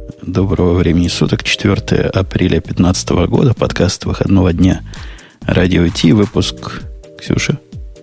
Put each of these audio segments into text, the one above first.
Доброго времени суток, 4 апреля 2015 года, подкаст выходного дня Радио Ти, выпуск, Ксюша?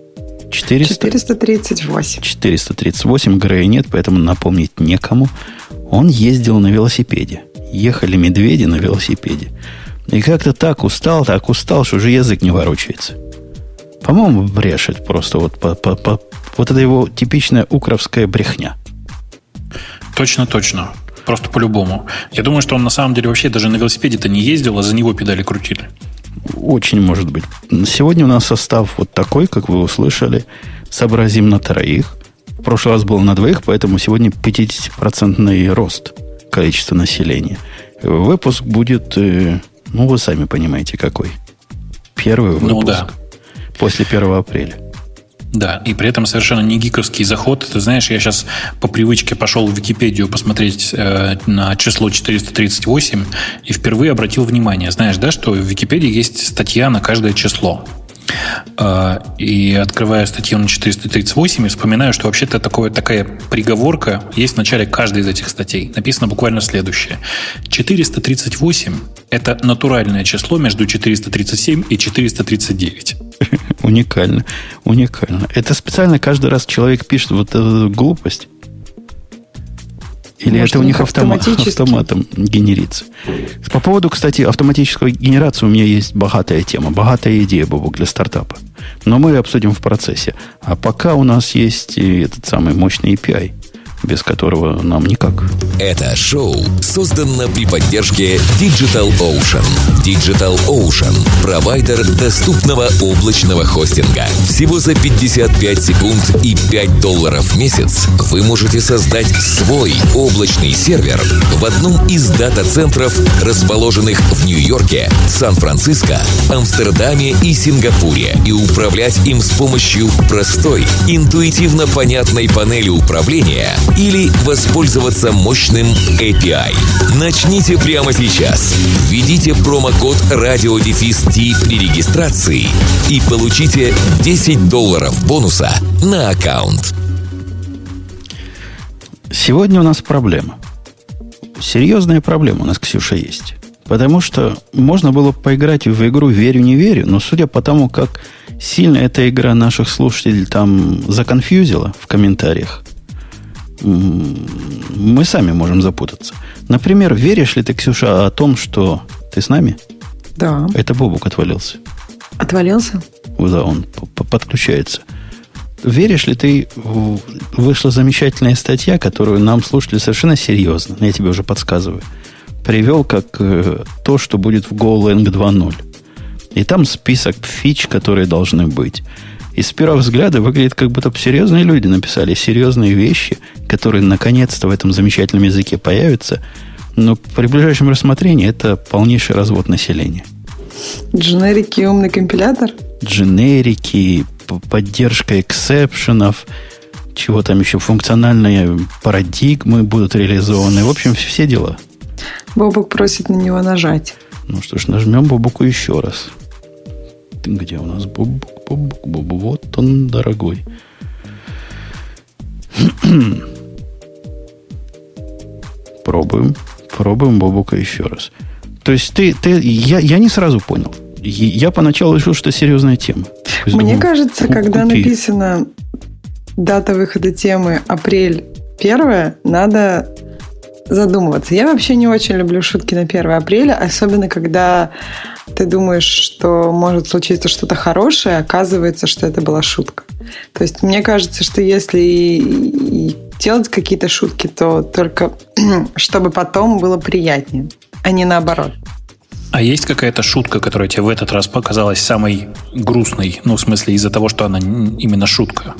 438. 438, Грея нет, поэтому напомнить некому. Он ездил на велосипеде. Ехали медведи на велосипеде. И как-то так устал, что уже язык не ворочается. По-моему, брешет просто. Вот это его типичная укровская брехня. Точно. Просто по-любому. Я думаю, что он на самом деле вообще даже на велосипеде-то не ездил, а за него педали крутили. Очень может быть. Сегодня у нас состав вот такой, как вы услышали. Сообразим на троих. В прошлый раз был на двоих, поэтому сегодня 50% рост количества населения. Выпуск будет, вы сами понимаете, какой. Первый выпуск. Да. После 1 апреля. Да, и при этом совершенно не гиковский заход. Ты знаешь, я сейчас по привычке пошел в Википедию посмотреть на число 438 и впервые обратил внимание. Знаешь, да, что в Википедии есть статья на каждое число. И открываю статью на 438 и вспоминаю, что вообще-то такая приговорка есть в начале каждой из этих статей. Написано буквально следующее. 438 – это натуральное число между 437 и 439. Уникально. Это специально каждый раз человек пишет вот эту глупость? Или может, это у них автоматом генерится? По поводу, кстати, автоматической генерации у меня есть богатая тема, богатая идея, Бобок, для стартапа. Но мы ее обсудим в процессе. А пока у нас есть этот самый мощный API, без которого нам никак. Это шоу создано при поддержке DigitalOcean. DigitalOcean – провайдер доступного облачного хостинга. Всего за 55 секунд и $5 в месяц вы можете создать свой облачный сервер в одном из дата-центров, расположенных в Нью-Йорке, Сан-Франциско, Амстердаме и Сингапуре, и управлять им с помощью простой, интуитивно понятной панели управления или воспользоваться мощным API. Начните прямо сейчас. Введите промокод RadioDefist при регистрации и получите $10 бонуса на аккаунт. Сегодня у нас проблема. Серьезная проблема у нас, Ксюша, есть. Потому что можно было поиграть в игру «Верю-не верю», но судя по тому, как сильно эта игра наших слушателей там законфьюзила в комментариях, мы сами можем запутаться. Например, веришь ли ты, Ксюша, о том, что ты с нами? Да. Это Бобук отвалился. Отвалился? Да, он подключается. Веришь ли ты, вышла замечательная статья, которую нам слушатели совершенно серьезно, я тебе уже подсказываю, привел как то, что будет в GoLang 2.0. И там список фич, которые должны быть. И с первого взгляда выглядит, как будто серьезные люди написали серьезные вещи, которые наконец-то в этом замечательном языке появятся. Но при ближайшем рассмотрении это полнейший развод населения. Дженерики и умный компилятор? Дженерики, поддержка эксепшенов, чего там еще, функциональные парадигмы будут реализованы. В общем, все дела. Бобук просит на него нажать. Ну что ж, нажмем Бобуку еще раз. Где у нас Бобук? Вот он, дорогой. Пробуем Бобука еще раз. То есть я не сразу понял. Я поначалу решил, что это серьезная тема. Мне кажется, когда написана дата выхода темы апрель 1, надо задумываться. Я вообще не очень люблю шутки на 1 апреля, особенно когда ты думаешь, что может случиться что-то хорошее, оказывается, что это была шутка. То есть мне кажется, что если и делать какие-то шутки, то только чтобы потом было приятнее, а не наоборот. А есть какая-то шутка, которая тебе в этот раз показалась самой грустной? Ну, в смысле, из-за того, что она именно шутка.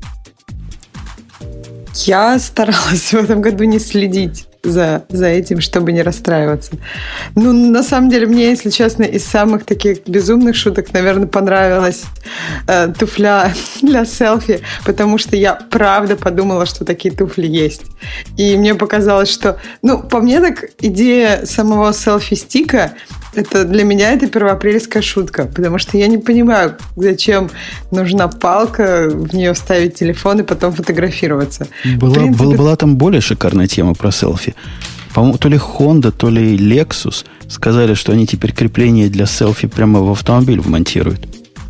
Я старалась в этом году не следить за этим, чтобы не расстраиваться. Ну, на самом деле, мне, если честно, из самых таких безумных шуток, наверное, понравилась туфля для селфи, потому что я правда подумала, что такие туфли есть. И мне показалось, что... Ну, по мне так идея самого селфи-стика это для меня это первоапрельская шутка, потому что я не понимаю, зачем нужна палка, в нее вставить телефон и потом фотографироваться. Была там более шикарная тема про селфи. По-моему, то ли Honda, то ли Lexus сказали, что они теперь крепление для селфи прямо в автомобиль вмонтируют.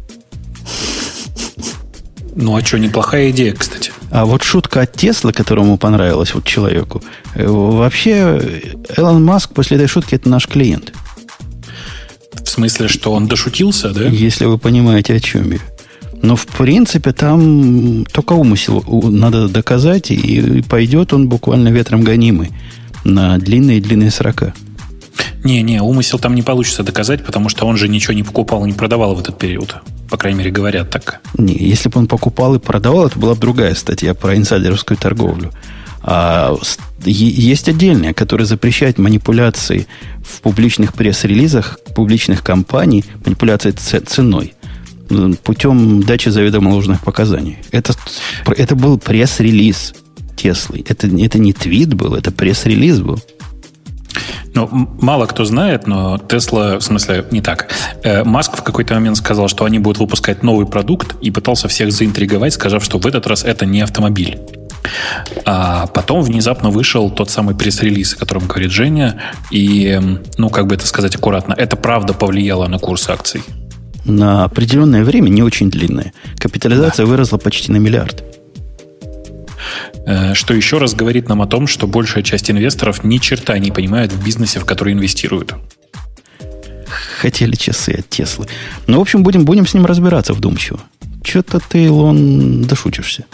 Ну, а что, неплохая идея, кстати. А вот шутка от Теслы, которому понравилась вот человеку, вообще Элон Маск после этой шутки это наш клиент. В смысле, что он дошутился, да? Если вы понимаете, о чем я. Но, в принципе, там только умысел надо доказать, и пойдет он буквально ветром гонимый на длинные срока. Не, умысел там не получится доказать, потому что он же ничего не покупал и не продавал в этот период. По крайней мере, говорят так. Не, если бы он покупал и продавал, это была бы другая статья про инсайдерскую торговлю. А есть отдельная, которая запрещает манипуляции в публичных пресс-релизах, публичных компаний, манипуляции ценой путем дачи заведомо ложных показаний. Это был пресс-релиз Теслы. Это не твит был, это пресс-релиз был. Ну, мало кто знает, но Тесла, в смысле, не так. Маск в какой-то момент сказал, что они будут выпускать новый продукт и пытался всех заинтриговать, сказав, что в этот раз это не автомобиль. А потом внезапно вышел тот самый пресс-релиз, о котором говорит Женя, и, ну, как бы это сказать аккуратно, это правда повлияло на курс акций. На определенное время, не очень длинное, капитализация выросла почти на $1 миллиард. Что еще раз говорит нам о том, что большая часть инвесторов ни черта не понимают в бизнесе, в который инвестируют. Хотели часы от Теслы. Ну, в общем, будем с ним разбираться вдумчиво. Что-то ты, Илон, дошутишься.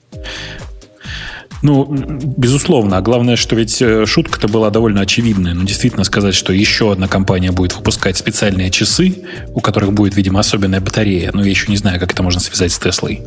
Ну, безусловно. А главное, что ведь шутка-то была довольно очевидная. Но действительно сказать, что еще одна компания будет выпускать специальные часы, у которых будет, видимо, особенная батарея, но я еще не знаю, как это можно связать с Теслой.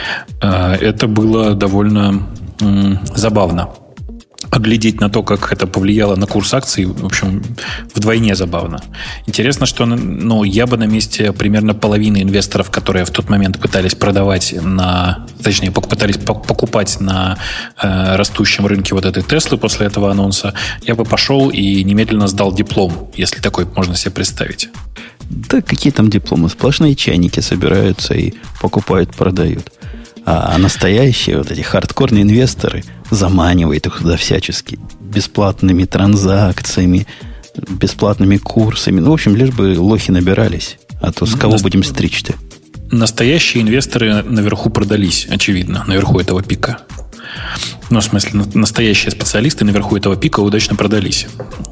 Это было довольно забавно. А глядеть на то, как это повлияло на курс акций, в общем, вдвойне забавно. Интересно, что я бы на месте примерно половины инвесторов, которые в тот момент пытались продавать пытались покупать на растущем рынке вот этой Теслы после этого анонса, я бы пошел и немедленно сдал диплом, если такой можно себе представить. Да какие там дипломы? Сплошные чайники собираются и покупают, продают. А настоящие вот эти хардкорные инвесторы заманивают их туда всячески бесплатными транзакциями, бесплатными курсами. Ну, в общем, лишь бы лохи набирались. А то с кого будем стричь-то? Настоящие инвесторы наверху продались, очевидно, наверху этого пика. Ну, в смысле, настоящие специалисты наверху этого пика удачно продались.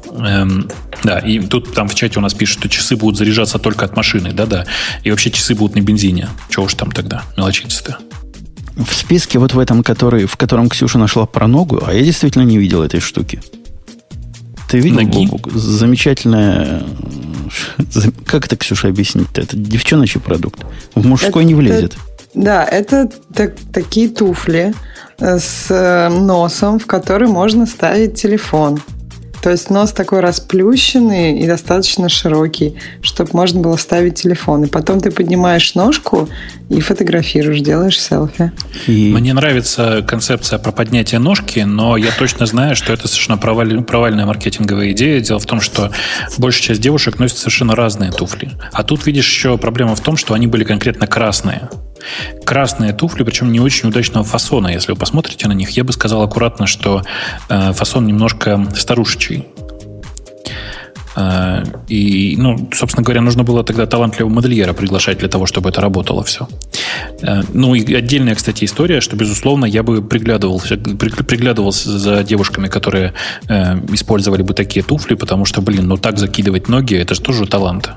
Да, и тут там в чате у нас пишут, что часы будут заряжаться только от машины. Да-да. И вообще часы будут на бензине. Чего уж там тогда мелочиться-то? В списке вот в этом, в котором Ксюша нашла про ногу, а я действительно не видел этой штуки. Ты видел, Бобук? Замечательная... Как это, Ксюша, объяснить-то? Это девчоночий продукт. В мужской не влезет. Да, это такие туфли с носом, в который можно ставить телефон. То есть нос такой расплющенный и достаточно широкий, чтобы можно было ставить телефон. И потом ты поднимаешь ножку и фотографируешь, делаешь селфи. Мне нравится концепция про поднятие ножки, но я точно знаю, что это совершенно провальная маркетинговая идея. Дело в том, что большая часть девушек носит совершенно разные туфли. А тут, видишь, еще проблема в том, что они были конкретно красные. Красные туфли, причем не очень удачного фасона. Если вы посмотрите на них, я бы сказал аккуратно, что фасон немножко старушечий. И, собственно говоря, нужно было тогда талантливого модельера приглашать для того, чтобы это работало все. Ну и отдельная, кстати, история, что, безусловно, я бы приглядывался за девушками, которые использовали бы такие туфли, потому что, так закидывать ноги, это же тоже талант.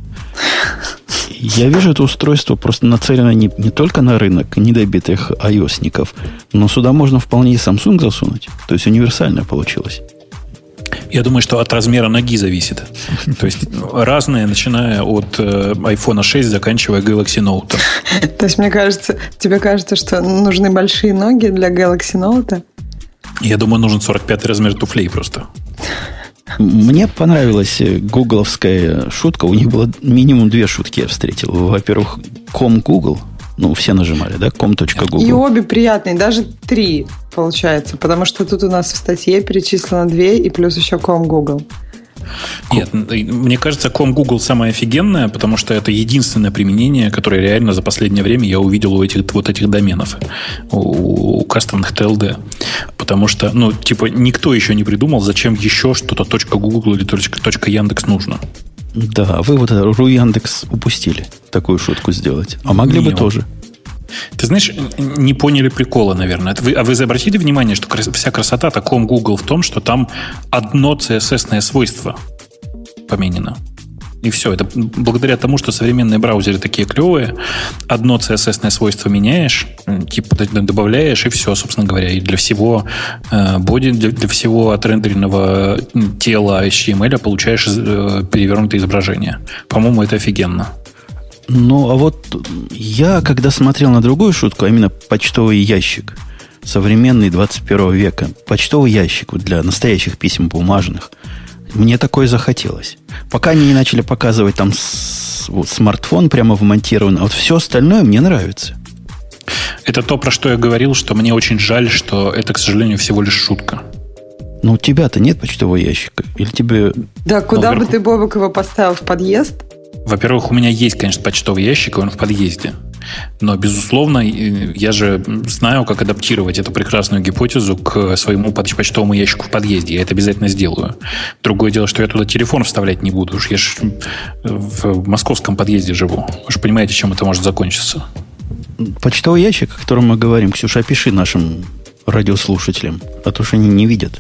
Я вижу, это устройство просто нацелено не только на рынок недобитых iOS-ников, но сюда можно вполне и Samsung засунуть. То есть универсальное получилось. Я думаю, что от размера ноги зависит. То есть разные, начиная от iPhone 6, заканчивая Galaxy Note. То есть, тебе кажется, что нужны большие ноги для Galaxy Note? Я думаю, нужен 45-й размер туфлей просто. Мне понравилась гугловская шутка. У них было минимум 2 шутки я встретил. Во-первых, com.google. Все нажимали, да? com.google. И обе приятные, даже 3 получается. Потому что тут у нас в статье перечислено 2 и плюс еще com.google. Нет, мне кажется, .com.Google самое офигенное, потому что это единственное применение, которое реально за последнее время я увидел у этих доменов, у кастомных TLD. Потому что, никто еще не придумал, зачем еще что-то .Google или .Яндекс нужно. Да, вы вот РУ Яндекс упустили такую шутку сделать. А могли бы тоже. Ты знаешь, не поняли прикола, наверное. А вы обратили внимание, что вся красота таком Google в том, что там одно CSS-ное свойство поменено. И все. Это благодаря тому, что современные браузеры такие клевые. Одно CSS-ное свойство меняешь, добавляешь, и все, собственно говоря. И для всего боди, для всего отрендеренного тела HTML получаешь перевернутое изображение. По-моему, это офигенно. Ну, а вот я, когда смотрел на другую шутку, а именно почтовый ящик, современный 21 века, почтовый ящик для настоящих писем бумажных, мне такое захотелось. Пока они не начали показывать там смартфон прямо вмонтирован, а вот все остальное мне нравится. Это то, про что я говорил, что мне очень жаль, что это, к сожалению, всего лишь шутка. Ну, у тебя-то нет почтового ящика? Или тебе... Да, куда бы ты, Бобок, его поставил? В подъезд? Во-первых, у меня есть, конечно, почтовый ящик, и он в подъезде. Но, безусловно, я же знаю, как адаптировать эту прекрасную гипотезу к своему почтовому ящику в подъезде. Я это обязательно сделаю. Другое дело, что я туда телефон вставлять не буду. Я же в московском подъезде живу. Вы же понимаете, чем это может закончиться. Почтовый ящик, о котором мы говорим, Ксюша, опиши нашим радиослушателям, а то что они не видят.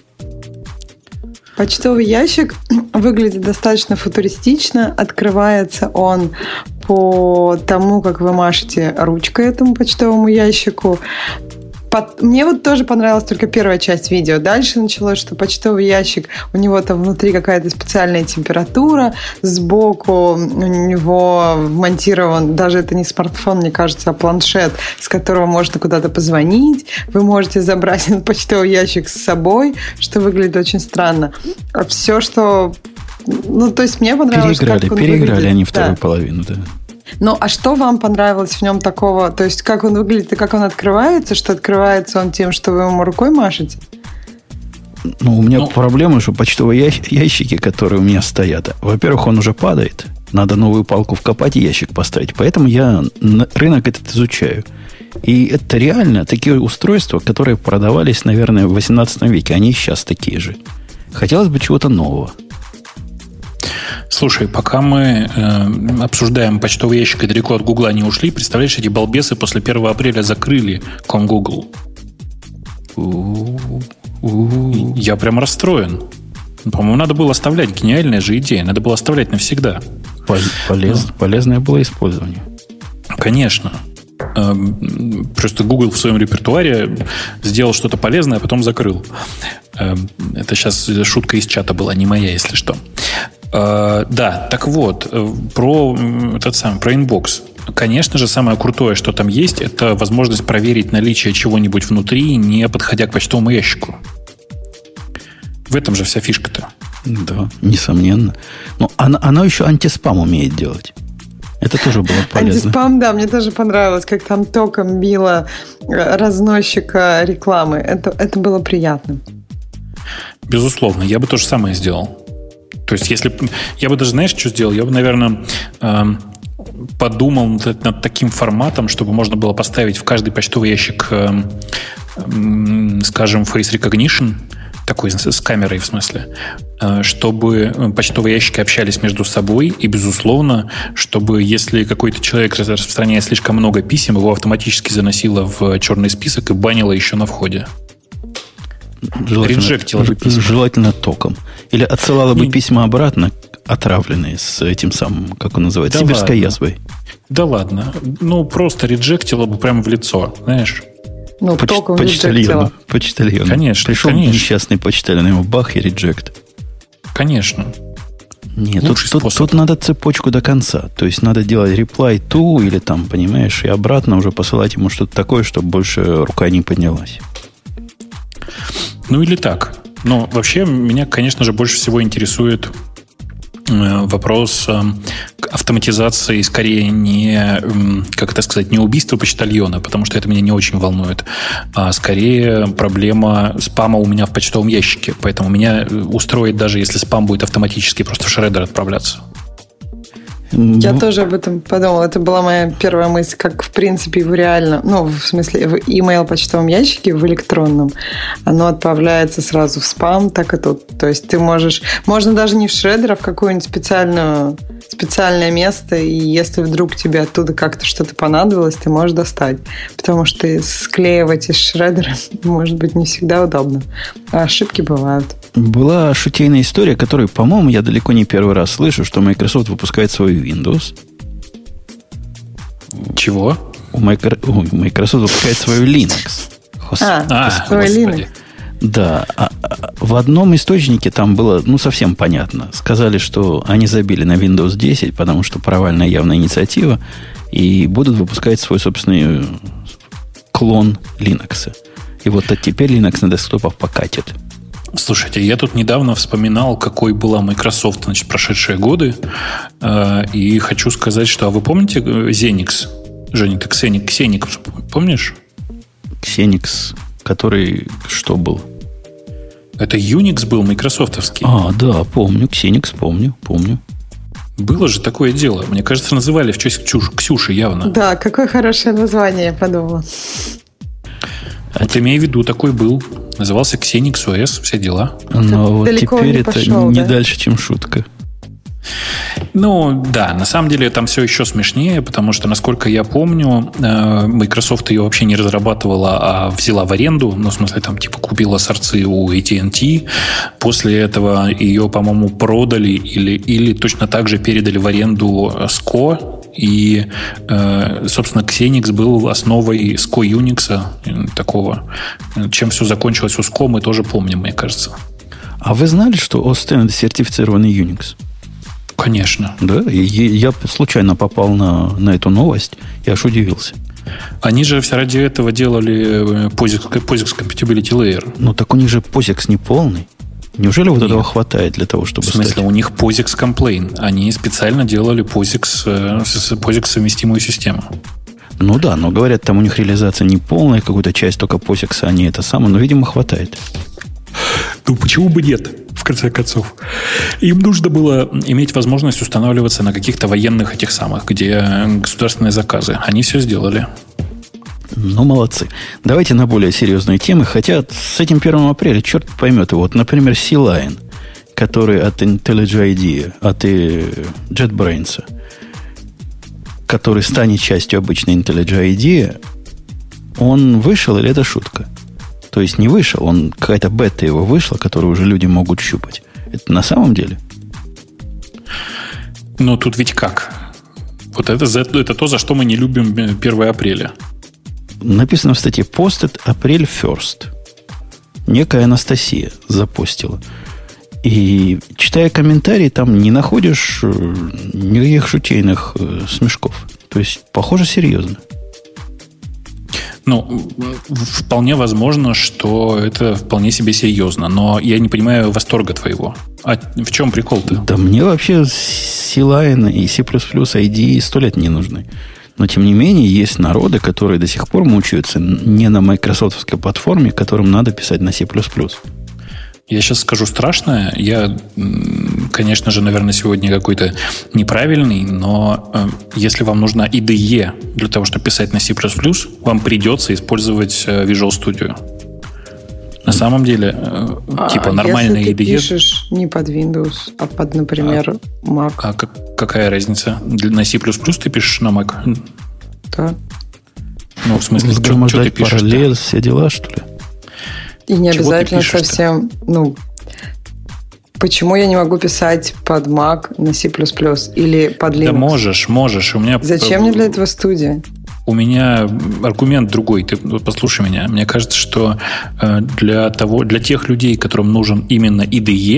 Почтовый ящик выглядит достаточно футуристично. Открывается он по тому, как вы машете ручкой этому почтовому ящику. Мне вот тоже понравилась только первая часть видео. Дальше началось, что почтовый ящик, у него там внутри какая-то специальная температура, сбоку у него вмонтирован, даже это не смартфон, мне кажется, а планшет, с которого можно куда-то позвонить. Вы можете забрать этот почтовый ящик с собой, что выглядит очень странно. А все, что... то есть мне понравилось, как он выглядит. Переиграли они вторую половину, да. Ну, а что вам понравилось в нем такого? То есть, как он выглядит и как он открывается? Что открывается он тем, что вы ему рукой машете? Ну, у меня проблема, что почтовые ящики, которые у меня стоят, во-первых, он уже падает. Надо новую палку вкопать и ящик поставить. Поэтому я рынок этот изучаю. И это реально такие устройства, которые продавались, наверное, в 18 веке. Они сейчас такие же. Хотелось бы чего-то нового. Слушай, пока мы обсуждаем почтовый ящик и далеко от Гугла не ушли, представляешь, эти балбесы после 1 апреля закрыли .Google. Я прям расстроен. По-моему, надо было оставлять. Гениальная же идея. Надо было оставлять навсегда. Полезное было использование. Конечно. Просто Google в своем репертуаре сделал что-то полезное, а потом закрыл. Это сейчас шутка из чата была, не моя, если что. Да, так вот, про инбокс. Конечно же, самое крутое, что там есть, это возможность проверить наличие чего-нибудь внутри, не подходя к почтовому ящику. В этом же вся фишка-то. Да, несомненно. Но оно еще антиспам умеет делать. Это тоже было полезно. Антиспам, да, мне тоже понравилось, как там током било разносчика рекламы. Это было приятно. Безусловно, я бы то же самое сделал. То есть, если я бы даже, знаешь, что сделал? Я бы, наверное, подумал над таким форматом, чтобы можно было поставить в каждый почтовый ящик, скажем, face recognition, такой с камерой в смысле, чтобы почтовые ящики общались между собой, и, безусловно, чтобы если какой-то человек распространяет слишком много писем, его автоматически заносило в черный список и банило еще на входе. Реджектило бы письма. Желательно током. Или отсылала бы письма обратно, отравленные с этим самым, как он называется, сибирской язвой. Да ладно. Просто реджектило бы прямо в лицо, знаешь. Почтальон. Конечно. Пришел несчастный почтальон, ему бах и реджект. Конечно. Нет, тут надо цепочку до конца. То есть надо делать reply to или там, понимаешь, и обратно уже посылать ему что-то такое, чтобы больше рука не поднялась. Или так. Но вообще меня, конечно же, больше всего интересует вопрос автоматизации скорее не, как это сказать, не убийство почтальона, потому что это меня не очень волнует, а скорее проблема спама у меня в почтовом ящике. Поэтому меня устроит, даже если спам будет автоматически просто в шреддер отправляться. Я тоже об этом подумала. Это была моя первая мысль, как, в принципе, в реально, в смысле, в email почтовом ящике, в электронном, оно отправляется сразу в спам, так и тут. То есть ты можно даже не в шреддер, а в какое-нибудь специальное место, и если вдруг тебе оттуда как-то что-то понадобилось, ты можешь достать. Потому что склеивать из шреддера может быть не всегда удобно. А ошибки бывают. Была шутейная история, которую, по-моему, я далеко не первый раз слышу, что Microsoft выпускает свой Windows. Чего? Microsoft выпускает свою Linux. Свой Linux. Да. В одном источнике там было, совсем понятно. Сказали, что они забили на Windows 10, потому что провальная явная инициатива, и будут выпускать свой собственный клон Linux. И вот теперь Linux на десктопах покатит. Слушайте, я тут недавно вспоминал, какой была Microsoft, прошедшие годы, и хочу сказать, что... А вы помните Xenix? Женя, ты Xenix помнишь? Xenix, который что был? Это Unix был, майкрософтовский. Да, помню, Xenix, помню. Было же такое дело. Мне кажется, называли в честь Ксюши явно. Да, какое хорошее название, я подумала. Вот имею в виду, такой был. Назывался Xenix OS, все дела. Но вот теперь это не дальше, чем шутка. Да, на самом деле там все еще смешнее, потому что, насколько я помню, Microsoft ее вообще не разрабатывала, а взяла в аренду. В смысле, купила сорцы у AT&T. После этого ее, по-моему, продали или точно так же передали в аренду SCO. И, собственно, Xenix был основой SCO Unix такого. Чем все закончилось у SCO, мы тоже помним, мне кажется. А вы знали, что OS X сертифицированный Unix? Конечно. Да, я случайно попал на эту новость и аж удивился. Они же все ради этого делали POSIX Compatibility Layer. Так у них же POSIX не полный. Неужели этого хватает для того, чтобы стать? В смысле, у них POSIX Complain. Они специально делали POSIX совместимую систему. Да, но говорят, там у них реализация не полная, какую-то часть только POSIX, а не это самое, но, видимо, хватает. Почему бы нет, в конце концов? Им нужно было иметь возможность устанавливаться на каких-то военных этих самых, где государственные заказы. Они все сделали. Молодцы. Давайте на более серьезные темы. Хотя с этим 1 апреля черт поймет его. Вот, например, C-Line, который от IntelliJ IDEA, от JetBrains, который станет частью обычной IntelliJ IDEA, он вышел или это шутка? То есть не вышел, какая-то бета его вышла, которую уже люди могут щупать. Это на самом деле? Тут ведь как? Вот это то, за что мы не любим 1 апреля. Написано в статье «Posted April 1st». Некая Анастасия запостила. И, читая комментарии, там не находишь никаких шутейных смешков. То есть, похоже, серьезно. Вполне возможно, что это вполне себе серьезно. Но я не понимаю восторга твоего. А в чем прикол-то? Да мне вообще C-Line и C++ IDE 100 лет не нужны. Но, тем не менее, есть народы, которые до сих пор мучаются не на майкрософтовской платформе, которым надо писать на C++. Я сейчас скажу страшное. Я, конечно же, наверное, сегодня какой-то неправильный, но если вам нужна IDE для того, чтобы писать на C++, вам придется использовать Visual Studio. На самом деле, нормальная если ты IDE... пишешь не под Windows, а под, например, Mac. А какая разница? На C++ ты пишешь на Mac? Да. В смысле, что ты пишешь? Параллель, все дела, что ли? И не обязательно совсем... Почему я не могу писать под Mac на C++ или под Linux? Да можешь. У меня... Зачем мне для этого студия? У меня аргумент другой. Ты послушай меня. Мне кажется, что для тех людей, которым нужен именно IDE, в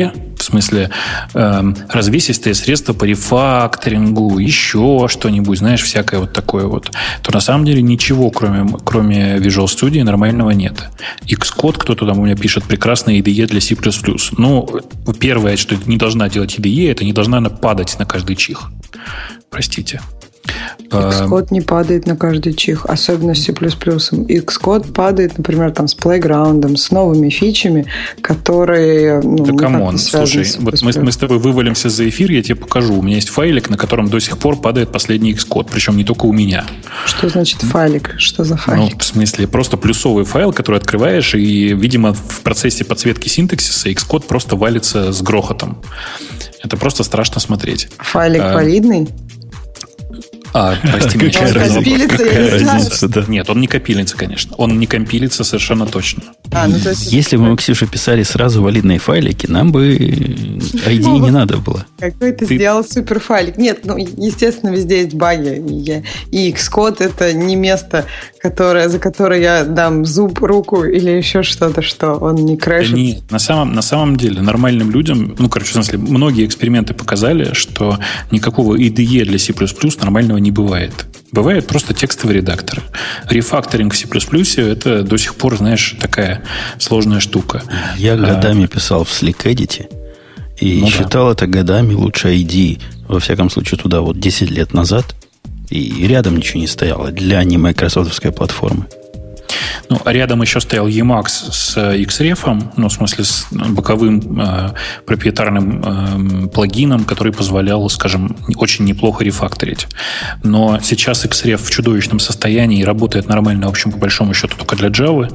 смысле, развесистые средства по рефакторингу, еще что-нибудь, знаешь, всякое вот такое вот, то на самом деле ничего, кроме Visual Studio, нормального нет. Xcode, кто-то там у меня пишет, прекрасная IDE для C++. Ну, первое, что не должна делать IDE, это не должна она падать на каждый чих. Простите. Xcode не падает на каждый чих, особенно с C++. Xcode падает, например, там, с Playground, с новыми фичами, которые... да камон, слушай, вот мы с тобой вывалимся за эфир, я тебе покажу. У меня есть файлик, на котором до сих пор падает последний Xcode, причем не только у меня. Что значит файлик? Что за файлик? Ну, в смысле, просто плюсовый файл, который открываешь, и, видимо, в процессе подсветки синтаксиса Xcode просто валится с грохотом. Это просто страшно смотреть. Файлик валидный? Прости меня. Какая разница, да. Нет, он не компилится, конечно. Он не компилится совершенно точно. Если бы мы, Ксюша, писали сразу валидные файлики, нам бы ID не надо было. Какой ты сделал суперфайлик. Нет, естественно, везде есть баги. И Xcode — это не место, за которое я дам зуб, руку или еще что-то, что он не крэшится. На самом деле, нормальным людям, в смысле, многие эксперименты показали, что никакого IDE для C++ нормального не бывает. Бывает просто текстовый редактор. Рефакторинг в C++ это до сих пор, знаешь, такая сложная штука. Я годами писал в SlickEdit и считал это годами лучше IDE. Во всяком случае, туда 10 лет назад. И рядом ничего не стояло для не майкрософтовской платформы. А рядом еще стоял Emacs с Xref, в смысле с боковым проприетарным плагином, который позволял, скажем, очень неплохо рефакторить. Но сейчас Xref в чудовищном состоянии и работает нормально, в общем, по большому счету, только для Java,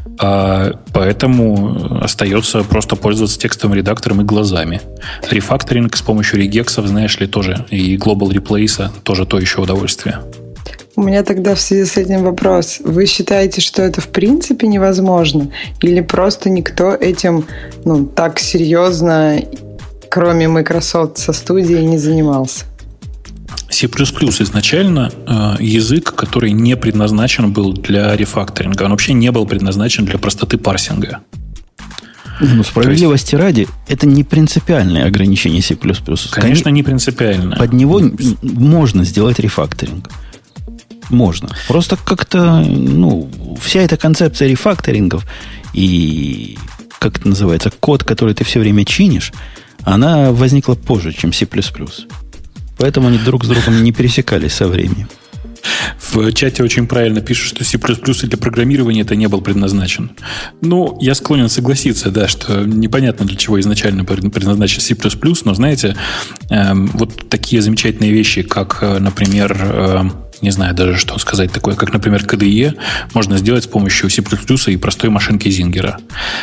поэтому остается просто пользоваться текстовым редактором и глазами. Рефакторинг с помощью регексов, знаешь ли, тоже, и Global Replace тоже то еще удовольствие. У меня тогда в связи с этим вопрос. Вы считаете, что это в принципе невозможно? Или просто никто этим так серьезно, кроме Microsoft со студией, не занимался? C++ изначально язык, который не предназначен был для рефакторинга. Он вообще не был предназначен для простоты парсинга. Справедливости ради, это не принципиальное ограничение C++. Конечно, не принципиально. Под него можно сделать рефакторинг. Можно. Просто как-то, вся эта концепция рефакторингов и, как это называется, код, который ты все время чинишь, она возникла позже, чем C++. Поэтому они друг с другом не пересекались со временем. В чате очень правильно пишут, что C++ для программирования это не был предназначен. Я склонен согласиться, да, что непонятно, для чего изначально предназначен C++, но, знаете, вот такие замечательные вещи, как, например, не знаю даже, что сказать такое, как, например, KDE можно сделать с помощью C++ и простой машинки Зингера.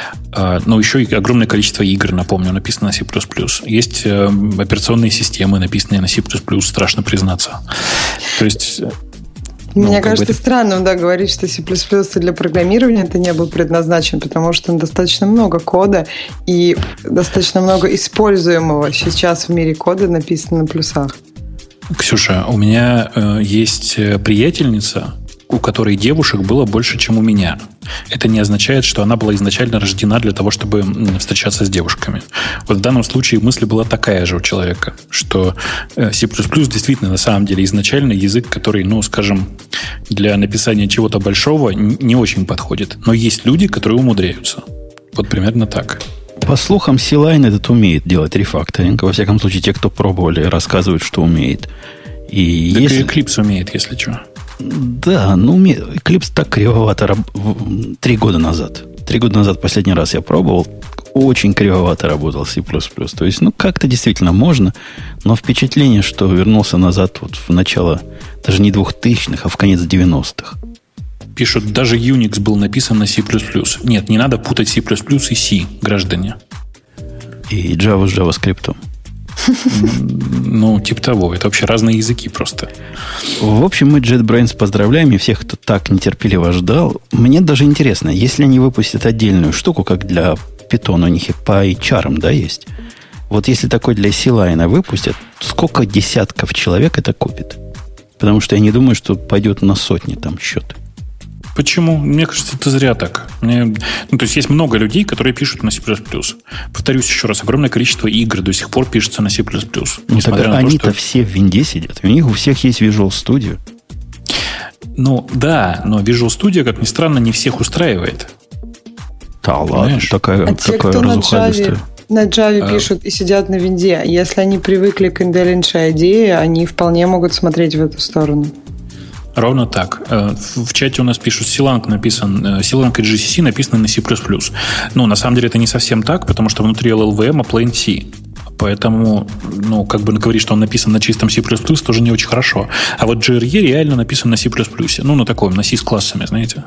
Но еще и огромное количество игр, напомню, написано на C++. Есть операционные системы, написанные на C++, страшно признаться. То есть... Мне кажется, странным, говорить, что C++ для программирования это не был предназначен, потому что достаточно много кода и достаточно много используемого сейчас в мире кода написано на плюсах. Ксюша, у меня есть приятельница, у которой девушек было больше, чем у меня. Это не означает, что она была изначально рождена для того, чтобы встречаться с девушками. Вот в данном случае мысль была такая же у человека, что C++ действительно на самом деле изначально язык, который, скажем, для написания чего-то большого не очень подходит. Но есть люди, которые умудряются. Вот примерно так. По слухам, C-Line этот умеет делать рефакторинг. Во всяком случае, те, кто пробовали, рассказывают, что умеет. И так и Eclipse умеет, если что. Да, Eclipse так кривовато 3 года назад. 3 года назад последний раз я пробовал. Очень кривовато работал C++. То есть, как-то действительно можно, но впечатление, что вернулся назад в начало даже не 2000-х, а в конец 90-х. Пишут, даже Unix был написан на C++. Нет, не надо путать C++ и C, граждане. И Java с JavaScript. Типа того. Это вообще разные языки просто. В общем, мы JetBrains поздравляем и всех, кто так нетерпеливо ждал. Мне даже интересно, если они выпустят отдельную штуку, как для Python, у них и PyCharm, да, есть? Вот если такой для C-Line выпустят, сколько десятков человек это купит? Потому что я не думаю, что пойдет на сотни там счет. Почему? Мне кажется, это зря так. То есть есть много людей, которые пишут на C++. Повторюсь еще раз, огромное количество игр до сих пор пишется на C++. Ну, так они-то все в винде сидят. У них у всех есть Visual Studio. Ну, да, но Visual Studio, как ни странно, не всех устраивает. Да ладно, такая разуха быстрая. На Java пишут и сидят на винде. Если они привыкли к Intel идее, они вполне могут смотреть в эту сторону. Ровно так. В чате у нас пишут, Silang и GCC написаны на C++. Ну, на самом деле, это не совсем так, потому что внутри LLVM plain C. Поэтому, говорить, что он написан на чистом C++, тоже не очень хорошо. А вот GRE реально написан на C++. Ну, на таком, на C с классами, знаете.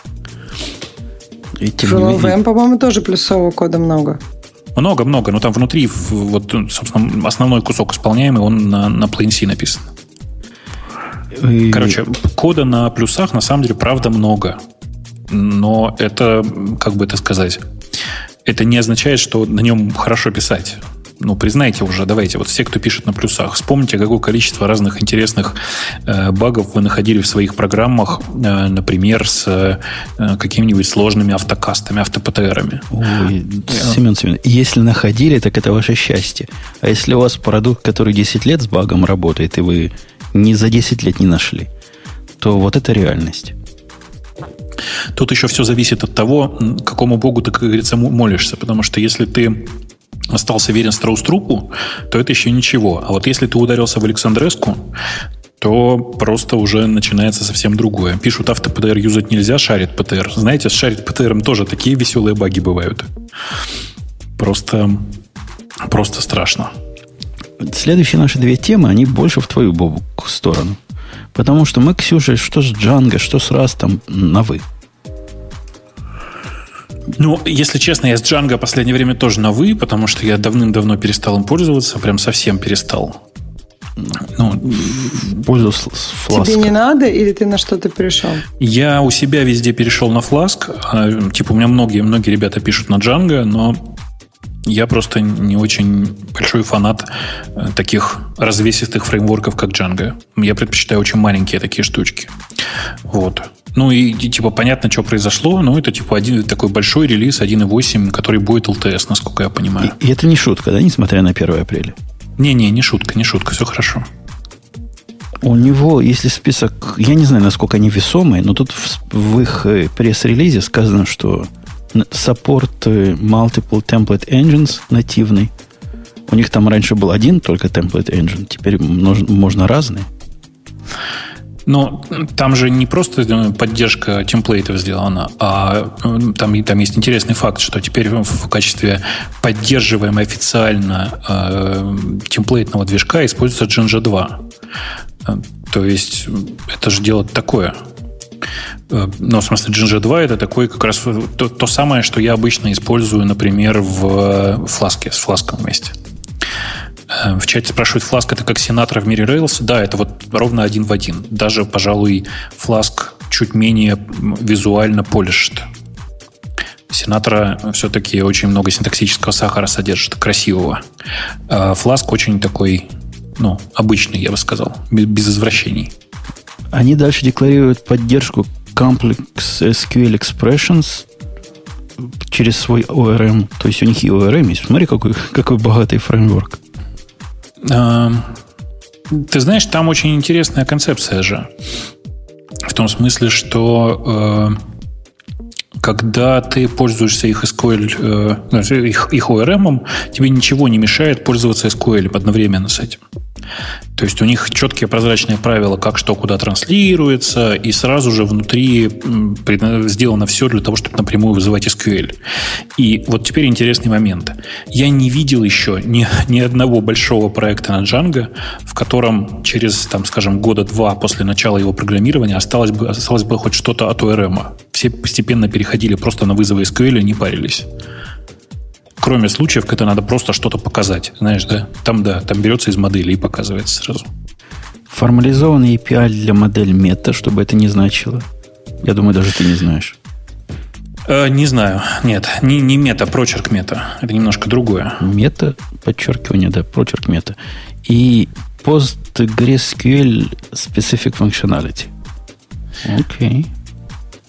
В LLVM, по-моему, тоже плюсового кода много. Много-много, но там внутри, вот, собственно, основной кусок исполняемый, он на plain C написан. Короче, кода на плюсах на самом деле правда много. Но это, как бы это сказать, это не означает, что на нем хорошо писать. Ну, признайте уже, давайте, вот все, кто пишет на плюсах, вспомните, какое количество разных интересных багов вы находили в своих программах, например, с какими-нибудь сложными автокастами, автопТРами. Ой, Семен, если находили, так это ваше счастье. А если у вас продукт, который 10 лет с багом работает, и вы не за 10 лет не нашли, то вот это реальность. Тут еще все зависит от того, какому богу ты, как говорится, молишься. Потому что если ты остался верен Страус-Трупу, то это еще ничего. А вот если ты ударился в Александреску, то просто уже начинается совсем другое. Пишут, автоПТР юзать нельзя, шарит ПТР. Знаете, с шарит ПТРом тоже такие веселые баги бывают. Просто страшно. Следующие наши две темы, они больше в твою, Бобу, сторону. Потому что мы, Ксюша, что с Django, что с Rust на «вы». Ну, если честно, я с Django в последнее время тоже на «вы», потому что я давным-давно перестал им пользоваться, прям совсем перестал. Пользовался с Flask. Тебе не надо или ты на что-то перешел? Я у себя везде перешел на Flask. Типа у меня многие ребята пишут на Django, но я просто не очень большой фанат таких развесистых фреймворков, как Django. Я предпочитаю очень маленькие такие штучки. Вот. Ну и типа понятно, что произошло, но это типа один такой большой релиз 1.8, который будет LTS, насколько я понимаю. И это не шутка, да, несмотря на 1 апреля? Не шутка, все хорошо. У него, если список, я не знаю, насколько они весомые, но тут в их пресс-релизе сказано, что support multiple template engines нативный. У них там раньше был один только template engine, теперь можно разные. Но там же не просто поддержка темплейтов сделана, а там есть интересный факт, что теперь в качестве поддерживаемого официально темплейтного движка используется Jinja 2. То есть это же дело такое. Ну, в смысле, Jinja 2 это такое как раз то самое, что я обычно использую, например, в Flask, с Flask вместе. В чате спрашивают, Flask это как Sinatra в мире Rails? Да, это вот ровно один в один. Даже, пожалуй, Flask чуть менее визуально полишит. Sinatra все-таки очень много синтаксического сахара содержит, красивого. А Flask очень такой, обычный, я бы сказал, без извращений. Они дальше декларируют поддержку Complex SQL Expressions через свой ORM. То есть у них и ORM есть. Смотри, какой богатый фреймворк. Ты знаешь, там очень интересная концепция же. В том смысле, что когда ты пользуешься их SQL, их ORM, тебе ничего не мешает пользоваться SQL одновременно с этим. То есть у них четкие прозрачные правила, как что куда транслируется, и сразу же внутри сделано все для того, чтобы напрямую вызывать SQL. И вот теперь интересный момент. Я не видел еще ни одного большого проекта на Django, в котором через, скажем, года 2 после начала его программирования осталось бы хоть что-то от ORM. Все постепенно переходили просто на вызовы SQL и не парились. Кроме случаев, когда надо просто что-то показать. Знаешь, да? Там берется из модели и показывается сразу. Формализованный API для модели мета, чтобы это не значило. Я думаю, даже ты не знаешь. Не знаю. Нет, не мета, прочерк мета. Это немножко другое. Мета, подчеркивание, да, прочерк мета. И PostgreSQL Specific Functionality. Окей.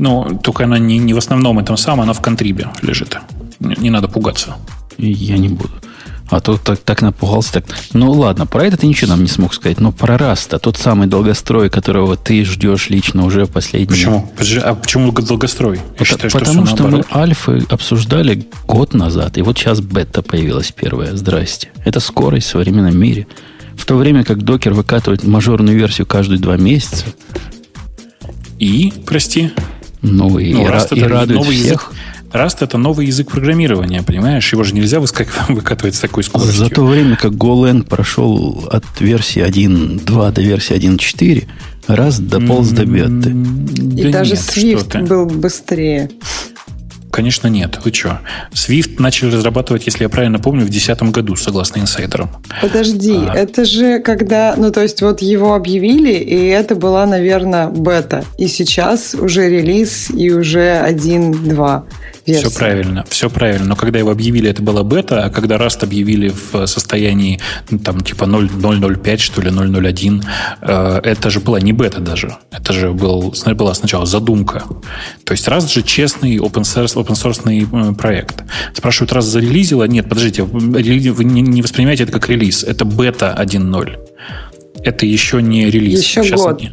Ну, только она не в основном этом самом, она в контрибе лежит. Не надо пугаться. Я не буду. А то так напугался. Так. Ну ладно, про это ты ничего нам не смог сказать. Но про Rust, тот самый долгострой, которого ты ждешь лично уже последний. Почему? А почему долгострой? Я считаю, потому что мы альфы обсуждали год назад. И вот сейчас бета появилась первая. Здрасте. Это скорость в современном мире. В то время как докер выкатывает мажорную версию каждые 2 месяца. И, прости? Ну, и радует всех. Rust — это новый язык программирования, понимаешь? Его же нельзя выкатывать с такой скоростью. За то время, как Golang прошел от версии 1.2 до версии 1.4, Rust дополз до беты. И даже Swift был быстрее. Конечно, нет. Вы что? Swift начали разрабатывать, если я правильно помню, в 2010 году, согласно инсайдерам. Подожди, это же когда... Ну, то есть, вот его объявили, и это была, наверное, бета. И сейчас уже релиз, и уже 1.2 версия. Все правильно. Но когда его объявили, это была бета, а когда Rust объявили в состоянии, ну, там, типа 0.0.5, что ли, 0.0.1, это же была не бета даже. Это же была сначала задумка. То есть Rust же честный open-source проект. Спрашивают, Rust зарелизила? Нет, подождите, вы не воспринимаете это как релиз. Это бета 1.0. Это еще не релиз. Еще сейчас год.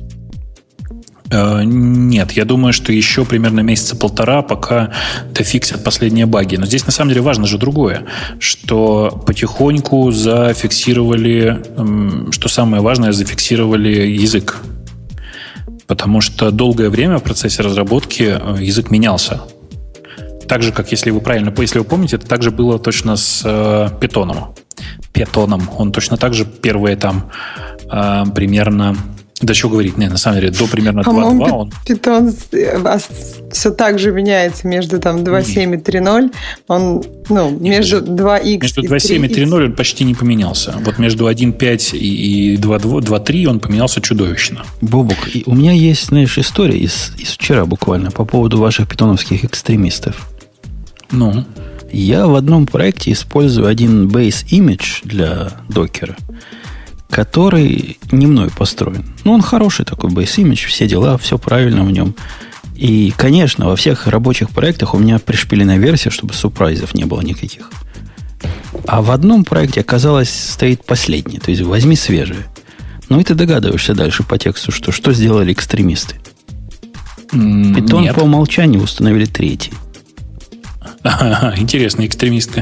Нет, я думаю, что еще примерно месяца 1.5, пока дофиксят последние баги. Но здесь на самом деле важно же другое, что потихоньку зафиксировали, что самое важное, зафиксировали язык. Потому что долгое время в процессе разработки язык менялся. Так же, как если вы помните, это также было точно с Питоном. Он точно так же первые там примерно... Да что говорить, на самом деле, до примерно 2.2 он... Питон все так же меняется между там 2.7 и 3.0. Он, между 2x и 3x. Между 2.7 и 3.0 он почти не поменялся. Вот между 1.5 и 2.3 он поменялся чудовищно. Бобук, у меня есть, знаешь, история из вчера буквально по поводу ваших питоновских экстремистов. Ну? Я в одном проекте использую один base image для докера, который не мной построен. Он хороший такой base image, все дела, все правильно в нем. И, конечно, во всех рабочих проектах у меня пришпилена версия, чтобы сюрпризов не было никаких. А в одном проекте, оказалось, стоит последний. То есть, возьми свежие. Ну, и ты догадываешься дальше по тексту, что сделали экстремисты. Питон по умолчанию установили 3. Интересные экстремисты.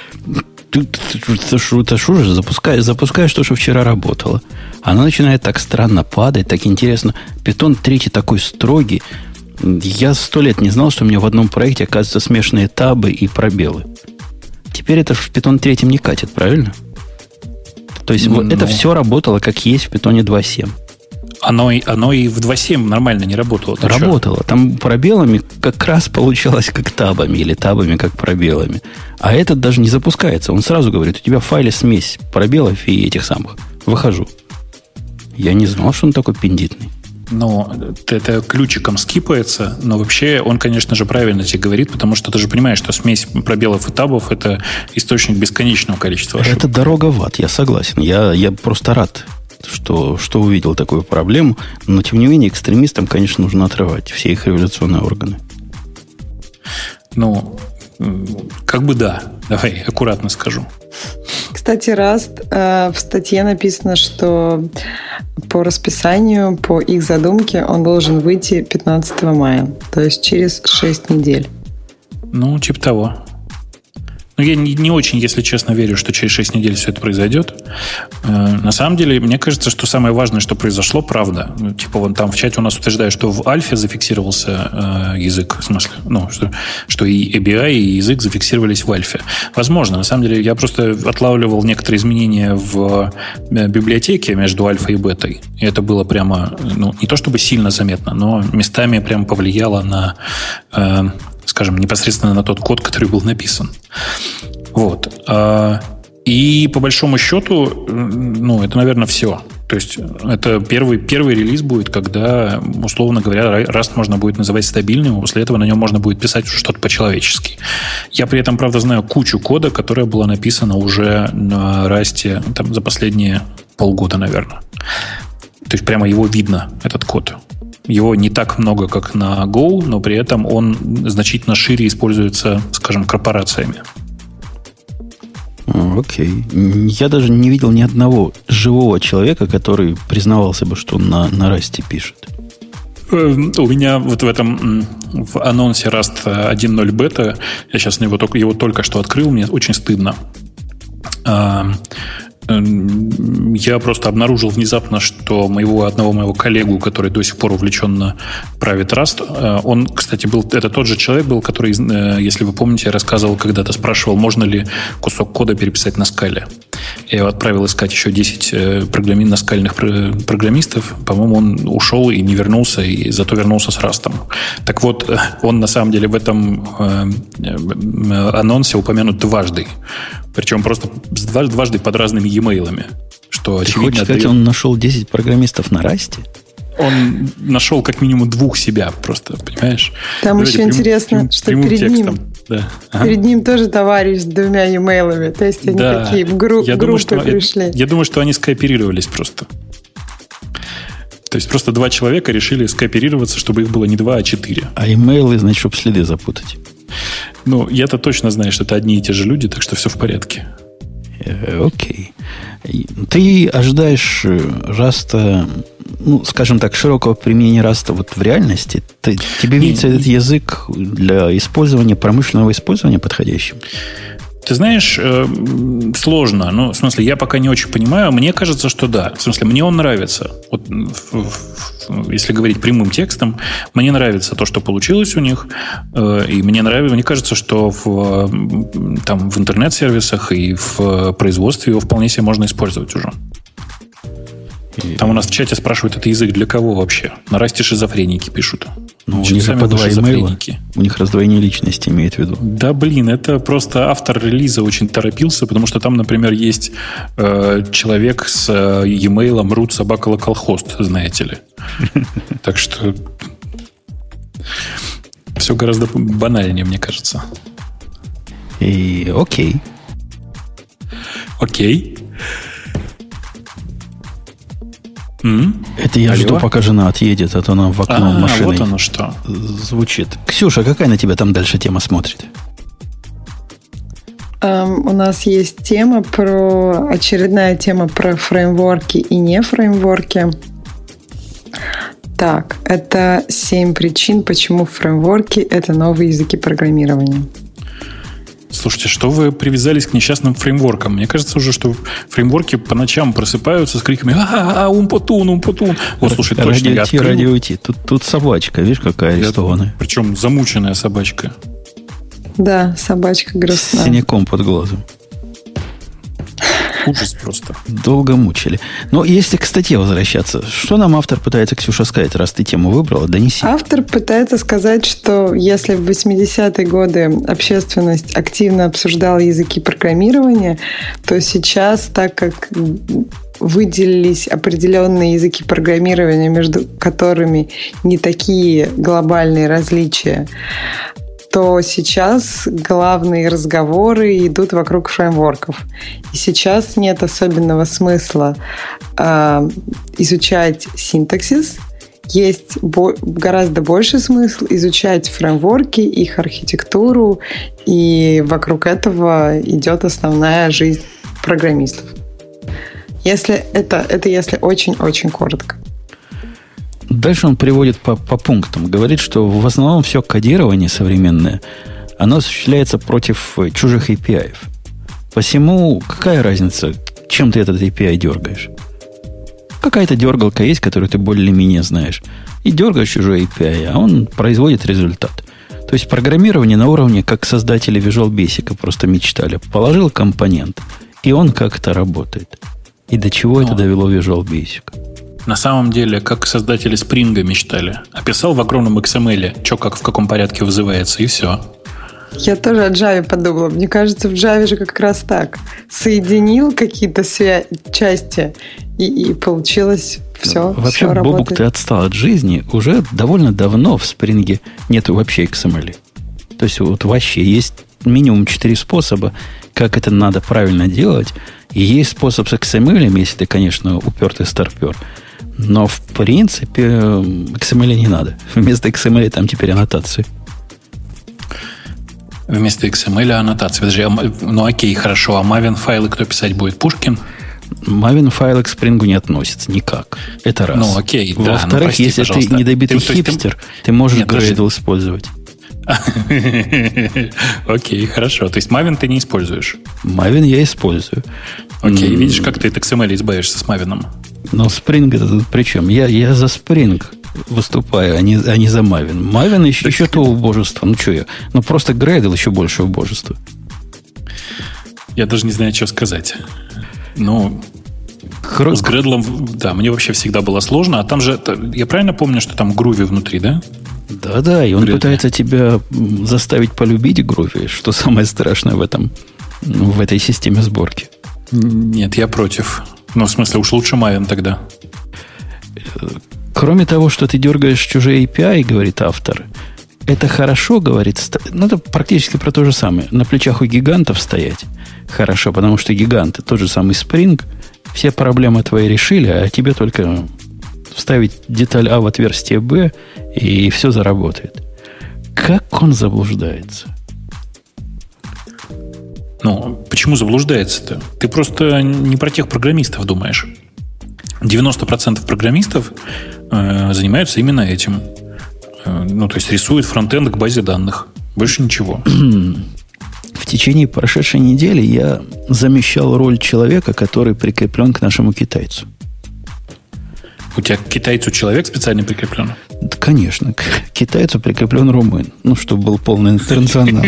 Это ужас. Запускаешь то, что вчера работало. Оно начинает так странно падать, так интересно. Питон 3 такой строгий. Я 100 лет не знал, что у меня в одном проекте оказываются смешанные табы и пробелы. Теперь это в Питон 3 не катит, правильно? То есть вот это все работало, как есть в Питоне 2.7. Оно и в 2.7 нормально не работало. Работало. Что? Там пробелами как раз получалось как табами, или табами как пробелами. А этот даже не запускается. Он сразу говорит, у тебя в файле смесь пробелов и этих самых. Выхожу. Я не знал, что он такой пиндитный. Это ключиком скипается, но вообще он, конечно же, правильно тебе говорит, потому что ты же понимаешь, что смесь пробелов и табов – это источник бесконечного количества ошибок. Это дорога в ад, я согласен. Я просто рад, что увидел такую проблему, но, тем не менее, экстремистам, конечно, нужно отрывать все их революционные органы. Как бы да. Давай аккуратно скажу. Кстати, Rust в статье написано, что по расписанию, по их задумке, он должен выйти 15 мая, то есть через 6 недель. Типа того. Я не очень, если честно, верю, что через 6 недель все это произойдет. На самом деле, мне кажется, что самое важное, что произошло, правда. Вон там в чате у нас утверждают, что в альфе зафиксировался язык. В смысле, что и ABI, и язык зафиксировались в альфе. Возможно. На самом деле, я просто отлавливал некоторые изменения в библиотеке между альфой и бетой. И это было прямо, не то чтобы сильно заметно, но местами прямо повлияло на... скажем, непосредственно на тот код, который был написан. Вот. И по большому счету, это, наверное, все. То есть это первый релиз будет, когда, условно говоря, Rust можно будет называть стабильным, после этого на нем можно будет писать что-то по-человечески. Я при этом, правда, знаю кучу кода, которая была написана уже на Rust за последние полгода, наверное. То есть прямо его видно, этот код. Его не так много, как на Go, но при этом он значительно шире используется, скажем, корпорациями. Окей. Я даже не видел ни одного живого человека, который признавался бы, что он на Rust пишет. У меня вот в анонсе Rust 1.0 бета, я сейчас его только что открыл, мне очень стыдно. Я просто обнаружил внезапно, что одного моего коллегу, который до сих пор увлеченно правит Rust, он, кстати, это тот же человек был, который, если вы помните, я рассказывал когда-то, спрашивал, можно ли кусок кода переписать на скале. Я его отправил искать еще 10 наскальных программистов. По-моему, он ушел и не вернулся, и зато вернулся с Rust'ом. Так вот, он на самом деле в этом анонсе упомянут дважды. Причем просто дважды под разными e-mail'ами. Что, ты хочешь сказать, он нашел 10 программистов на Rust? Он нашел как минимум 2 себя просто, понимаешь? Там еще интересно, что перед ним тоже товарищ с 2 e-mail'ами. То есть они такие группы пришли. Я думаю, что они скооперировались просто. То есть просто 2 человека решили скооперироваться, чтобы их было не 2, а 4. А e-mail'ы, значит, чтобы следы запутать. Ну, я-то точно знаю, что это одни и те же люди, так что все в порядке. Окей. Ты ожидаешь Rust, скажем так, широкого применения Rust вот в реальности? Тебе видится этот язык для использования, промышленного использования подходящим? Ты знаешь, сложно. Ну, в смысле, я пока не очень понимаю. Мне кажется, что да. В смысле, мне он нравится. Вот, если говорить прямым текстом, мне нравится то, что получилось у них. И мне кажется, что в интернет-сервисах и в производстве его вполне себе можно использовать уже. Там у нас в чате спрашивают, это язык для кого вообще? На Расте шизофреники пишут. Ну, у них по 2 имейла. У них раздвоение личности имеет в виду. Да, блин, это просто автор релиза очень торопился, потому что там, например, есть человек с e-mail root@localhost, знаете ли. Так что все гораздо банальнее, мне кажется. И окей. Окей. Это я жду, пока жена отъедет, а то нам в окно машины вот оно что. Звучит. Ксюша, какая на тебя там дальше тема смотрит? У нас есть очередная тема про фреймворки и не фреймворки. Так, это 7 причин, почему фреймворки – это новые языки программирования. Слушайте, что вы привязались к несчастным фреймворкам? Мне кажется уже, что фреймворки по ночам просыпаются с криками умпутун. Вот, слушай, точно я открыл. Радио идти. Тут собачка, видишь, какая арестованная. Причем замученная собачка. Да, собачка грустная. С синяком под глазом. Ужас просто. Долго мучили. Но если к статье возвращаться, что нам автор пытается, Ксюша, сказать, раз ты тему выбрала, донеси. Автор пытается сказать, что если в 80-е годы общественность активно обсуждала языки программирования, то сейчас, так как выделились определенные языки программирования, между которыми не такие глобальные различия, то сейчас главные разговоры идут вокруг фреймворков. И сейчас нет особенного смысла изучать синтаксис. Есть гораздо больше смысл изучать фреймворки, их архитектуру, и вокруг этого идет основная жизнь программистов. Если если очень-очень коротко. Дальше он приводит по пунктам. Говорит, что в основном все кодирование современное, оно осуществляется против чужих API. Посему какая разница, чем ты этот API дергаешь? Какая-то дергалка есть, которую ты более-менее знаешь. И дергаешь чужой API, а он производит результат. То есть программирование на уровне, как создатели Visual Basic просто мечтали. Положил компонент, и он как-то работает. И до чего это довело Visual Basic? На самом деле, как создатели Spring мечтали. Описал в огромном XML, что как в каком порядке вызывается, и все. Я тоже о Java подумала. Мне кажется, в Java же как раз так. Соединил какие-то части, и получилось все. Вообще, все Бобук, работает. ты отстал от жизни. Уже довольно давно в Spring нету вообще XML. То есть вот вообще есть минимум 4 способа, как это надо правильно делать. И есть способ с XML, если ты, конечно, упертый старпер. Но, в принципе, XML не надо. Вместо XML там теперь аннотации. Вместо XML аннотации. Подожди, ну окей, хорошо. А Maven файлы кто писать будет? Пушкин? Maven файлы к Spring не относится никак. Это раз. Ну окей, да. Во-вторых, прости, если пожалуйста. ты недобитый хипстер, ты можешь Gradle использовать. Окей, хорошо. То есть Maven ты не используешь? Maven я использую. Окей, видишь, как ты от XML избавишься с Maven? Но Spring это тут при чем? Я за Spring выступаю, а не за Maven. Maven еще то убожество. Ну, что я? Ну, просто Gradle еще больше убожества. Я даже не знаю, что сказать. Ну, с Gradle, да, мне вообще всегда было сложно. А там же, я правильно помню, что там Groovy внутри, да? Да, и он пытается тебя заставить полюбить Groovy, что самое страшное в этой системе сборки. Нет, я против. Ну, в смысле, уж лучше Maven тогда. Кроме того, что ты дергаешь чужие API, говорит автор, это хорошо, говорит, ну, это практически про то же самое. На плечах у гигантов стоять хорошо, потому что гиганты, тот же самый Spring, все проблемы твои решили, а тебе только вставить деталь А в отверстие Б, и все заработает. Как он заблуждается? Ну, почему заблуждается-то? Ты просто не про тех программистов думаешь. 90% программистов занимаются именно этим. Ну, то есть рисуют фронтенд к базе данных. Больше ничего. В течение прошедшей недели я замещал роль человека, который прикреплен к нашему китайцу. У тебя к китайцу человек специально прикреплен? Да, конечно. К китайцу прикреплен румын. Ну, чтобы был полный интернационал.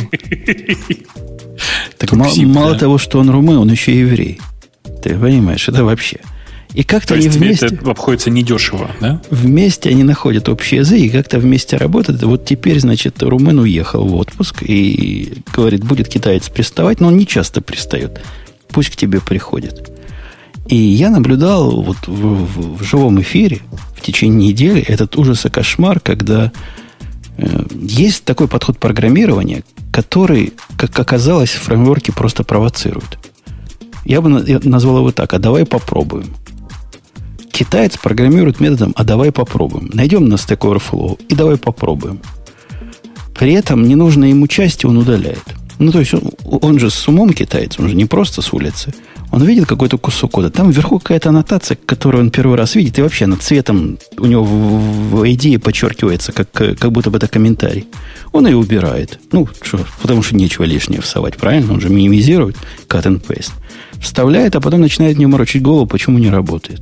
Так мало того, что он румын, он еще и еврей. Ты понимаешь, это вообще. И как-то они вместе... это обходится недешево, да? Вместе они находят общий язык и как-то вместе работают. Вот теперь, значит, румын уехал в отпуск и говорит, будет китаец приставать, но он не часто пристает. Пусть к тебе приходит. И я наблюдал вот в живом эфире в течение недели этот ужас и кошмар, когда есть такой подход программирования, который, как оказалось, в фреймворке просто провоцирует. Я бы назвал его так, а давай попробуем. Китаец программирует методом, а давай попробуем. Найдем на Stack Overflow и давай попробуем. При этом ненужное ему части он удаляет. Ну, то есть он же с умом китаец, он же не просто с улицы. Он видит какой-то кусок кода. Там вверху какая-то аннотация, которую он первый раз видит, и вообще она цветом у него в идее подчеркивается, как будто бы это комментарий. Он ее убирает. Ну, что, потому что нечего лишнее всовать, правильно? Он же минимизирует cut and paste. Вставляет, а потом начинает не морочить голову, почему не работает.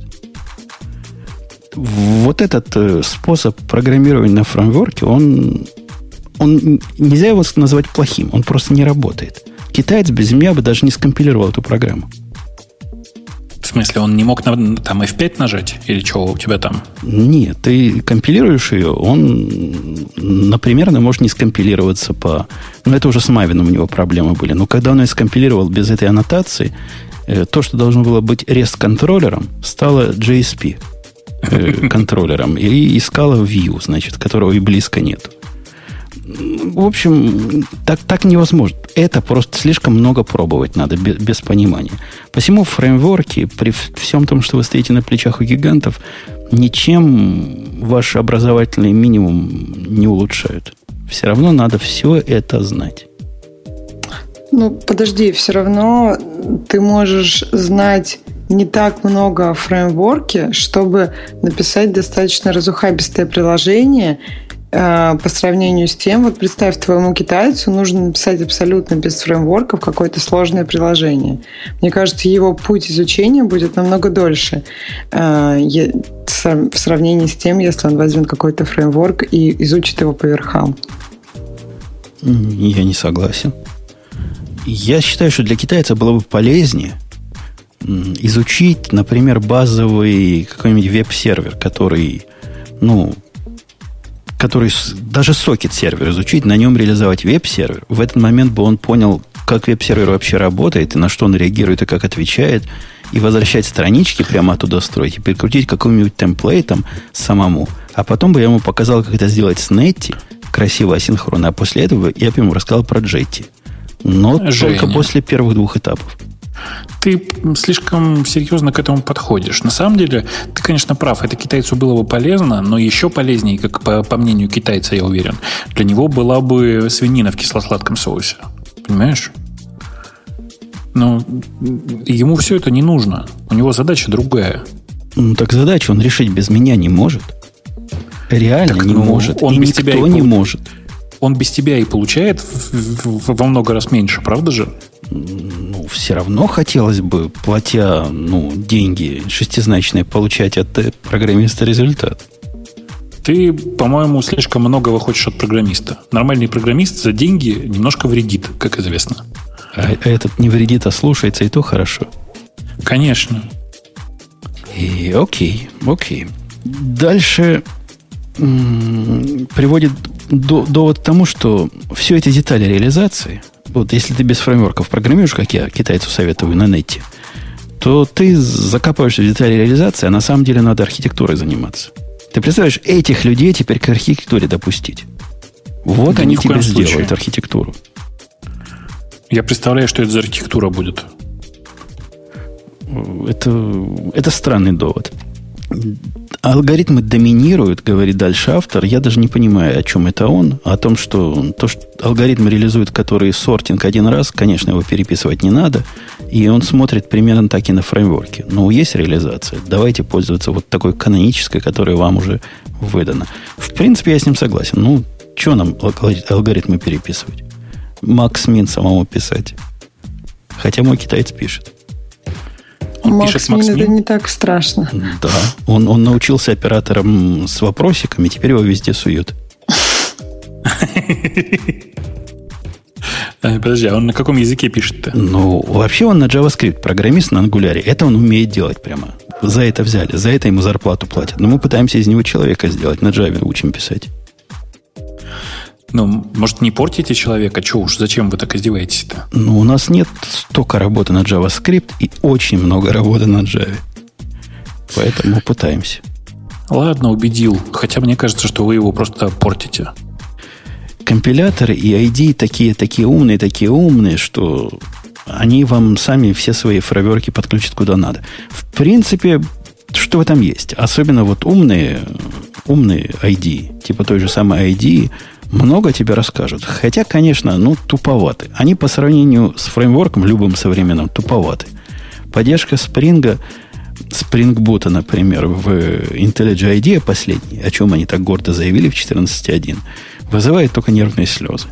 Вот этот способ программирования на фреймворке, он нельзя его назвать плохим, он просто не работает. Китаец без меня бы даже не скомпилировал эту программу. В смысле, он не мог там F5 нажать? Или что у тебя там? Нет, ты компилируешь ее, он, например, может не скомпилироваться по... Ну, это уже с Maven у него проблемы были. Но когда он ее скомпилировал без этой аннотации, то, что должно было быть REST-контроллером, стало JSP контроллером. И искала view, значит, которого и близко нет. В общем, так невозможно. Это просто слишком много пробовать надо, без понимания. Посему фреймворки, при всем том, что вы стоите на плечах у гигантов, ничем ваш образовательный минимум не улучшают. Все равно надо все это знать. Ну, подожди, все равно ты можешь знать не так много о фреймворке, чтобы написать достаточно разухабистое приложение по сравнению с тем, вот представь, твоему китайцу нужно написать абсолютно без фреймворков какое-то сложное приложение. Мне кажется, его путь изучения будет намного дольше в сравнении с тем, если он возьмет какой-то фреймворк и изучит его по верхам. Я не согласен. Я считаю, что для китайца было бы полезнее изучить, например, базовый какой-нибудь веб-сервер, который даже сокет-сервер изучить, на нем реализовать веб-сервер. В этот момент бы он понял, как веб-сервер вообще работает, и на что он реагирует, и как отвечает, и возвращать странички прямо оттуда строить, и прикрутить каким-нибудь темплейтом самому. А потом бы я ему показал, как это сделать с Netty, красиво, асинхронно, а после этого я бы ему рассказал про Jetty. Но Женя, только после первых 2 этапов. Ты слишком серьезно к этому подходишь. На самом деле, ты, конечно, прав. Это китайцу было бы полезно, но еще полезнее, как по мнению китайца, я уверен, для него была бы свинина в кисло-сладком соусе. Понимаешь? Но ему все это не нужно. У него задача другая. Ну, так задачу он решить без меня не может. Реально так, не может. Он и без никто тебя не может. Он без тебя и получает во много раз меньше, правда же? Ну, все равно хотелось бы, платя деньги шестизначные, получать от программиста результат. Ты, по-моему, слишком многого хочешь от программиста. Нормальный программист за деньги немножко вредит, как известно. А этот не вредит, а слушается, и то хорошо. Конечно. И окей. Дальше приводит довод к тому, что все эти детали реализации, вот если ты без фреймворков программируешь, как я китайцу советую на нете, то ты закапываешься в детали реализации, а на самом деле надо архитектурой заниматься. Ты представляешь, этих людей теперь к архитектуре допустить. Вот да они тебе сделают архитектуру. Я представляю, что это за архитектура будет. Это странный довод. Алгоритмы доминируют, говорит дальше автор. Я даже не понимаю, о чем это он. О том, что алгоритмы реализуют, которые сортинг один раз, конечно, его переписывать не надо. И он смотрит примерно так и на фреймворке. Но есть реализация. Давайте пользоваться вот такой канонической, которая вам уже выдана. В принципе, я с ним согласен. Что нам алгоритмы переписывать? Макс Мин самому писать. Хотя мой китаец пишет. Макс Мин это не так страшно. Да. Он научился операторам с вопросиками, теперь его везде суют. Подожди, а он на каком языке пишет-то? Вообще он на JavaScript программист на Angular. Это он умеет делать прямо. За это взяли, за это ему зарплату платят. Но мы пытаемся из него человека сделать. На Java учим писать. Может, не портите человека? Чего уж, зачем вы так издеваетесь-то? У нас нет столько работы на JavaScript и очень много работы на Java. Поэтому пытаемся. Ладно, убедил. Хотя мне кажется, что вы его просто портите. Компиляторы и ID такие умные, что они вам сами все свои фреймворки подключат куда надо. В принципе, что в этом есть? Особенно вот умные ID, типа той же самой ID, много тебе расскажут. Хотя, конечно, туповаты. Они по сравнению с фреймворком, любым современным, туповаты. Поддержка Spring Boot, например, в IntelliJ IDEA последней, о чем они так гордо заявили в 14.1, вызывает только нервные слезы.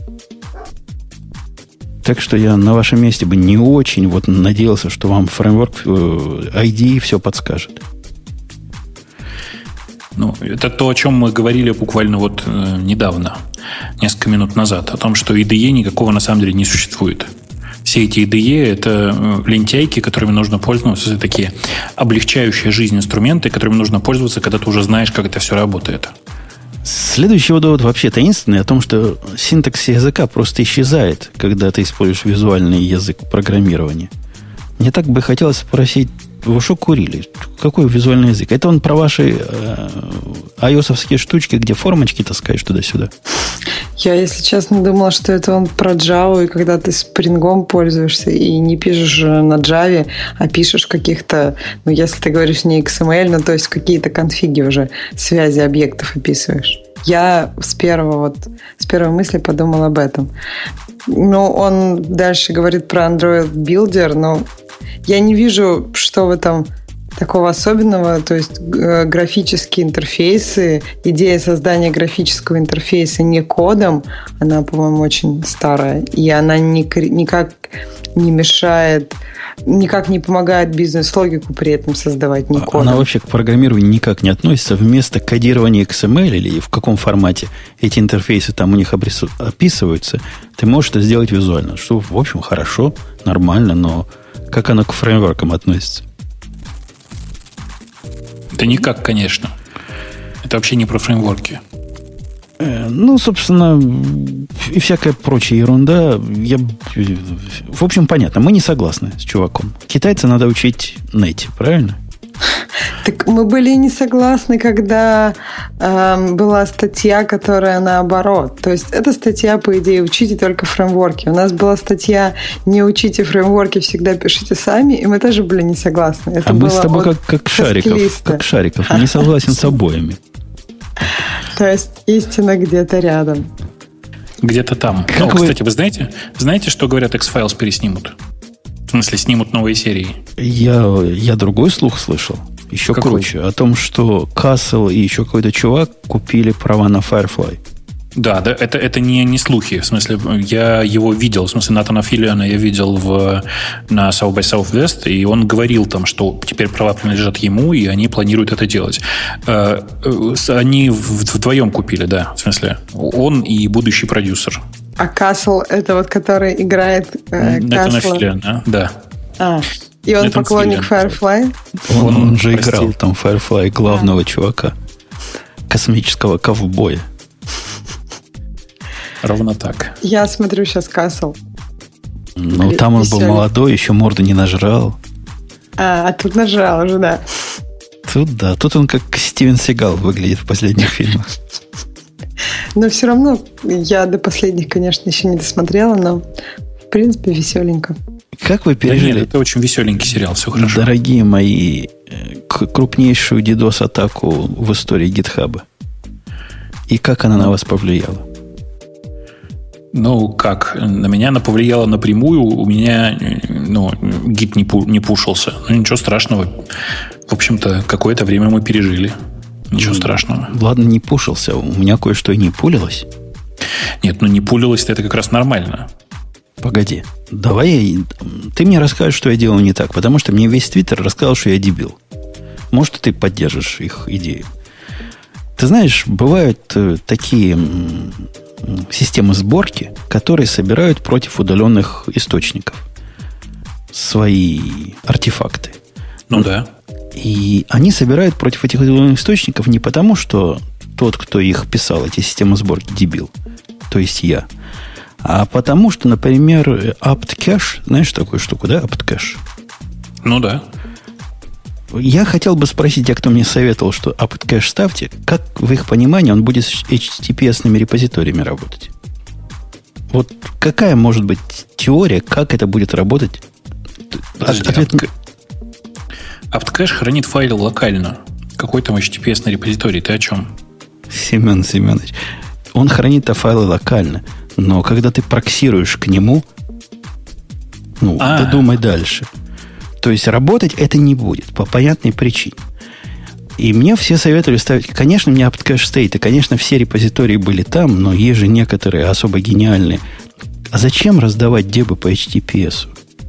Так что я на вашем месте бы не очень надеялся, что вам фреймворк IDE все подскажет. Это то, о чем мы говорили буквально недавно, несколько минут назад, о том, что IDE никакого на самом деле не существует. Все эти IDE – это лентяйки, которыми нужно пользоваться, это такие облегчающие жизнь инструменты, которыми нужно пользоваться, когда ты уже знаешь, как это все работает. Следующий довод вообще таинственный о том, что синтакс языка просто исчезает, когда ты используешь визуальный язык программирования. Мне так бы хотелось спросить, вы что курили? Какой визуальный язык? Это он про ваши iOS-овские штучки, где формочки таскаешь туда-сюда? Я, если честно, думала, что это он про Java, и когда ты спрингом пользуешься и не пишешь на Java, а пишешь каких-то, если ты говоришь не XML, то есть какие-то конфиги уже, связи объектов описываешь. Я с первой мысли подумала об этом. Он дальше говорит про Android Builder, но я не вижу, что в этом такого особенного. То есть графические интерфейсы, идея создания графического интерфейса не кодом, она, по-моему, очень старая. И она никак не мешает, никак не помогает бизнес-логику при этом создавать не кодом. Она вообще к программированию никак не относится. Вместо кодирования XML или в каком формате эти интерфейсы там у них описываются, ты можешь это сделать визуально. Что, в общем, хорошо, нормально, но как оно к фреймворкам относится? Да никак, конечно. Это вообще не про фреймворки. Собственно, и всякая прочая ерунда. В общем, понятно, мы не согласны с чуваком. Китайца надо учить нете, правильно? Так мы были не согласны, когда была статья, которая наоборот. То есть эта статья, по идее, учите только фреймворки. У нас была статья «Не учите фреймворки, всегда пишите сами», и мы тоже были не согласны. Это мы с тобой как Шариков. Не согласен с обоими. То есть истина где-то рядом. Где-то там. Кстати, вы знаете, что говорят, X-Files переснимут? В смысле, снимут новые серии? Я другой слух слышал. Еще Какой? круче. О том, что Castle и еще какой-то чувак купили права на Firefly. Да, это не слухи. В смысле, я его видел. В смысле, Натана Филлиана я видел на South by Southwest, и он говорил там, что теперь права принадлежат ему, и они планируют это делать. Они вдвоем купили, да. В смысле, он и будущий продюсер. А Castle — это вот который играет Натана Филлиана, да. И он поклонник Firefly? Он же играл там Firefly главного чувака. Космического ковбоя. Ровно так. Я смотрю сейчас Castle. Ну, там он был молодой, еще морду не нажрал. А тут нажрал уже, да. Тут он как Стивен Сигал выглядит в последних фильмах. Но все равно я до последних, конечно, еще не досмотрела, но в принципе веселенько. Как вы пережили? Да нет, это очень веселенький сериал, все хорошо. Дорогие мои, крупнейшую DDoS-атаку в истории GitHub. И как она на вас повлияла? Ну, как? На меня она повлияла напрямую. У меня гит не пушился. Ну, ничего страшного. В общем-то, какое-то время мы пережили. Ничего страшного. Ладно, не пушился. У меня кое-что и не пулилось. Нет, не пулилось-то это как раз нормально. Погоди. Ты мне расскажешь, что я делал не так. Потому что мне весь Твиттер рассказал, что я дебил. Может, ты поддержишь их идею. Ты знаешь, бывают такие системы сборки, которые собирают против удаленных источников свои артефакты. Ну да. И они собирают против этих удаленных источников не потому, что тот, кто их писал, эти системы сборки, дебил, то есть я, а потому что, например, apt-cache, знаешь такую штуку, да, apt-cache? Ну да. Я хотел бы спросить тех, кто мне советовал, что apt-cache ставьте, как в их понимании он будет с HTTPS-ными репозиториями работать? Вот какая может быть теория, как это будет работать? apt-cache хранит файлы локально. Какой там HTTPS-ный репозиторий? Ты о чем? Семен Семенович, он хранит файлы локально, но когда ты проксируешь к нему, додумай дальше. То есть работать это не будет по понятной причине. И мне все советовали ставить... Конечно, у меня apt-cache стоит, и, конечно, все репозитории были там, но есть же некоторые особо гениальные. А зачем раздавать дебы по HTTPS?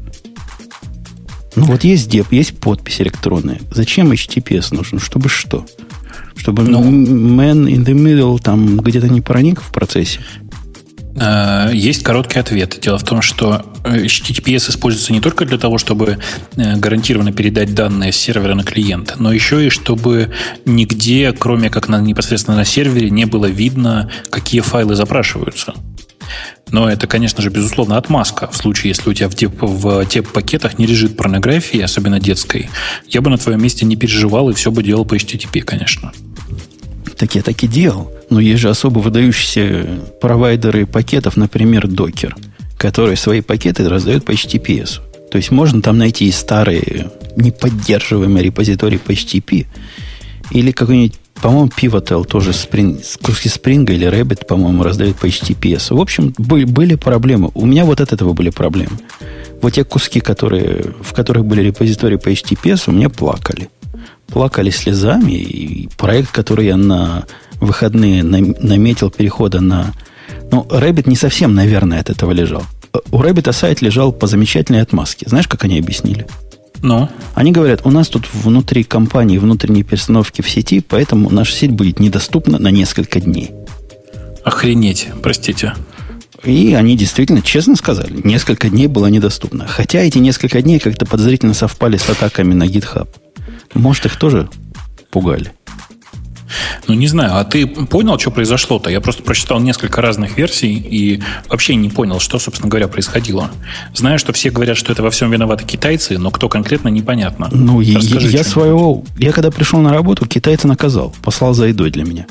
Вот есть деб, есть подпись электронная. Зачем HTTPS нужен? Чтобы что? Чтобы man in the middle там где-то не проник в процессе? Есть короткий ответ. Дело в том, что HTTPS используется не только для того, чтобы гарантированно передать данные с сервера на клиент, но еще и чтобы нигде, кроме как непосредственно на сервере, не было видно, какие файлы запрашиваются. Но это, конечно же, безусловно, отмазка. В случае, если у тебя в теп-пакетах не лежит порнографии, особенно детской, я бы на твоем месте не переживал и все бы делал по HTTP, конечно. Так я так и делал. Но есть же особо выдающиеся провайдеры пакетов, например, Docker, которые свои пакеты раздают по HTTPS. То есть можно там найти и старые неподдерживаемые репозитории по HTTP, или какой-нибудь, по-моему, Pivotal тоже куски Spring или Rabbit, по-моему, раздают по HTTPS. В общем, были проблемы. У меня вот от этого были проблемы. Вот те куски, в которых были репозитории по HTTPS, у меня плакали. Плакали слезами, и проект, который я на выходные наметил перехода на... Rabbit не совсем, наверное, от этого лежал. У Rabbit сайт лежал по замечательной отмазке. Знаешь, как они объяснили? Они говорят, у нас тут внутри компании внутренние перестановки в сети, поэтому наша сеть будет недоступна на несколько дней. Охренеть, простите. И они действительно честно сказали, несколько дней было недоступно. Хотя эти несколько дней как-то подозрительно совпали с атаками на GitHub. Может, их тоже пугали? Ну, не знаю, а ты понял, что произошло-то? Я просто прочитал несколько разных версий и вообще не понял, что, собственно говоря, происходило. Знаю, что все говорят, что это во всем виноваты китайцы, но кто конкретно, непонятно. Ну, я когда пришел на работу, китайца наказал. Послал за едой для меня.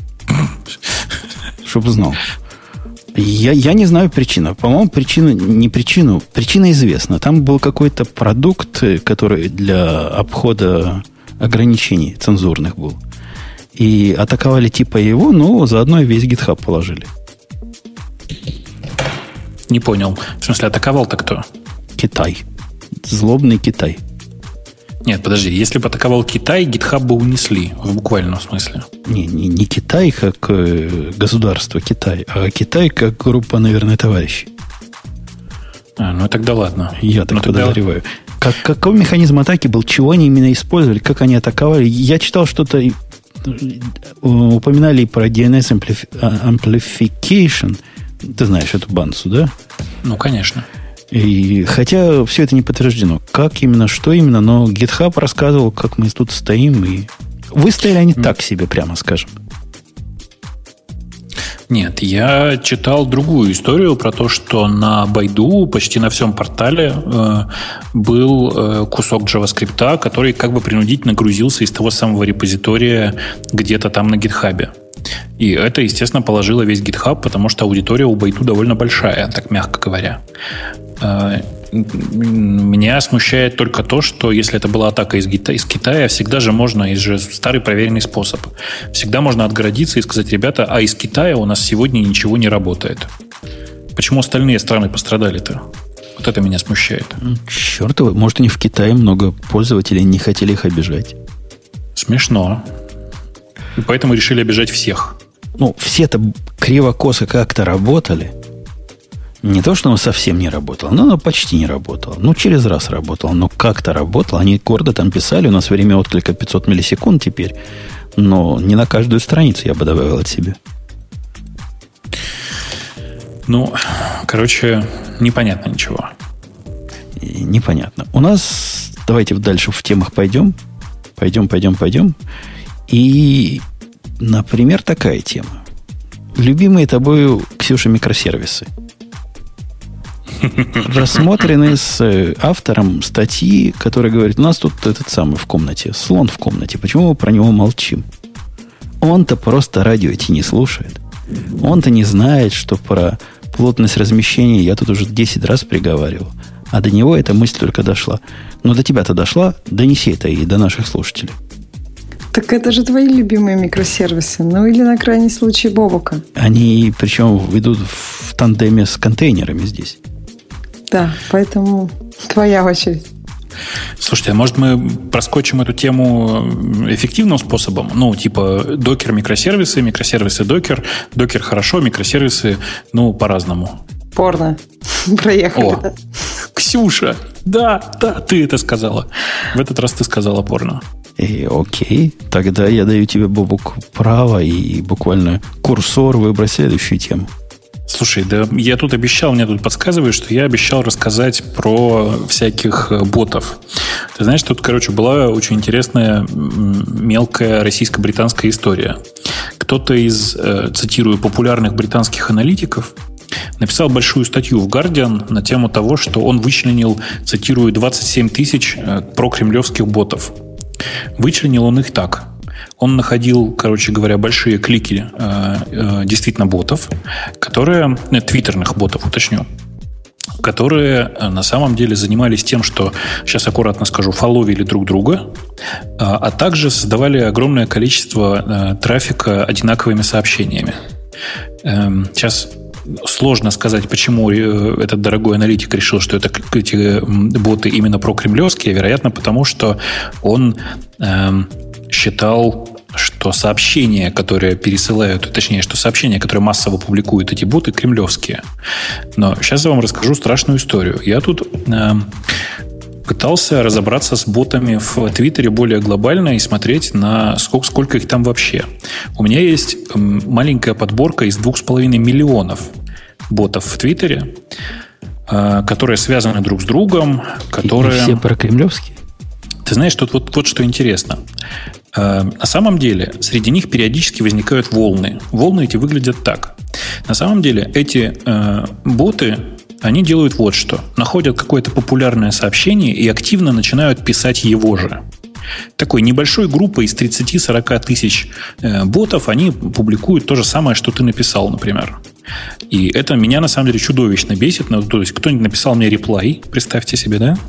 Чтоб знал. Я не знаю причину. По-моему, причина известна. Там был какой-то продукт, который для обхода ограничений цензурных был. И атаковали типа его, но заодно и весь GitHub положили. Не понял. В смысле, атаковал-то кто? Китай. Злобный Китай. Нет, подожди. Если бы атаковал Китай, GitHub бы унесли. В буквальном смысле. Не Китай как государство Китай, а Китай как группа, наверное, товарищей. Ну тогда ладно. Я так подозреваю. Какой механизм атаки был? Чего они именно использовали? Как они атаковали? Я читал что-то... Упоминали про DNS Amplification. Ты знаешь эту бансу, да? Ну, конечно. И, хотя все это не подтверждено. Как именно, что именно, но GitHub рассказывал, как мы тут стоим. И выстояли они так себе, прямо скажем. Нет, я читал другую историю про то, что на Байду почти на всем портале был кусок JavaScript, который как бы принудительно грузился из того самого репозитория где-то там на GitHub. И это, естественно, положило весь GitHub, потому что аудитория у Байду довольно большая, так мягко говоря. Меня смущает только то, что если это была атака из Китая, всегда же можно, есть же старый проверенный способ. Всегда можно отгородиться и сказать: ребята, а из Китая у нас сегодня ничего не работает. Почему остальные страны пострадали-то? Вот это меня смущает. Черт его, может, они в Китае много пользователей не хотели их обижать. Смешно. И поэтому решили обижать всех. Ну, все-то криво-косо как-то работали. Не то, что оно совсем не работало, но оно почти не работало. Ну, через раз работало, но как-то работало. Они гордо там писали, у нас время отклика 500 миллисекунд теперь. Но не на каждую страницу я бы добавил от себя. Ну, короче, непонятно ничего. Непонятно. У нас, давайте дальше в темах пойдем. Пойдем. И, например, такая тема. Любимые тобою, Ксюша, микросервисы. Рассмотрены с автором статьи, который говорит: у нас тут этот самый в комнате, слон в комнате. Почему мы про него молчим? Он-то просто радио эти не слушает. Он-то не знает, что про плотность размещения я тут уже 10 раз приговаривал. А до него эта мысль только дошла. Но до тебя-то дошла, донеси это и до наших слушателей. Так это же твои любимые микросервисы. Ну или на крайний случай Бобука. Они, причем, идут в тандеме с контейнерами здесь. Да, поэтому твоя очередь. Слушайте, а может мы проскочим эту тему эффективным способом? Ну, типа докер микросервисы, микросервисы докер, докер хорошо, микросервисы, ну, по-разному. Порно. Проехали. О, Ксюша, да, ты это сказала. В этот раз ты сказала порно. Окей, тогда я даю тебе, Бобук, право и буквально курсор выбрать следующую тему. Слушай, да я тут обещал, мне тут подсказывают, что я обещал рассказать про всяких ботов. Ты знаешь, тут, короче, была очень интересная мелкая российско-британская история. Кто-то из, цитирую, популярных британских аналитиков написал большую статью в Guardian на тему того, что он вычленил, цитирую, 27 тысяч прокремлевских ботов. Вычленил он их так. Он находил, короче говоря, большие клики действительно ботов, которые, твиттерных ботов, уточню, которые на самом деле занимались тем, что, сейчас аккуратно скажу, фолловили друг друга, а также создавали огромное количество трафика одинаковыми сообщениями. Сейчас сложно сказать, почему этот дорогой аналитик решил, что эти боты именно прокремлевские. Вероятно, потому что он считал, что сообщения, которые пересылают, точнее, что сообщения, которые массово публикуют эти боты, кремлевские. Но сейчас я вам расскажу страшную историю. Я тут пытался разобраться с ботами в Твиттере более глобально и смотреть на сколько их там вообще. У меня есть маленькая подборка из 2,5 миллионов ботов в Твиттере, которые связаны друг с другом, которые... И все прокремлевские? Ты знаешь, тут вот что интересно. На самом деле, среди них периодически возникают волны. Волны эти выглядят так. На самом деле, эти боты, они делают вот что. Находят какое-то популярное сообщение и активно начинают писать его же. Такой небольшой группой из 30-40 тысяч ботов они публикуют то же самое, что ты написал, например. И это меня, на самом деле, чудовищно бесит. Ну, то есть, кто-нибудь написал мне реплай, представьте себе, да?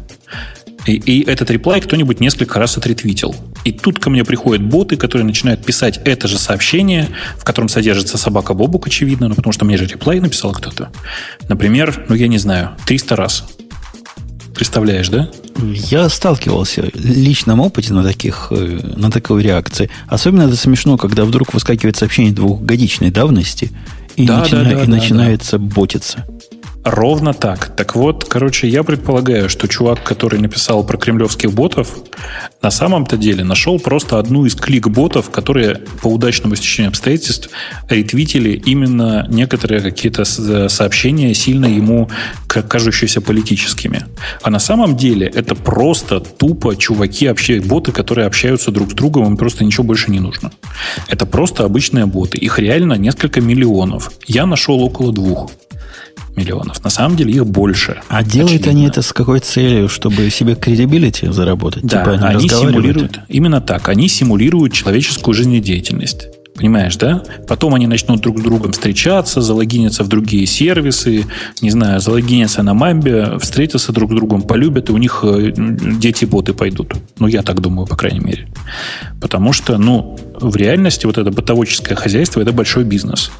И этот реплай кто-нибудь несколько раз отретвитил. И тут ко мне приходят боты, которые начинают писать это же сообщение, в котором содержится собака Бобук, очевидно, ну, потому что мне же реплай написал кто-то. Например, я не знаю, 300 раз. Представляешь, да? Я сталкивался в личном опыте на такой реакции. Особенно это смешно, когда вдруг выскакивает сообщение двухгодичной давности и начинается ботиться. Ровно так. Так вот, я предполагаю, что чувак, который написал про кремлевских ботов, на самом-то деле нашел просто одну из клик-ботов, которые по удачному стечению обстоятельств ретвитили именно некоторые какие-то сообщения, сильно ему кажущиеся политическими. А на самом деле это просто тупо чуваки, боты, которые общаются друг с другом, им просто ничего больше не нужно. Это просто обычные боты. Их реально несколько миллионов. Я нашел около 2 миллионов. На самом деле их больше. А делают они это с какой целью? Чтобы себе credibility заработать? Да, типа они симулируют. Именно так. Они симулируют человеческую жизнедеятельность. Понимаешь, да? Потом они начнут друг с другом встречаться, залогинятся в другие сервисы, не знаю, залогинятся на Мамбе, встретятся друг с другом, полюбят, и у них дети-боты пойдут. Ну, я так думаю, по крайней мере. Потому что, в реальности вот это ботоводческое хозяйство – это большой бизнес.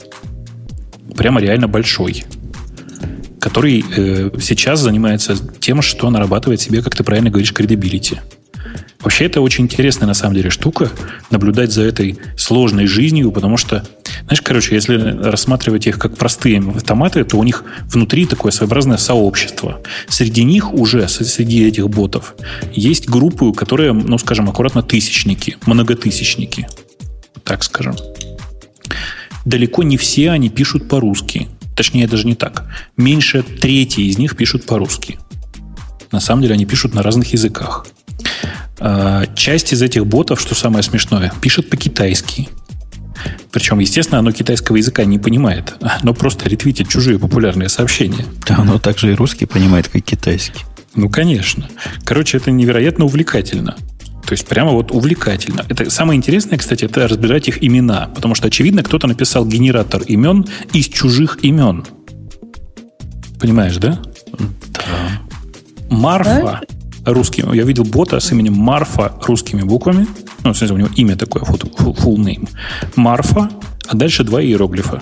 Прямо реально большой. Который сейчас занимается тем, что нарабатывает себе, как ты правильно говоришь, credibility. Вообще, это очень интересная, на самом деле, штука, наблюдать за этой сложной жизнью, потому что, знаешь, если рассматривать их как простые автоматы, то у них внутри такое своеобразное сообщество. Среди них уже, среди этих ботов, есть группы, которые, скажем, аккуратно тысячники, многотысячники, так скажем. Далеко не все они пишут по-русски. Точнее, даже не так. Меньше трети из них пишут по-русски. На самом деле, они пишут на разных языках. Часть из этих ботов, что самое смешное, пишет по-китайски. Причем, естественно, оно китайского языка не понимает. Оно просто ретвитит чужие популярные сообщения. Да, оно также и русский понимает, как китайский. Конечно. Это невероятно увлекательно. То есть, прямо увлекательно. Это самое интересное, кстати, это разбирать их имена. Потому что, очевидно, кто-то написал генератор имен из чужих имен. Понимаешь, да? Да. Марфа русским. Я видел бота с именем Марфа русскими буквами. В смысле, у него имя такое, full name. Марфа, а дальше 2 иероглифа.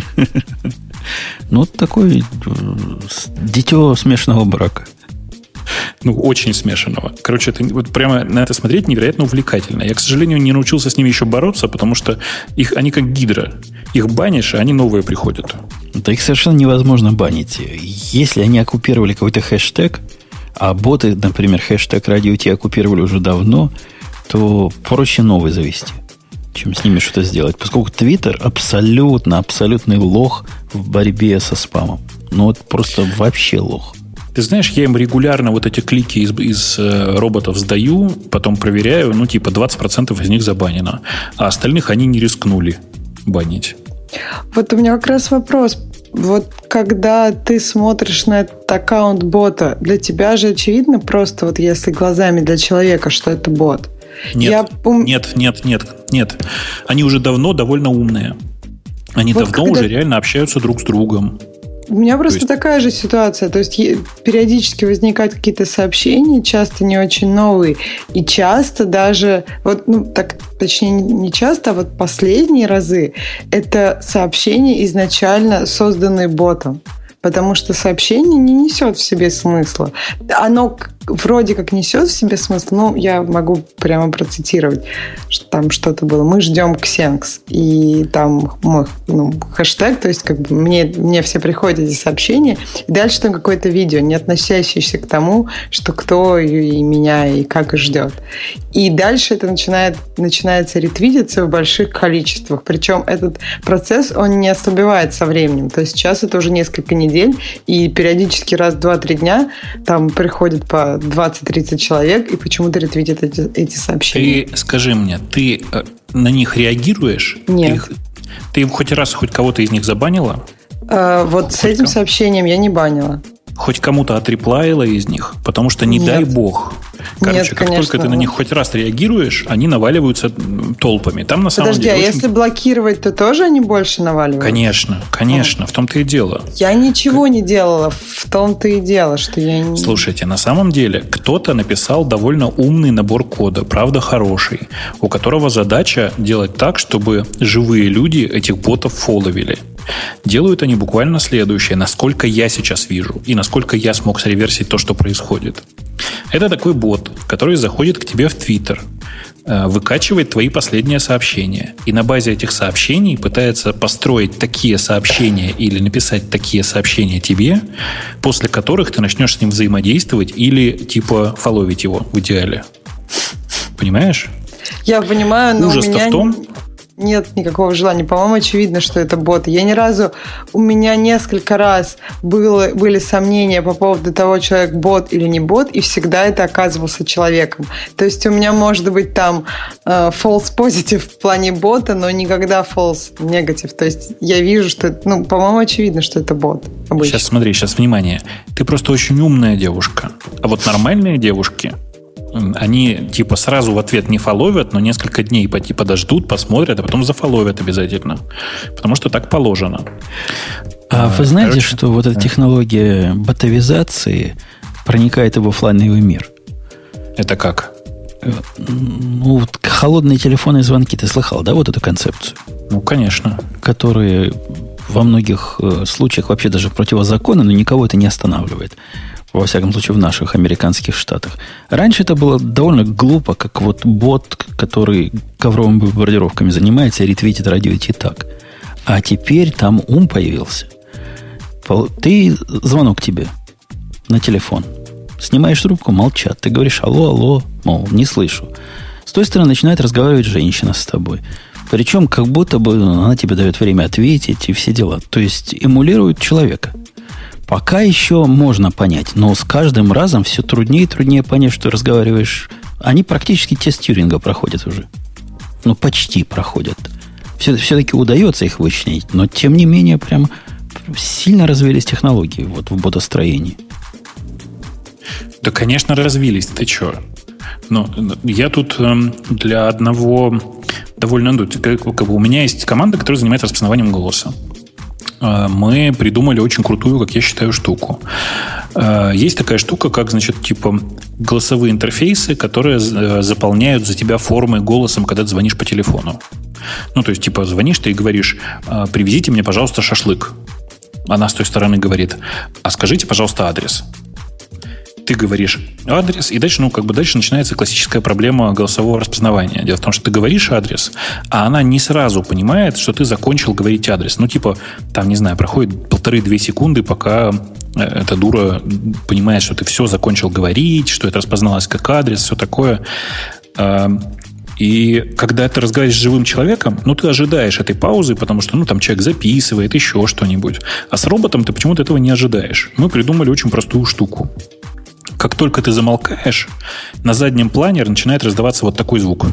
Такой дитё смешанного брака. Очень смешанного. это прямо на это смотреть невероятно увлекательно. Я, к сожалению, не научился с ними еще бороться, потому что они как гидра. Их банишь, а они новые приходят. Да их совершенно невозможно банить. Если они оккупировали какой-то хэштег, а боты, например, хэштег радио Ти оккупировали уже давно, то проще новый завести, чем с ними что-то сделать. Поскольку Твиттер абсолютный лох в борьбе со спамом. Просто вообще лох. Ты знаешь, я им регулярно эти клики из роботов сдаю, потом проверяю, 20% из них забанено. А остальных они не рискнули банить. У меня как раз вопрос. Когда ты смотришь на этот аккаунт бота, для тебя же очевидно просто, если глазами для человека, что это бот? Нет. Они уже давно довольно умные. Они давно уже реально общаются друг с другом. У меня просто такая же ситуация. То есть периодически возникают какие-то сообщения, часто не очень новые. И часто даже, точнее не часто, а последние разы это сообщения изначально созданные ботом. Потому что сообщение не несет в себе смысла. Оно вроде как несет в себе смысл, я могу прямо процитировать, что там что-то было. Мы ждем Ксенкс. И там мой хэштег, то есть мне все приходят эти сообщения, и дальше там какое-то видео, не относящееся к тому, что кто и меня, и как ждет. И дальше это начинается ретвититься в больших количествах. Причем этот процесс, он не ослабевает со временем. То есть сейчас это уже несколько недель, и периодически раз в 2-3 дня там приходит по 20-30 человек и почему-то ретвитят эти сообщения. Ты скажи мне, ты на них реагируешь? Нет. Ты хоть раз хоть кого-то из них забанила? Вот с этим сообщением я не банила. Хоть кому-то отреплаила из них? Потому что не дай бог. Короче, как только ты на них хоть раз реагируешь, они наваливаются толпами. Там на самом деле. Подожди, если блокировать, то тоже они больше наваливаются? Конечно, в том-то и дело. Я ничего не делала, в том-то и дело, что я не... Слушайте, на самом деле кто-то написал довольно умный набор кода, правда хороший, у которого задача делать так, чтобы живые люди этих ботов фолловили. Делают они буквально следующее, насколько я сейчас вижу и насколько я смог среверсить то, что происходит. Это такой бот, который заходит к тебе в Твиттер, выкачивает твои последние сообщения и на базе этих сообщений пытается построить такие сообщения или написать такие сообщения тебе, после которых ты начнешь с ним взаимодействовать или типа фолловить его в идеале. Понимаешь? Я понимаю, но ужас-то у меня... в том... Нет никакого желания. По-моему, очевидно, что это боты. У меня несколько раз были сомнения по поводу того, человек бот или не бот, и всегда это оказывался человеком. То есть у меня может быть там false positive в плане бота, но никогда false negative. То есть я вижу, что, по-моему, очевидно, что это бот. Обычно. Сейчас смотри, внимание. Ты просто очень умная девушка. А вот нормальные девушки... Они типа сразу в ответ не фолловят, но несколько дней подождут, посмотрят, а потом зафолловят обязательно. Потому что так положено. А вы знаете, что вот эта технология ботовизации проникает и в офлайновый мир? Это как? Холодные телефонные звонки, ты слыхал, да, вот эту концепцию? Конечно. Которые во многих случаях вообще даже противозаконны, но никого это не останавливает. Во всяком случае, в наших американских штатах. Раньше это было довольно глупо, как вот бот, который ковровыми бомбардировками занимается и ретвитит радио идти так. А теперь там ум появился. Ты звонок тебе на телефон. Снимаешь трубку, молчат. Ты говоришь алло, мол, не слышу. С той стороны начинает разговаривать женщина с тобой. Причем как будто бы она тебе дает время ответить и все дела. То есть эмулирует человека. Пока еще можно понять, но с каждым разом все труднее и труднее понять, что разговариваешь. Они практически тест Тьюринга проходят уже. Почти проходят. Все-таки удается их вычленить, но тем не менее прям сильно развились технологии вот в ботостроении. Да, конечно, развились. Ты че? Но я тут для одного довольно... у меня есть команда, которая занимается распознаванием голоса. Мы придумали очень крутую, как я считаю, штуку. Есть такая штука, как, голосовые интерфейсы, которые заполняют за тебя формы голосом, когда ты звонишь по телефону. То есть, звонишь ты и говоришь: привезите мне, пожалуйста, шашлык. Она с той стороны говорит: а скажите, пожалуйста, адрес. Ты говоришь адрес, и дальше, дальше начинается классическая проблема голосового распознавания. Дело в том, что ты говоришь адрес, а она не сразу понимает, что ты закончил говорить адрес. Проходит 1,5-2 секунды, пока эта дура понимает, что ты все закончил говорить, что это распозналось как адрес, все такое. И когда ты разговариваешь с живым человеком, ты ожидаешь этой паузы, потому что человек записывает, еще что-нибудь. А с роботом ты почему-то этого не ожидаешь. Мы придумали очень простую штуку. Как только ты замолкаешь, на заднем плане начинает раздаваться вот такой звук.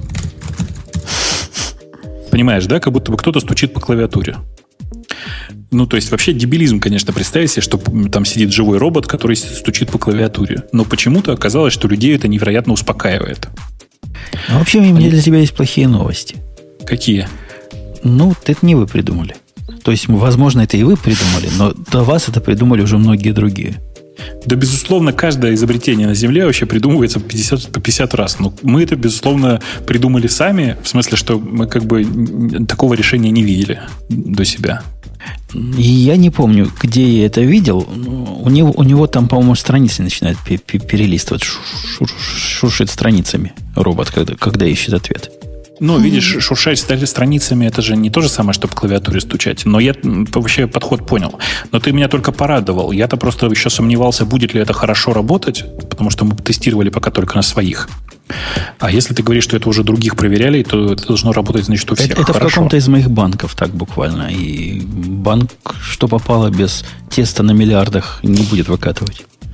Понимаешь, да? Как будто бы кто-то стучит по клавиатуре. То есть вообще дебилизм, конечно, представить себе, что там сидит живой робот, который стучит по клавиатуре. Но почему-то оказалось, что людей это невероятно успокаивает. А вообще, у меня для тебя есть плохие новости. Какие? Это не вы придумали. То есть, возможно, это и вы придумали, но до вас это придумали уже многие другие. Да, безусловно, каждое изобретение на Земле вообще придумывается по 50 раз. Но мы это, безусловно, придумали сами, в смысле, что мы такого решения не видели до себя. И я не помню, где я это видел. У него там, по-моему, страницы начинают перелистывать, шуршит страницами робот, когда ищет ответ. Видишь, шуршать страницами — это же не то же самое, что по клавиатуре стучать. Но я вообще подход понял. Но ты меня только порадовал. Я-то просто еще сомневался, будет ли это хорошо работать, потому что мы тестировали пока только на своих. А если ты говоришь, что это уже других проверяли, то это должно работать, значит, у всех. Это в каком-то из моих банков так буквально. И банк, что попало без теста на миллиардах, не будет выкатывать.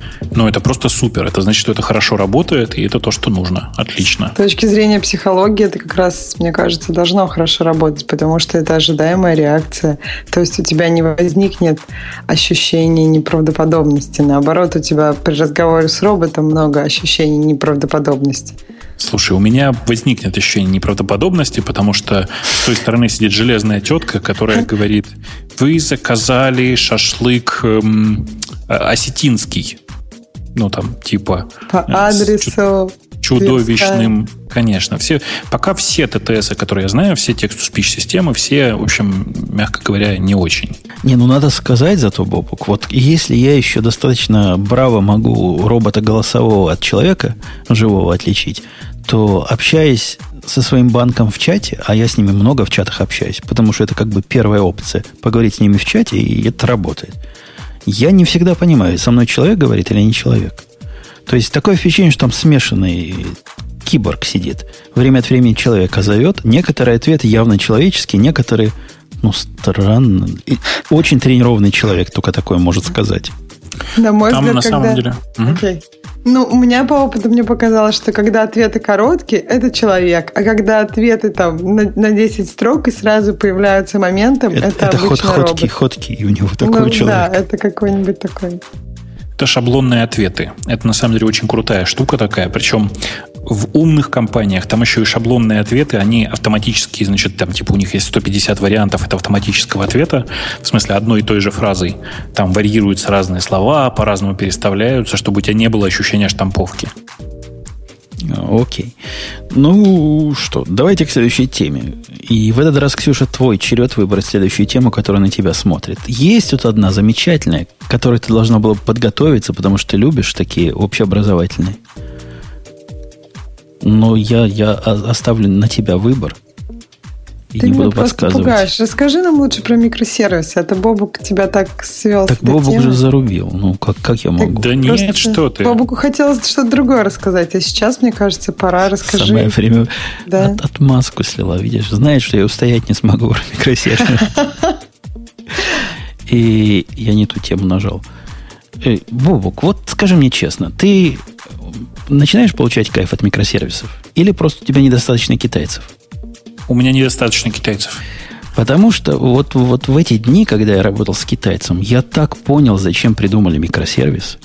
Но это просто супер. Это значит, что это хорошо работает, и это то, что нужно. Отлично. С точки зрения психологии, это как раз, мне кажется, должно хорошо работать, потому что это ожидаемая реакция. То есть у тебя не возникнет ощущения неправдоподобности. Наоборот, у тебя при разговоре с роботом много ощущений неправдоподобности. Слушай, у меня возникнет ощущение неправдоподобности, потому что с той стороны сидит железная тетка, которая говорит: вы заказали шашлык осетинский. Ну, там, типа... По адресу... Чудовищным, конечно. Пока все ТТС, которые я знаю, все текст-to-speech-системы, все, в общем, мягко говоря, не очень. Не, ну надо сказать зато, Бобук, вот если я еще достаточно браво могу робота голосового от человека живого отличить, то, общаясь со своим банком в чате, а я с ними много в чатах общаюсь, потому что это как бы первая опция, поговорить с ними в чате, и это работает. Я не всегда понимаю, со мной человек говорит или не человек. То есть такое ощущение, что там смешанный киборг сидит. Время от времени человека зовет. Некоторые ответы явно человеческие, некоторые, странно. И очень тренированный человек только такое может сказать. На мой там взгляд, на самом деле... Окей. У меня по опыту мне показалось, что когда ответы короткие, это человек. А когда ответы там на 10 строк и сразу появляются моментом, это обычно робот. Ходкий у него такой человек. Да, это какой-нибудь такой. Это шаблонные ответы. Это, на самом деле, очень крутая штука такая. Причем в умных компаниях там еще и шаблонные ответы, они автоматически, значит, там типа у них есть 150 вариантов этого автоматического ответа, в смысле одной и той же фразой. Там варьируются разные слова, по-разному переставляются, чтобы у тебя не было ощущения штамповки. Окей. Ну что, давайте к следующей теме. И в этот раз, Ксюша, твой черед выбрать следующую тему, которая на тебя смотрит. Есть тут одна замечательная, к которой ты должна была подготовиться, потому что ты любишь такие общеобразовательные. Но я оставлю на тебя выбор. И ты не буду меня просто подсказывать. Пугаешь. Расскажи нам лучше про микросервисы. Это Бобук тебя так свел. Так Бобук же зарубил. Ну, как я могу? Да нет, что ты. Бобуку хотелось что-то другое рассказать. А сейчас, мне кажется, пора. Расскажи. Самое время отмазку слила. Видишь, знаешь, что я устоять не смогу про микросервисы. И я не ту тему нажал. Бобук, вот скажи мне честно, ты начинаешь получать кайф от микросервисов? Или просто у тебя недостаточно китайцев? У меня недостаточно китайцев. Потому что вот в эти дни, когда я работал с китайцем, я так понял, зачем придумали микросервис.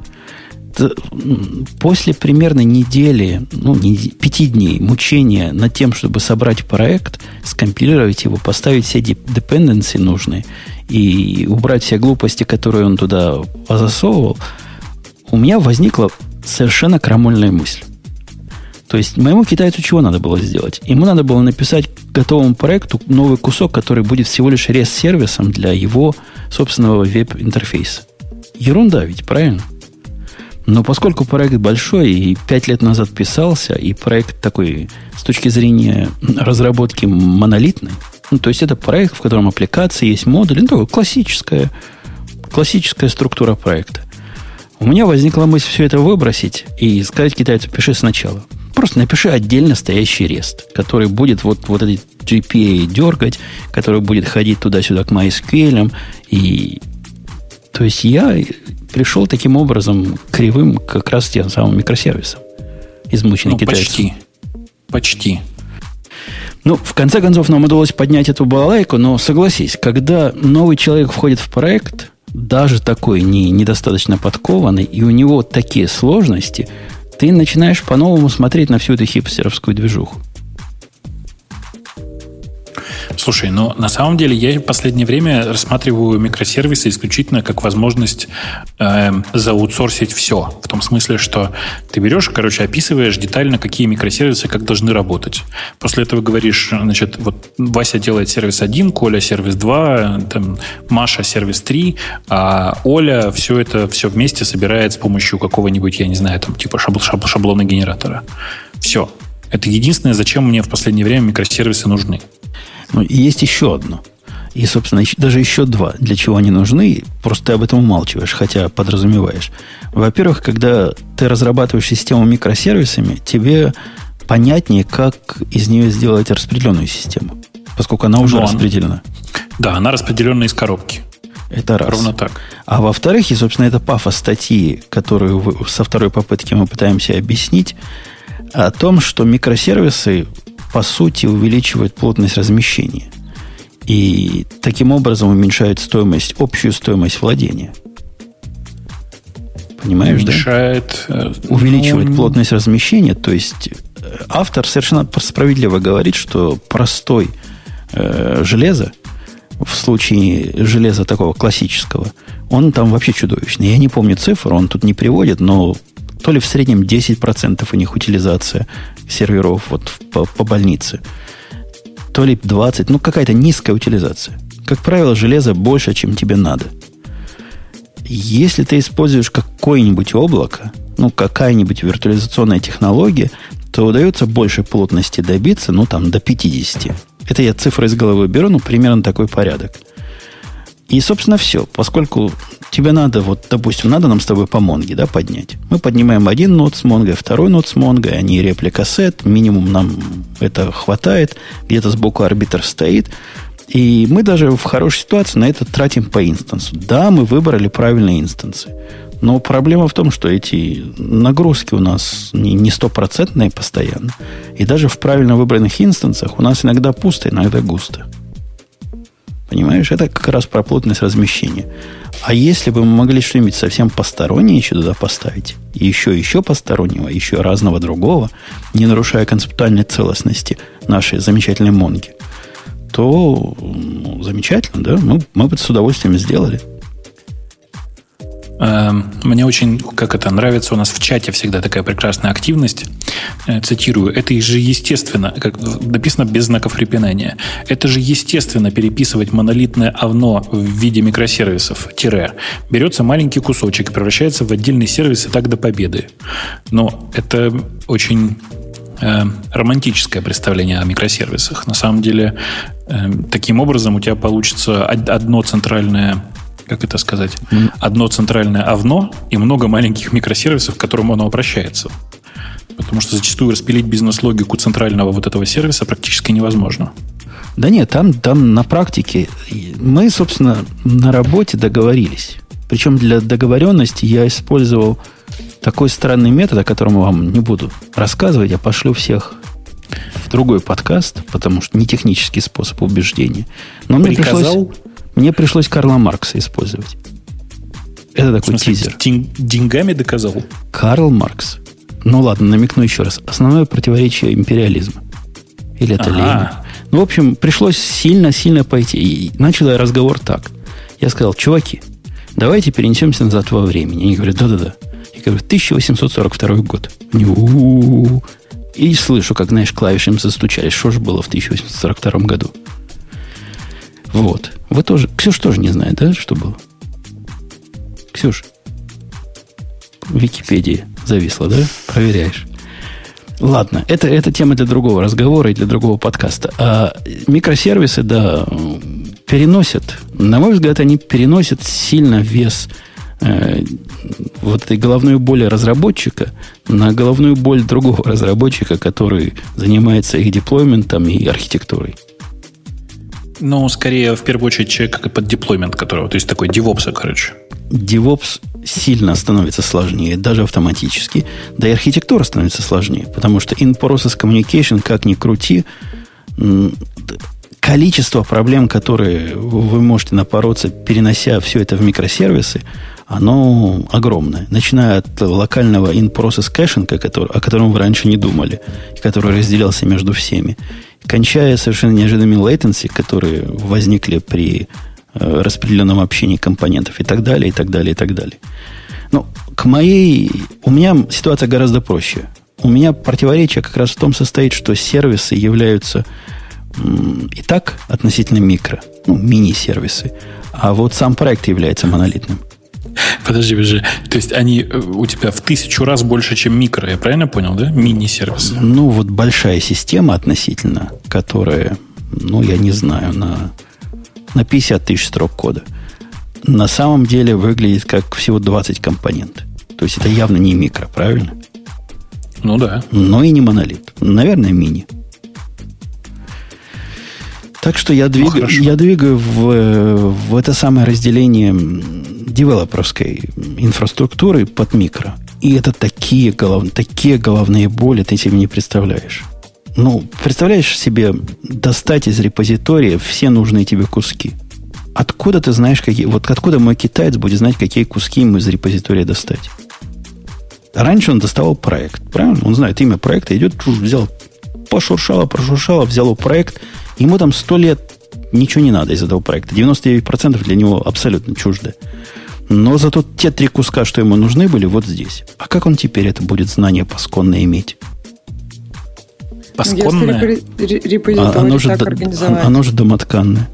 После примерно недели, 5 дней мучения над тем, чтобы собрать проект, скомпилировать его, поставить все dependency нужные и убрать все глупости, которые он туда позасовывал, у меня возникла совершенно крамольная мысль. То есть моему китайцу чего надо было сделать? Ему надо было написать к готовому проекту новый кусок, который будет всего лишь REST-сервисом для его собственного веб-интерфейса. Ерунда ведь, правильно? Но поскольку проект большой и 5 лет назад писался, и проект такой с точки зрения разработки монолитный, то есть это проект, в котором аппликации есть модуль, такая классическая структура проекта. У меня возникла мысль все это выбросить и сказать китайцу: пиши сначала. Просто напиши отдельно стоящий REST, который будет вот эти GPA дергать, который будет ходить туда-сюда к MySQL. И... То есть я пришел таким образом кривым как раз тем самым микросервисом, измученный китайцем. Почти. В конце концов, нам удалось поднять эту балалайку, но согласись, когда новый человек входит в проект, даже такой недостаточно подкованный, и у него такие сложности, ты начинаешь по-новому смотреть на всю эту хипстеровскую движуху. Слушай, на самом деле я в последнее время рассматриваю микросервисы исключительно как возможность зааутсорсить все. В том смысле, что ты берешь, описываешь детально, какие микросервисы как должны работать. После этого говоришь, значит, вот Вася делает сервис 1, Коля сервис 2, там, Маша сервис 3, а Оля все вместе собирает с помощью какого-нибудь, я не знаю, там, типа шаблона генератора. Все. Это единственное, зачем мне в последнее время микросервисы нужны. И есть еще одно. И, собственно, даже еще два. Для чего они нужны? Просто ты об этом умалчиваешь, хотя подразумеваешь. Во-первых, когда ты разрабатываешь систему микросервисами, тебе понятнее, как из нее сделать распределенную систему. Поскольку она уже распределена. Да, она распределенная из коробки. Это раз. Ровно так. А во-вторых, и, собственно, это пафос статьи, которую со второй попытки мы пытаемся объяснить, о том, что микросервисы, по сути, увеличивают плотность размещения. И таким образом уменьшают стоимость, общую стоимость владения. Понимаешь, мешает, да? Увеличивать плотность размещения. То есть автор совершенно справедливо говорит, что простой железо, в случае железа такого классического, он там вообще чудовищный. Я не помню цифр, он тут не приводит, но то ли в среднем 10% у них утилизация серверов вот по больнице, то ли 20%, ну какая-то низкая утилизация. Как правило, железа больше, чем тебе надо. Если ты используешь какое-нибудь облако, ну какая-нибудь виртуализационная технология, то удается большей плотности добиться, ну там до 50%. Это я цифры из головы беру, ну, примерно такой порядок. И, собственно, все. Поскольку тебе надо, вот, допустим, надо нам с тобой по Монге, да, поднять. Мы поднимаем один нод с Монго, второй нод с Монго, они реплика-сет, минимум нам это хватает, где-то сбоку арбитр стоит. И мы даже в хорошей ситуации на это тратим по инстансу. Да, мы выбрали правильные инстансы. Но проблема в том, что эти нагрузки у нас не стопроцентные постоянно. И даже в правильно выбранных инстансах у нас иногда пусто, иногда густо. Понимаешь? Это как раз про плотность размещения. А если бы мы могли что-нибудь совсем постороннее еще туда поставить, и еще постороннего, еще разного другого, не нарушая концептуальной целостности нашей замечательной Монги, то замечательно, да? Мы бы это с удовольствием сделали. Мне очень, нравится у нас в чате всегда такая прекрасная активность. Цитирую, это же естественно, как написано без знаков препинания, это же естественно переписывать монолитное овно в виде микросервисов, берется маленький кусочек и превращается в отдельный сервис и так до победы. Но это очень романтическое представление о микросервисах. На самом деле, таким образом у тебя получится одно центральное, одно центральное овно и много маленьких микросервисов, к которым оно обращается. Потому что зачастую распилить бизнес-логику центрального вот этого сервиса практически невозможно. Да нет, там на практике мы, собственно, на работе договорились. Причем для договоренности я использовал такой странный метод, о котором я вам не буду рассказывать, я пошлю всех в другой подкаст, потому что не технический способ убеждения. Но мне пришлось Карла Маркса использовать. Это такой тизер. Деньгами доказал? Карл Маркс. Ну ладно, намекну еще раз. Основное противоречие империализма. Или это Ленин. Ну, в общем, пришлось сильно-сильно пойти. И начал я разговор так. Я сказал, чуваки, давайте перенесемся назад во времени. Они говорят, да-да-да. Я говорю, 1842 год. И слышу, как, знаешь, клавиши им застучали. Что же было в 1842 году? Вот. Вы тоже... Ксюш тоже не знает, да, что было? Ксюш, в Википедии зависла, да? Проверяешь. Ладно, это тема для другого разговора и для другого подкаста. А микросервисы, да, переносят, на мой взгляд, они переносят сильно вес вот этой головной боли разработчика на головную боль другого разработчика, который занимается их деплойментом и архитектурой. Ну, скорее, в первую очередь, человек под деплоймент которого, то есть такой DevOps, короче. DevOps сильно становится сложнее, даже автоматически. Да и архитектура становится сложнее, потому что in-process communication, как ни крути, количество проблем, которые вы можете напороться, перенося все это в микросервисы, оно огромное. Начиная от локального in-process кэшинга, о котором вы раньше не думали, который разделялся между всеми, кончая совершенно неожиданными latency, которые возникли при распределенном общении компонентов и так далее, и так далее, и так далее. Ну, у меня ситуация гораздо проще. У меня противоречие как раз в том состоит, что сервисы являются и так относительно микро, мини-сервисы, а вот сам проект является монолитным. Подожди. То есть они у тебя в 1000 раз больше, чем микро, я правильно понял, да? Мини-сервисы. Ну, вот большая система относительно, которая, я не знаю, на 50 тысяч строк кода, на самом деле выглядит как всего 20 компонентов. То есть это явно не микро, правильно? Ну да. Но и не монолит. Наверное, мини. Так что я двигаю в это самое разделение девелоперской инфраструктуры под микро. И это такие головные боли, ты себе не представляешь. Ну, представляешь себе достать из репозитория все нужные тебе куски. Откуда ты знаешь, откуда мой китаец будет знать, какие куски ему из репозитория достать? Раньше он доставал проект, правильно? Он знает имя проекта, идет, взял, прошуршало, взял проект. Ему там 100 лет ничего не надо из этого проекта. 99% для него абсолютно чуждо. Но зато те 3 куска, что ему нужны были, вот здесь. А как он теперь это будет знание пасконное иметь? Пасконное? Оно же домотканное.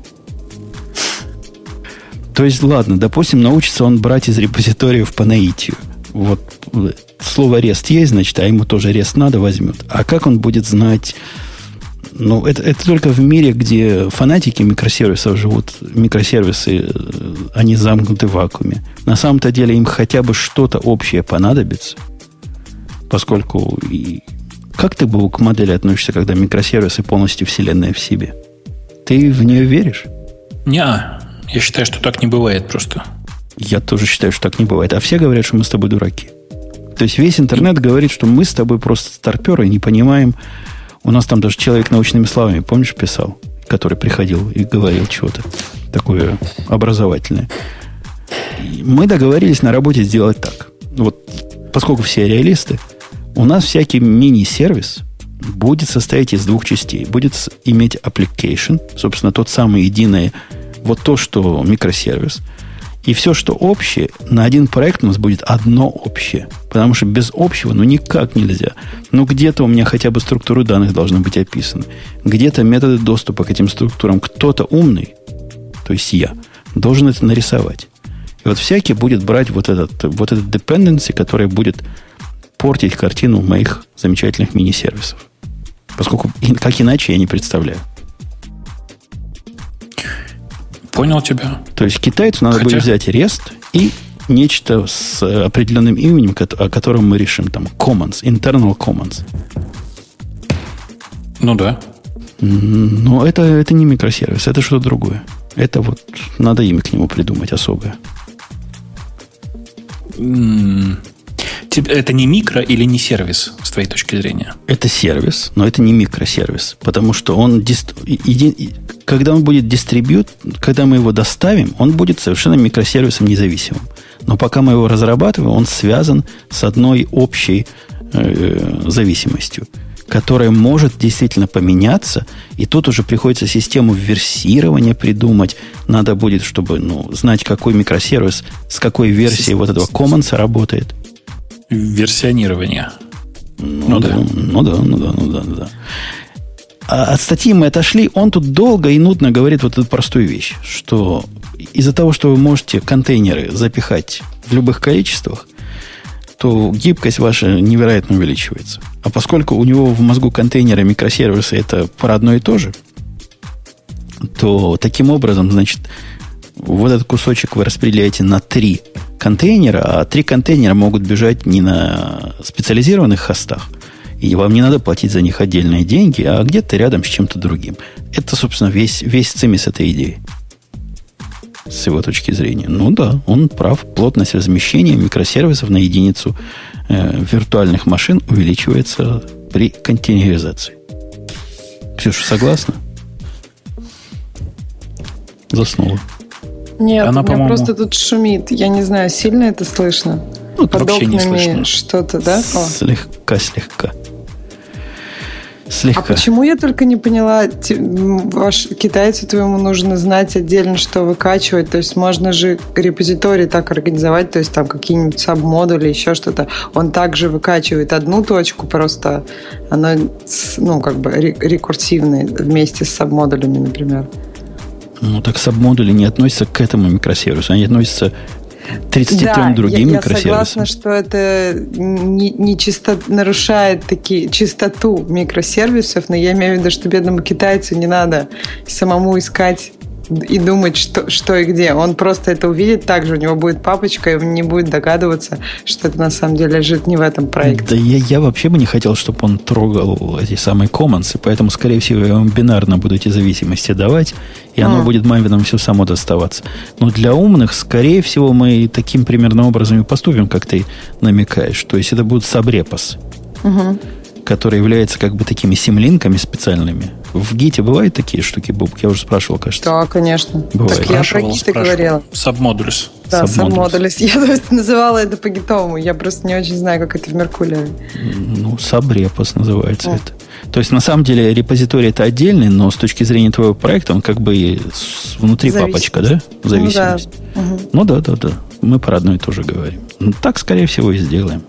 То есть, ладно, допустим, научится он брать из репозиториев по наитию. Вот слово REST есть, значит, а ему тоже REST надо, возьмет. А как он будет знать... Ну, это только в мире, где фанатики микросервисов живут, микросервисы, они замкнуты в вакууме. На самом-то деле им хотя бы что-то общее понадобится, поскольку... Как ты бы к модели относишься, когда микросервисы полностью вселенная в себе? Ты в нее веришь? Не-а. Я считаю, что так не бывает просто. Я тоже считаю, что так не бывает. А все говорят, что мы с тобой дураки. То есть весь интернет говорит, что мы с тобой просто старперы и не понимаем. У нас там даже человек научными словами, помнишь, писал, который приходил и говорил чего-то такое образовательное. И мы договорились на работе сделать так. Вот поскольку все реалисты, у нас всякий мини-сервис будет состоять из 2 частей. Будет иметь application, собственно, тот самый единый, вот то, что микросервис. И все, что общее, на один проект у нас будет одно общее. Потому что без общего, никак нельзя. Где-то у меня хотя бы структуры данных должны быть описаны. Где-то методы доступа к этим структурам. Кто-то умный, то есть я, должен это нарисовать. И вот всякий будет брать вот этот dependency, который будет портить картину моих замечательных мини-сервисов. Поскольку как иначе я не представляю. Понял тебя. То есть китайцу надо будет взять REST и нечто с определенным именем, о котором мы решим. Там commons, internal commons. Ну да. Но это не микросервис, это что-то другое. Это вот надо имя к нему придумать особое. Это не микро или не сервис, с твоей точки зрения? Это сервис, но это не микросервис. Потому что он, когда он будет дистрибьют, когда мы его доставим, он будет совершенно микросервисом независимым. Но пока мы его разрабатываем, он связан с одной общей зависимостью, которая может действительно поменяться. И тут уже приходится систему версирования придумать. Надо будет, чтобы знать, какой микросервис с какой версией вот этого Commons работает. Версионирование. Ну да. А от статьи мы отошли. Он тут долго и нудно говорит вот эту простую вещь, что из-за того, что вы можете контейнеры запихать в любых количествах, то гибкость ваша невероятно увеличивается. А поскольку у него в мозгу контейнеры, микросервисы это про одно и то же, то таким образом, значит, вот этот кусочек вы распределяете на 3 контейнера, а 3 контейнера могут бежать не на специализированных хостах, и вам не надо платить за них отдельные деньги, а где-то рядом с чем-то другим. Это, собственно, весь цимис этой идеи. С его точки зрения. Ну да, он прав. Плотность размещения микросервисов на единицу виртуальных машин увеличивается при контейнеризации. Ксюша, согласна? Заснула. Нет, у меня просто тут шумит. Я не знаю, сильно это слышно? Под окнами что-то, да? Слегка. А почему я только не поняла, китайцу твоему нужно знать отдельно, что выкачивать? То есть можно же репозиторий так организовать, то есть там какие-нибудь сабмодули, еще что-то. Он также выкачивает одну точку, просто она, рекурсивная вместе с сабмодулями, например. Так сабмодули не относятся к этому микросервису, они относятся 33 другим микросервисам. Я согласна, что это нарушает чистоту микросервисов, но я имею в виду, что бедному китайцу не надо самому искать и думать, что и где. Он просто это увидит так же, у него будет папочка, и он не будет догадываться, что это на самом деле лежит не в этом проекте. Да я вообще бы не хотел, чтобы он трогал эти самые commons, и поэтому, скорее всего, я вам бинарно буду эти зависимости давать, и оно будет Мавином все само доставаться. Но для умных, скорее всего, мы таким примерно образом и поступим, как ты намекаешь. То есть это будут сабрепосы, которые являются как бы такими симлинками специальными. В гите бывают такие штуки, Боб? Я уже спрашивал, кажется. Да, конечно. Бывает. Так я про гиты говорила. Submodules. Да, Submodules. Я то есть называла это по-гитовому. Я просто не очень знаю, как это в Меркулиеве. Ну, сабрепос называется это. То есть, на самом деле, репозиторий это отдельный, но с точки зрения твоего проекта он как бы внутри папочка, да? Зависимость. Ну да. Мы про одно и то же говорим. Ну, так, скорее всего, и сделаем.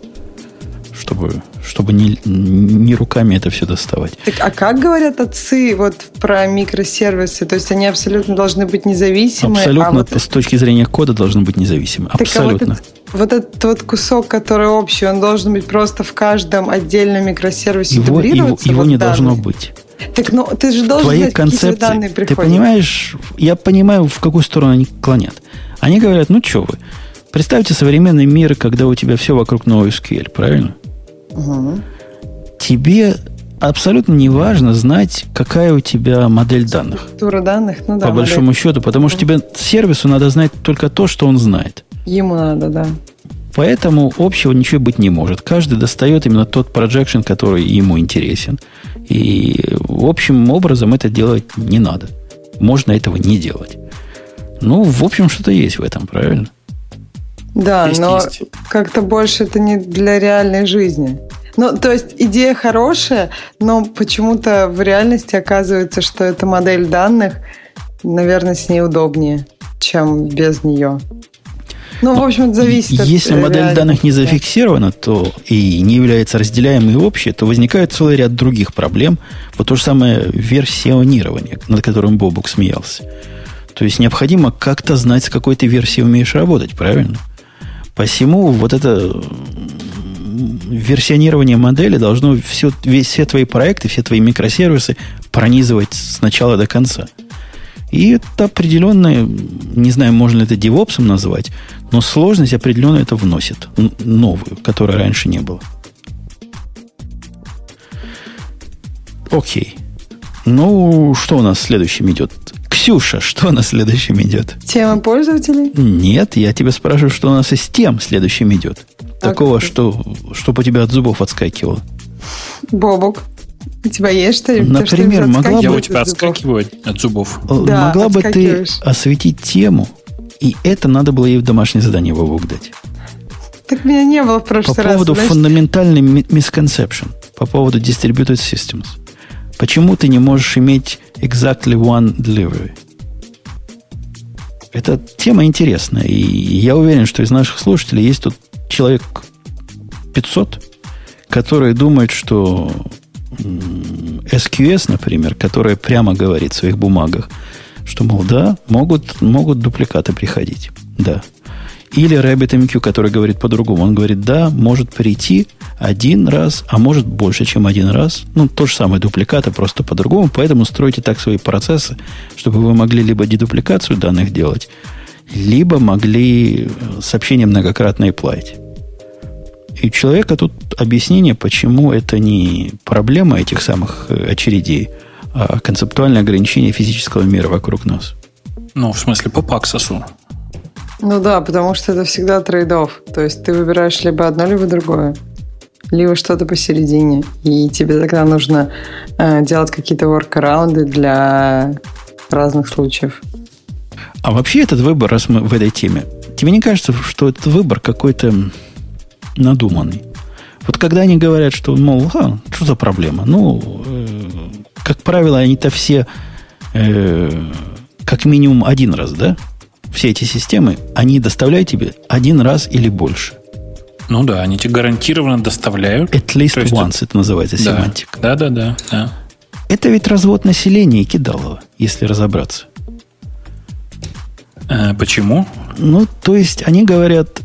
Чтобы не руками это все доставать. Так, а как говорят отцы вот про микросервисы? То есть они абсолютно должны быть независимы? Абсолютно, с точки зрения кода должны быть независимы. Так, абсолютно. Вот этот вот кусок, который общий, он должен быть просто в каждом отдельном микросервисе дублироваться? Его не должно быть. Так, ну, ты же должен знать, какие данные приходят. Ты понимаешь, я понимаю, в какую сторону они клонят. Они говорят, ну что вы, представьте современный мир, когда у тебя все вокруг NoSQL, правильно? Угу. Тебе абсолютно не важно знать, какая у тебя модель данных. Структура данных, ну да. По большому счету, потому что тебе сервису надо знать только то, что он знает. Ему надо, да. Поэтому общего ничего быть не может. Каждый достает именно тот projection, который ему интересен. И общим образом это делать не надо. Можно этого не делать. Ну, в общем, что-то есть в этом, правильно? Да, но как-то больше это не для реальной жизни. Ну, то есть идея хорошая, но почему-то в реальности оказывается, что эта модель данных, наверное, с ней удобнее, чем без нее. Ну, в общем, это зависит от если модель данных не зафиксирована, то и не является разделяемой и общей, то возникает целый ряд других проблем. Вот то же самое версионирование, над которым Бобук смеялся. То есть необходимо как-то знать, с какой ты версией умеешь работать, правильно? Посему вот это версионирование модели должно все твои проекты, все твои микросервисы пронизывать с начала до конца. И это определенное, не знаю, можно ли это DevOps назвать, но сложность определенно это вносит, новую, которой раньше не было. Окей. Ну, что у нас следующим идет? Ксюша, что у нас следующим идет? Тема пользователей? Нет, я тебя спрашиваю, что у нас из тем следующим идет. Такого, чтобы у тебя от зубов отскакивало. Бобук, у тебя есть что-нибудь? Например, могла бы... Я у тебя отскакиваю от зубов. Да, могла бы ты осветить тему, и это надо было ей в домашнее задание, Бобук, дать. Так меня не было в прошлый раз. По поводу фундаментальной misconception, по поводу distributed systems. Почему ты не можешь иметь exactly one delivery? Эта тема интересная. И я уверен, что из наших слушателей есть тут человек 500, которые думают, что SQS, например, которая прямо говорит в своих бумагах, что, мол, да, могут дупликаты приходить. Да. Или RabbitMQ, который говорит по-другому. Он говорит, да, может прийти один раз, а может больше, чем один раз. Ну, то же самое дупликаты, просто по-другому. Поэтому стройте так свои процессы, чтобы вы могли либо дедупликацию данных делать, либо могли сообщения многократно apply'ить. И у человека тут объяснение, почему это не проблема этих самых очередей, а концептуальное ограничение физического мира вокруг нас. Ну, в смысле, по паксосу. Ну да, потому что это всегда трейд-офф. То есть ты выбираешь либо одно, либо другое. Либо что-то посередине. И тебе тогда нужно делать какие-то воркараунды для разных случаев. А вообще этот выбор, раз мы в этой теме, тебе не кажется, что этот выбор какой-то надуманный? Вот когда они говорят, что, мол, что за проблема? Ну, как правило, они-то все как минимум один раз, да? Все эти системы, они доставляют тебе один раз или больше. Ну да, они тебе гарантированно доставляют. At least once, это называется семантика. Да. Это ведь развод населения и кидалово, если разобраться. Почему? Ну, то есть они говорят,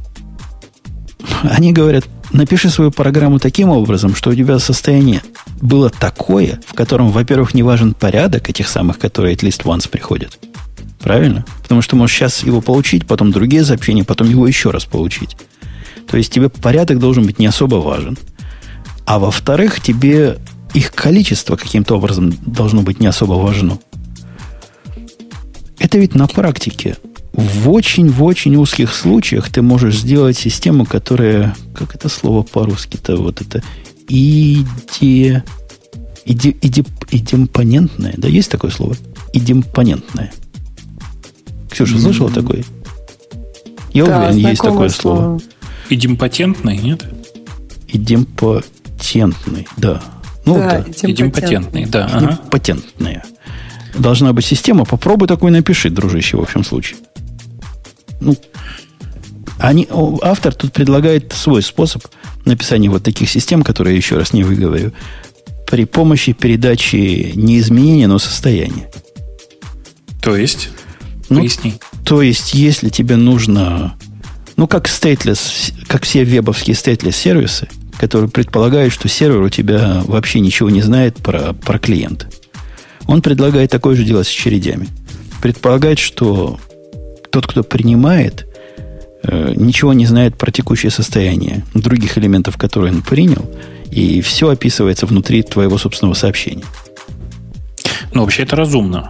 напиши свою программу таким образом, что у тебя состояние было такое, в котором, во-первых, не важен порядок этих самых, которые at least once приходят. Правильно? Потому что можешь сейчас его получить, потом другие сообщения, потом его еще раз получить. То есть тебе порядок должен быть не особо важен. А во-вторых, тебе их количество каким-то образом должно быть не особо важно. Это ведь на практике. В очень узких случаях ты можешь сделать систему, которая... Как это слово по-русски-то? Вот это... Идемпонентная. Да, есть такое слово? Идемпонентная. Ксюша, слышала такое? Я уверен, есть такое слово. Идемпотентный, нет? Идемпотентный, да. Ну, да. Идемпотентный, да. Идемпотентная. Должна быть система. Попробуй такой напиши, дружище, в общем случае. Ну, автор тут предлагает свой способ написания вот таких систем, которые я еще раз не выговорю, при помощи передачи не изменения, но состояния. То есть? Поясни. То есть, если тебе нужно... Ну, как stateless, как все вебовские stateless сервисы, которые предполагают, что сервер у тебя вообще ничего не знает про клиента. Он предлагает такое же делать с очередями. Предполагает, что тот, кто принимает, ничего не знает про текущее состояние других элементов, которые он принял, и все описывается внутри твоего собственного сообщения. Ну, вообще это разумно.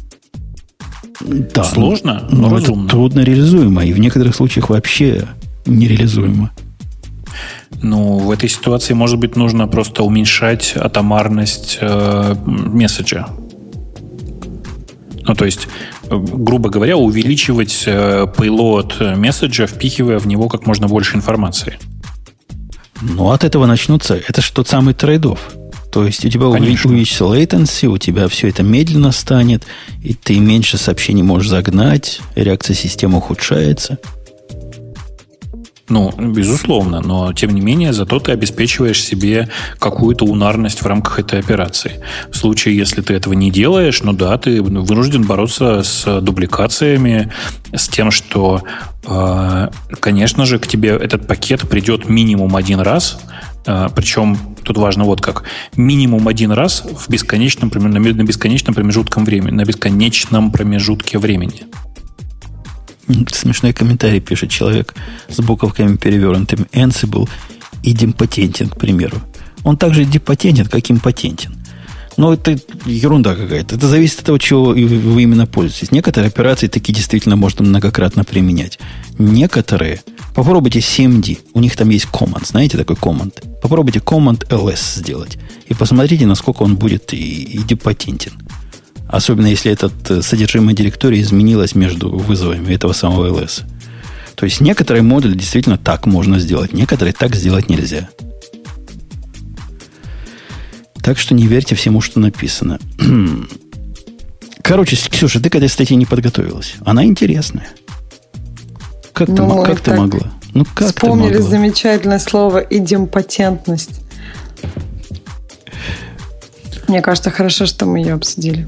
Да, сложно, но разумно. Это трудно реализуемо, и в некоторых случаях вообще нереализуемо. Ну, в этой ситуации, может быть, нужно просто уменьшать атомарность месседжа. Ну, то есть, грубо говоря, увеличивать payload месседжа, впихивая в него как можно больше информации. Ну, от этого начнутся. Это же тот самый трейд-офф. То есть, у тебя увеличится latency, у тебя все это медленно станет, и ты меньше сообщений можешь загнать, реакция системы ухудшается. Ну, безусловно, но тем не менее, зато ты обеспечиваешь себе какую-то унарность в рамках этой операции. В случае, если ты этого не делаешь, ну да, ты вынужден бороться с дубликациями, с тем, что, конечно же, к тебе этот пакет придет минимум один раз, причем тут важно вот как. Минимум один раз в бесконечном, на бесконечном промежутке времени, на бесконечном промежутке времени. Смешной комментарий пишет человек с буковками перевернутыми. Ansible идемпотентен, к примеру. Он также депотентен, как импотентен. Но это ерунда какая-то. Это зависит от того, чего вы именно пользуетесь. Некоторые операции такие действительно можно многократно применять. Некоторые... Попробуйте CMD. У них там есть command. Знаете такой command? Попробуйте command ls сделать. И посмотрите, насколько он будет идемпотентен. Особенно, если это содержимое директории изменилось между вызовами этого самого ls. То есть, некоторые модули действительно так можно сделать. Некоторые так сделать нельзя. Так что не верьте всему, что написано. Короче, Ксюша, ты к этой статье не подготовилась. Она интересная. Как ты могла? Ну, как вспомнили ты могла? Замечательное слово идемпотентность. Мне кажется, хорошо, что мы ее обсудили.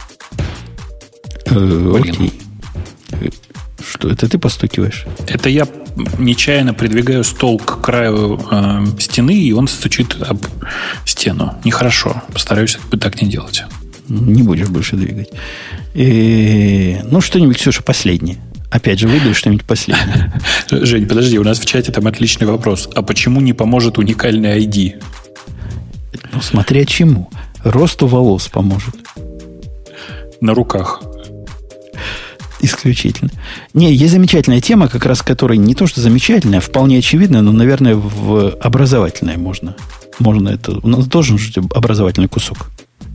Окей. Что это ты постукиваешь? Это я нечаянно придвигаю стол к краю стены, и он стучит об стену. Нехорошо. Постараюсь так не делать. Не будешь больше двигать. Ну, что-нибудь, Ксюша, последнее. Опять же, выбери что-нибудь последнее. Жень, подожди, у нас в чате там отличный вопрос. А почему не поможет уникальный ID? Ну, смотря чему. Росту волос поможет. На руках. Исключительно. Не, есть замечательная тема, как раз которая не то, что замечательная, вполне очевидная, но, наверное, в образовательное можно. Можно это... У нас должен быть образовательный кусок.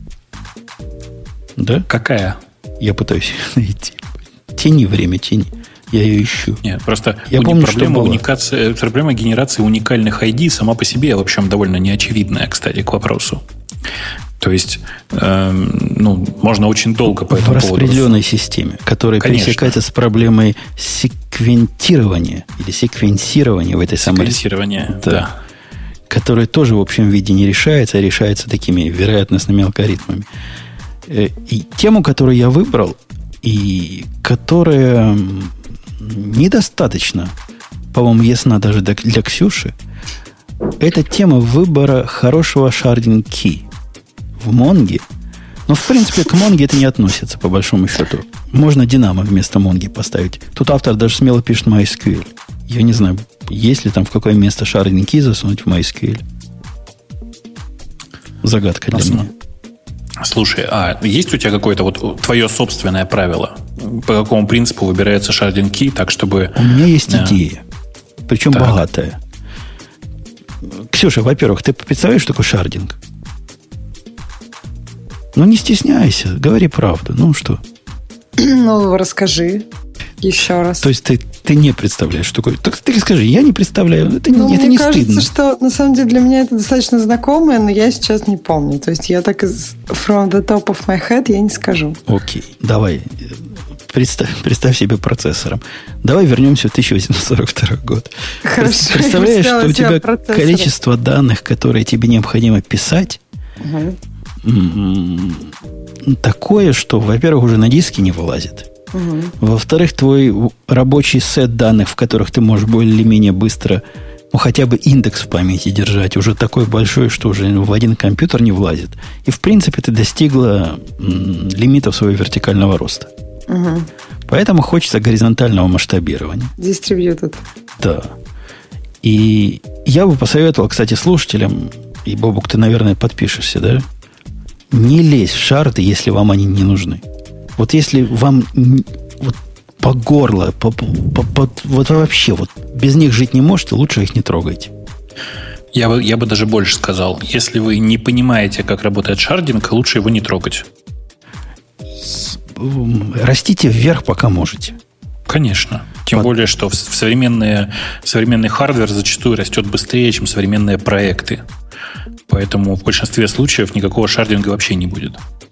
Да? Какая? Я пытаюсь найти. Тяни время, тяни. Я ее ищу. Нет, просто я помню, проблема генерации уникальных ID сама по себе, в общем, довольно неочевидная, кстати, к вопросу. То есть, можно очень долго по этому поводу... В распределенной системе, которая пересекается с проблемой секвентирования или секвенсирования в этой самой... Секвенсирование, да. Которая тоже в общем виде не решается, а решается такими вероятностными алгоритмами. И тему, которую я выбрал, и которая недостаточно, по-моему, ясна даже для Ксюши, это тема выбора хорошего sharding key в Монге. Но, в принципе, к Монге это не относится, по большому счету. Можно Динамо вместо Монги поставить. Тут автор даже смело пишет MySQL. Я не знаю, есть ли там в какое место sharding key засунуть в MySQL. Загадка для меня. Слушай, а есть у тебя какое-то вот твое собственное правило? По какому принципу выбирается sharding key, так чтобы... У меня есть идея. Причем богатая. Ксюша, во-первых, ты представляешь, что такое шардинг? Ну, не стесняйся, говори правду. Ну, что? Ну, расскажи еще раз. То есть ты не представляешь, что такое? Так ты скажи, я не представляю. Это не стыдно. Мне кажется, что на самом деле для меня это достаточно знакомое, но я сейчас не помню. То есть я так from the top of my head я не скажу. Окей, давай. Представь себе процессором. Давай вернемся в 1842 год. Хорошо. Представляешь, что у тебя количество данных, которые тебе необходимо писать, такое, что, во-первых, уже на диске не вылазит. Во-вторых, твой рабочий сет данных, в которых ты можешь более-менее быстро, ну, хотя бы индекс в памяти держать, уже такой большой, что уже в один компьютер не влазит. И, в принципе, ты достигла лимитов своего вертикального роста. Поэтому хочется горизонтального масштабирования. Distributed. Да. И я бы посоветовал, кстати, слушателям, и, Бобук, ты, наверное, подпишешься, да? Не лезь в шарды, если вам они не нужны. Вот если вам вот по горло, вот вообще вот без них жить не можете, лучше их не трогайте. Я бы даже больше сказал. Если вы не понимаете, как работает шардинг, лучше его не трогать. Растите вверх, пока можете. Конечно. Тем более, что современный хардвер зачастую растет быстрее, чем современные проекты. Поэтому в большинстве случаев никакого шардинга вообще не будет.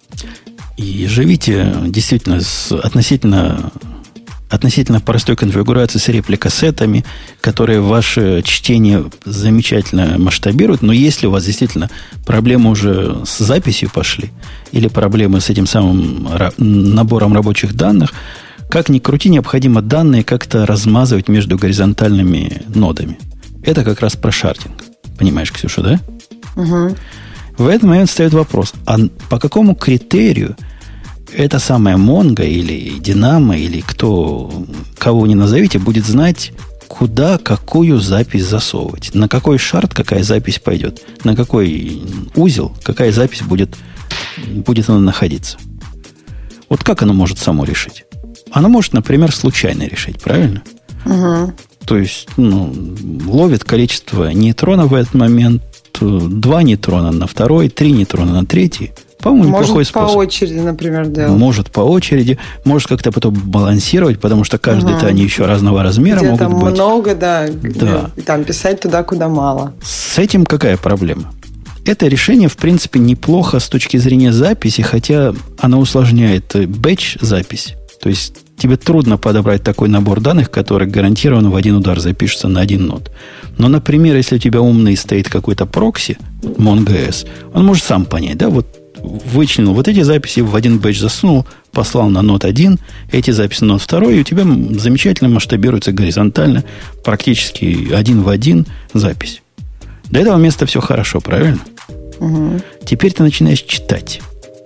И живите действительно с относительно простой конфигурацией с репликасетами, которые ваше чтение замечательно масштабируют. Но если у вас действительно проблемы уже с записью пошли, или проблемы с этим самым набором рабочих данных, как ни крути, необходимо данные как-то размазывать между горизонтальными нодами. Это как раз про шардинг. Понимаешь, Ксюша, да? Угу. В этот момент встает вопрос, а по какому критерию эта самая Mongo или Динамо, или кого не назовите, будет знать, куда какую запись засовывать, на какой шард какая запись пойдет, на какой узел какая запись будет она находиться. Вот как оно может само решить? Оно может, например, случайно решить, правильно? Угу. То есть, ловит количество нейтронов в этот момент, 2 нейтрона на второй, 3 нейтрона на третий. По-моему, неплохой способ. Может по очереди, например, делать. Может по очереди, может как-то потом балансировать, потому что каждый-то они еще разного размера где могут там быть. Много, да. И там писать туда, куда мало. С этим какая проблема? Это решение, в принципе, неплохо с точки зрения записи, хотя оно усложняет бэч-запись. То есть тебе трудно подобрать такой набор данных, который гарантированно в один удар запишется на один нод. Но, например, если у тебя умный стоит какой-то прокси, MongoS, он может сам понять, да, вот вычленил вот эти записи, в один бэч засунул, послал на нод 1, эти записи на нод 2, и у тебя замечательно масштабируется горизонтально, практически один в один запись. До этого места все хорошо, правильно? Угу. Теперь ты начинаешь читать.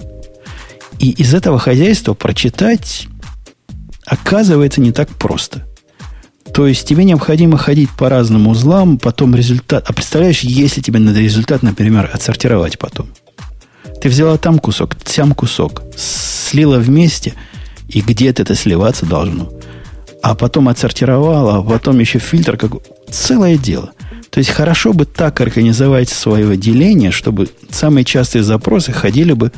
И из этого хозяйства прочитать оказывается не так просто. То есть тебе необходимо ходить по разным узлам, потом результат... А представляешь, если тебе надо результат, например, отсортировать потом. Ты взяла там кусок, сям кусок, слила вместе, и где-то это сливаться должно. А потом отсортировала, а потом еще фильтр. Целое дело. То есть хорошо бы так организовать свое деление, чтобы самые частые запросы ходили бы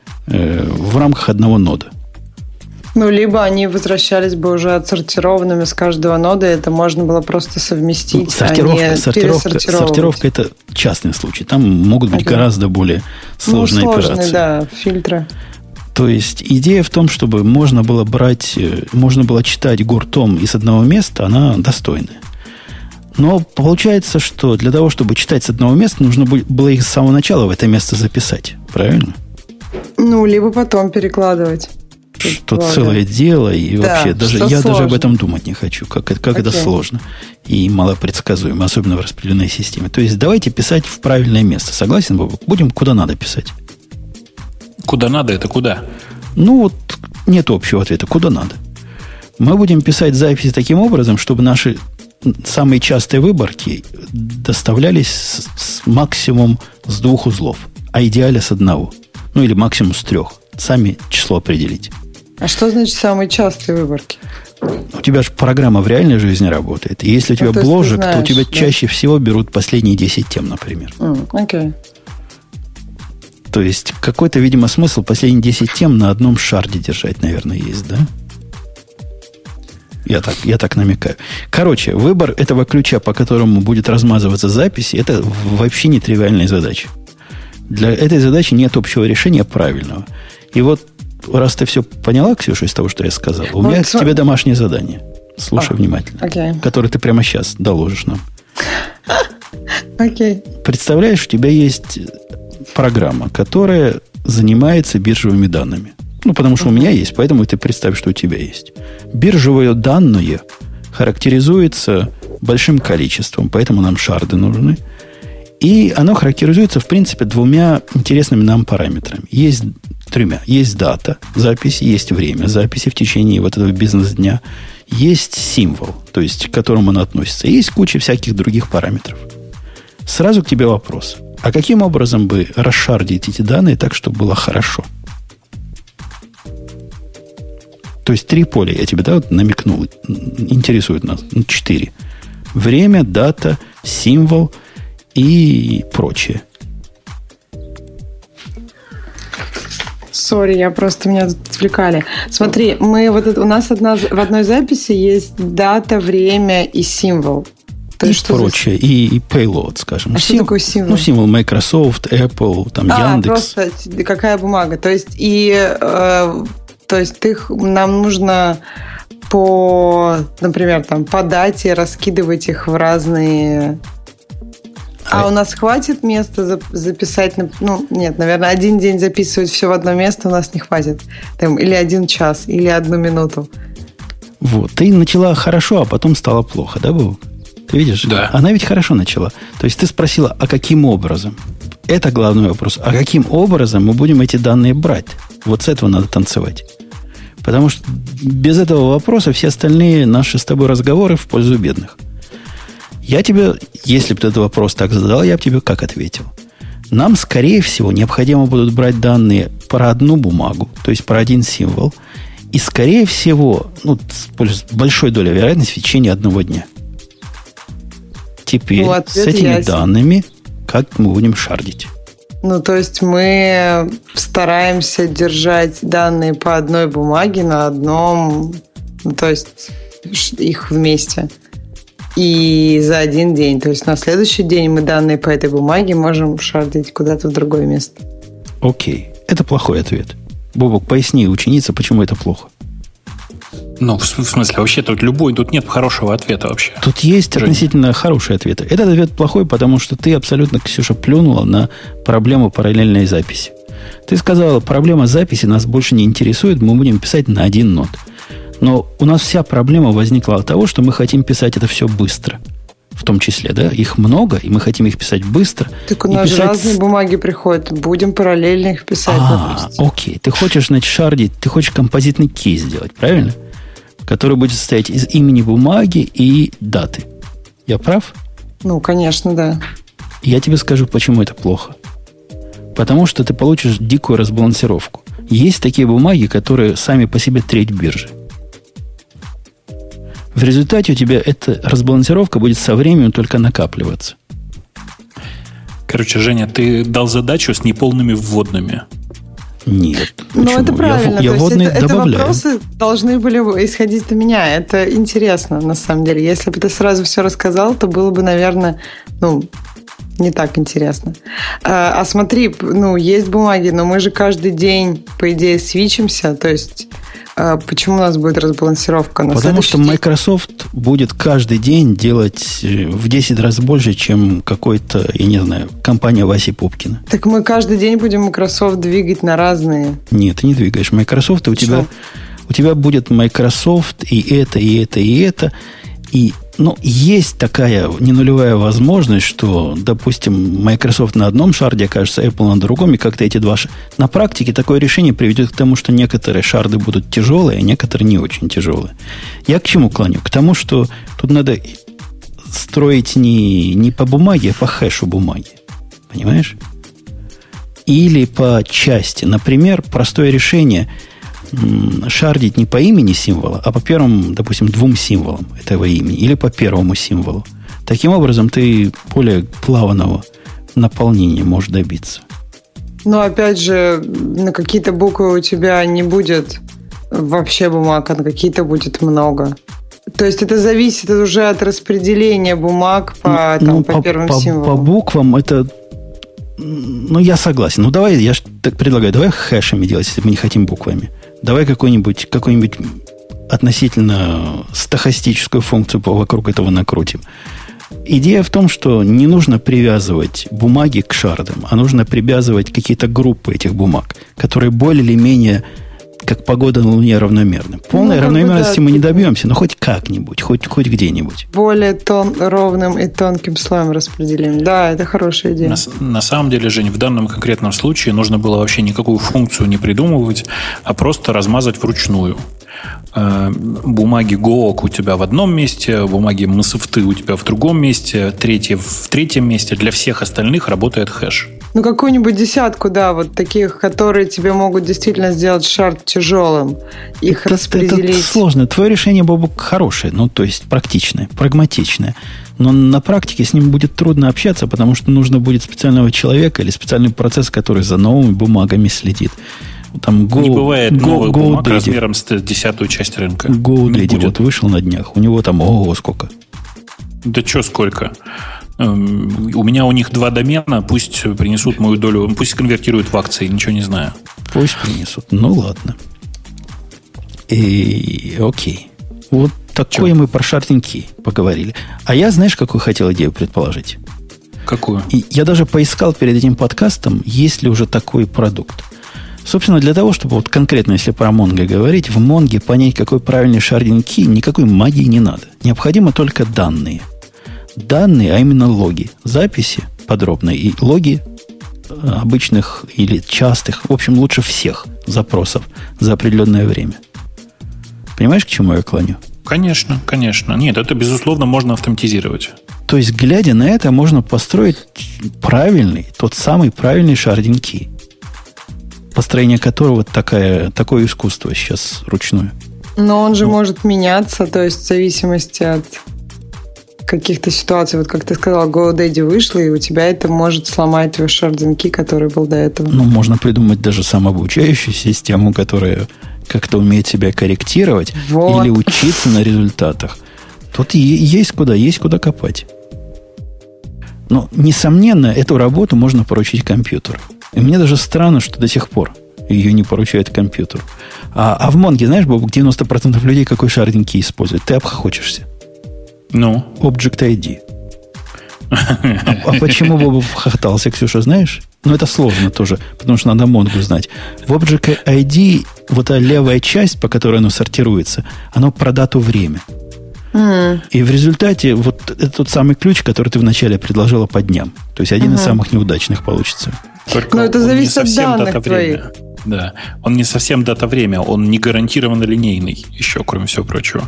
в рамках одного нода. Либо они возвращались бы уже отсортированными с каждого нода, и это можно было просто совместить, сортировка это частный случай. Там могут быть гораздо более сложные операции. Да, фильтры. То есть идея в том, чтобы можно было читать гуртом из одного места, она достойная. Но получается, что для того, чтобы читать с одного места, нужно было их с самого начала в это место записать. Правильно? Либо потом перекладывать. Что целое дело, и вообще даже об этом думать не хочу, как это сложно и малопредсказуемо, особенно в распределенной системе. То есть давайте писать в правильное место. Согласен, Бобок? Будем куда надо писать. Куда надо, это куда? нет общего ответа. Куда надо? Мы будем писать записи таким образом, чтобы наши самые частые выборки доставлялись максимум с 2 узлов, а идеале с 1. Ну, или максимум с 3. Сами число определите. А что значит самые частые выборки? У тебя же программа в реальной жизни работает. И если у тебя бложек, то у тебя чаще всего берут последние 10 тем, например. Окей. То есть, какой-то, видимо, смысл последние 10 тем на одном шарде держать, наверное, есть, да? Я так намекаю. Короче, выбор этого ключа, по которому будет размазываться запись, это вообще не тривиальная задача. Для этой задачи нет общего решения правильного. И вот, раз ты все поняла, Ксюша, из того, что я сказал, у меня к тебе домашнее задание. Слушай внимательно. Которое ты прямо сейчас доложишь нам. Окей. Представляешь, у тебя есть программа, которая занимается биржевыми данными. Ну, потому что у меня есть, поэтому ты представь, что у тебя есть. Биржевое данное характеризуется большим количеством, поэтому нам шарды нужны. И оно характеризуется, в принципе, 2 интересными нам параметрами. Есть 3. Есть дата записи, есть время записи в течение вот этого бизнес-дня. Есть символ, то есть к которому оно относится. И есть куча всяких других параметров. Сразу к тебе вопрос. А каким образом бы расшардить эти данные так, чтобы было хорошо? То есть 3 поля, я тебе вот намекнул, интересует нас. 4. Время, дата, символ и прочее. Сори, меня тут отвлекали. Смотри, у нас в одной записи есть дата, время и символ. И прочее, и payload, скажем. Что такое символ? Ну, символ Microsoft, Apple, там, Яндекс. Просто какая бумага. То есть, нам нужно например, по дате раскидывать их в разные... А у нас хватит места записать? Нет, наверное, 1 день записывать все в одно место у нас не хватит. Или 1 час, или 1 минуту. Вот. Ты начала хорошо, а потом стало плохо, да, Бог? Ты видишь? Да. Она ведь хорошо начала. То есть ты спросила, а каким образом? Это главный вопрос. А каким образом мы будем эти данные брать? Вот с этого надо танцевать. Потому что без этого вопроса все остальные наши с тобой разговоры в пользу бедных. Я тебе, если бы ты этот вопрос так задал, я бы тебе как ответил? Нам, скорее всего, необходимо будут брать данные про 1 бумагу, то есть про 1 символ, и, скорее всего, с большой долей вероятности в течение 1 дня. Теперь с этими данными как мы будем шардить? То есть мы стараемся держать данные по 1 бумаге на одном, то есть их вместе. И за 1 день. То есть на следующий день мы данные по этой бумаге можем шардить куда-то в другое место. Окей. Это плохой ответ. Бобок, поясни, ученица, почему это плохо? В смысле, вообще тут нет хорошего ответа вообще. Тут есть относительно хорошие ответы. Этот ответ плохой, потому что ты абсолютно, Ксюша, плюнула на проблему параллельной записи. Ты сказала, проблема записи нас больше не интересует, мы будем писать на 1 нод. Но у нас вся проблема возникла от того, что мы хотим писать это все быстро. В том числе, да? Их много, и мы хотим их писать быстро. Так у нас же разные бумаги приходят. Будем параллельно их писать. Окей. Ты хочешь, шардить, ты хочешь композитный кей сделать, правильно? Который будет состоять из имени бумаги и даты. Я прав? Конечно, да. Я тебе скажу, почему это плохо. Потому что ты получишь дикую разбалансировку. Есть такие бумаги, которые сами по себе треть биржи. В результате у тебя эта разбалансировка будет со временем только накапливаться. Короче, Женя, ты дал задачу с неполными вводными. Нет. Это правильно. Я вводные добавляю. Это вопросы должны были исходить от меня. Это интересно, на самом деле. Если бы ты сразу все рассказал, то было бы, наверное, не так интересно. А смотри, есть бумаги, но мы же каждый день, по идее, свичимся. То есть, почему у нас будет разбалансировка? Потому что Microsoft будет каждый день делать в 10 раз больше, чем какой-то, я не знаю, компания Васи Пупкина. Так мы каждый день будем Microsoft двигать на разные. Нет, ты не двигаешь Microsoft, у тебя будет Microsoft и это, и это, и это. И Ну, есть такая ненулевая возможность, что, допустим, Microsoft на одном шарде окажется, Apple на другом, и как-то эти два... На практике такое решение приведет к тому, что некоторые шарды будут тяжелые, а некоторые не очень тяжелые. Я к чему клоню? К тому, что тут надо строить не по бумаге, а по хэшу бумаги. Понимаешь? Или по части. Например, простое решение шардить не по имени символа, а по первым, допустим, 2 символам этого имени, или по первому символу. Таким образом, ты более плавного наполнения можешь добиться. Но, опять же, на какие-то буквы у тебя не будет вообще бумаг, а на какие-то будет много. То есть это зависит уже от распределения бумаг по первым символам. По буквам это... Ну, я согласен. Ну, давай, я так предлагаю, давай хэшами делать, если мы не хотим буквами. Давай какую-нибудь относительно стохастическую функцию вокруг этого накрутим. Идея в том, что не нужно привязывать бумаги к шардам, а нужно привязывать какие-то группы этих бумаг, которые более или менее, как погода на Луне, равномерны. Полной равномерности мы не добьемся, но хоть как-нибудь, хоть где-нибудь. Более ровным и тонким слоем распределим. Да, это хорошая идея. На самом деле, Жень, в данном конкретном случае нужно было вообще никакую функцию не придумывать, а просто размазать вручную. Бумаги Gook у тебя в одном месте, бумаги Msft у тебя в другом месте, в третьем месте. Для всех остальных работает хэш. Ну, какую-нибудь десятку, да, вот таких, которые тебе могут действительно сделать шард тяжелым. Их распределить. Это сложно. Твое решение, Бобук, хорошее, ну, то есть практичное, прагматичное. Но на практике с ним будет трудно общаться, потому что нужно будет специального человека или специальный процесс, который за новыми бумагами следит. Там не бывает новых бумаг размером с 10-ю часть рынка. GoDaddy вот вышел на днях. У него там сколько. Да что сколько? У меня у них 2 домена. Пусть принесут мою долю. Пусть конвертируют в акции. Ничего не знаю. Пусть принесут. Ну, ладно. Окей. Вот такое мы про шардинги поговорили. А я, знаешь, какую хотел идею предположить? Какую? Я даже поискал перед этим подкастом, есть ли уже такой продукт. Собственно, для того, чтобы вот конкретно, если про Mongo говорить, в Mongo понять, какой правильный шардинг-ки, никакой магии не надо. Необходимо только данные. Данные, а именно логи. Записи подробные и логи обычных или частых, в общем, лучше всех запросов за определенное время. Понимаешь, к чему я клоню? Конечно, конечно. Нет, это, безусловно, можно автоматизировать. То есть, глядя на это, можно построить правильный, тот самый правильный шардинг-ки, построение которого такое искусство сейчас ручное. Но он же может меняться, то есть в зависимости от каких-то ситуаций. Вот как ты сказал, GoDaddy вышла, и у тебя это может сломать твой шардинг-ки, который был до этого. Ну, можно придумать даже самообучающую систему, которая как-то умеет себя корректировать или учиться на результатах. Тут есть куда копать. Но, несомненно, эту работу можно поручить компьютеру. И мне даже странно, что до сих пор ее не поручают компьютеру. А в Mongo, знаешь, Бобук, 90% людей какой шардинг-ки используют? Ты обхохочешься. Ну? Object ID. А почему Бобук хохотался, Ксюша, знаешь? Ну, это сложно тоже, потому что надо Mongo знать. В Object ID вот та левая часть, по которой оно сортируется, оно про дату время. И в результате вот это тот самый ключ, который ты вначале предложила по дням. То есть один из самых неудачных получится. Только это зависит от данных твоих. Да. Он не совсем дата-время, он не гарантированно линейный еще, кроме всего прочего.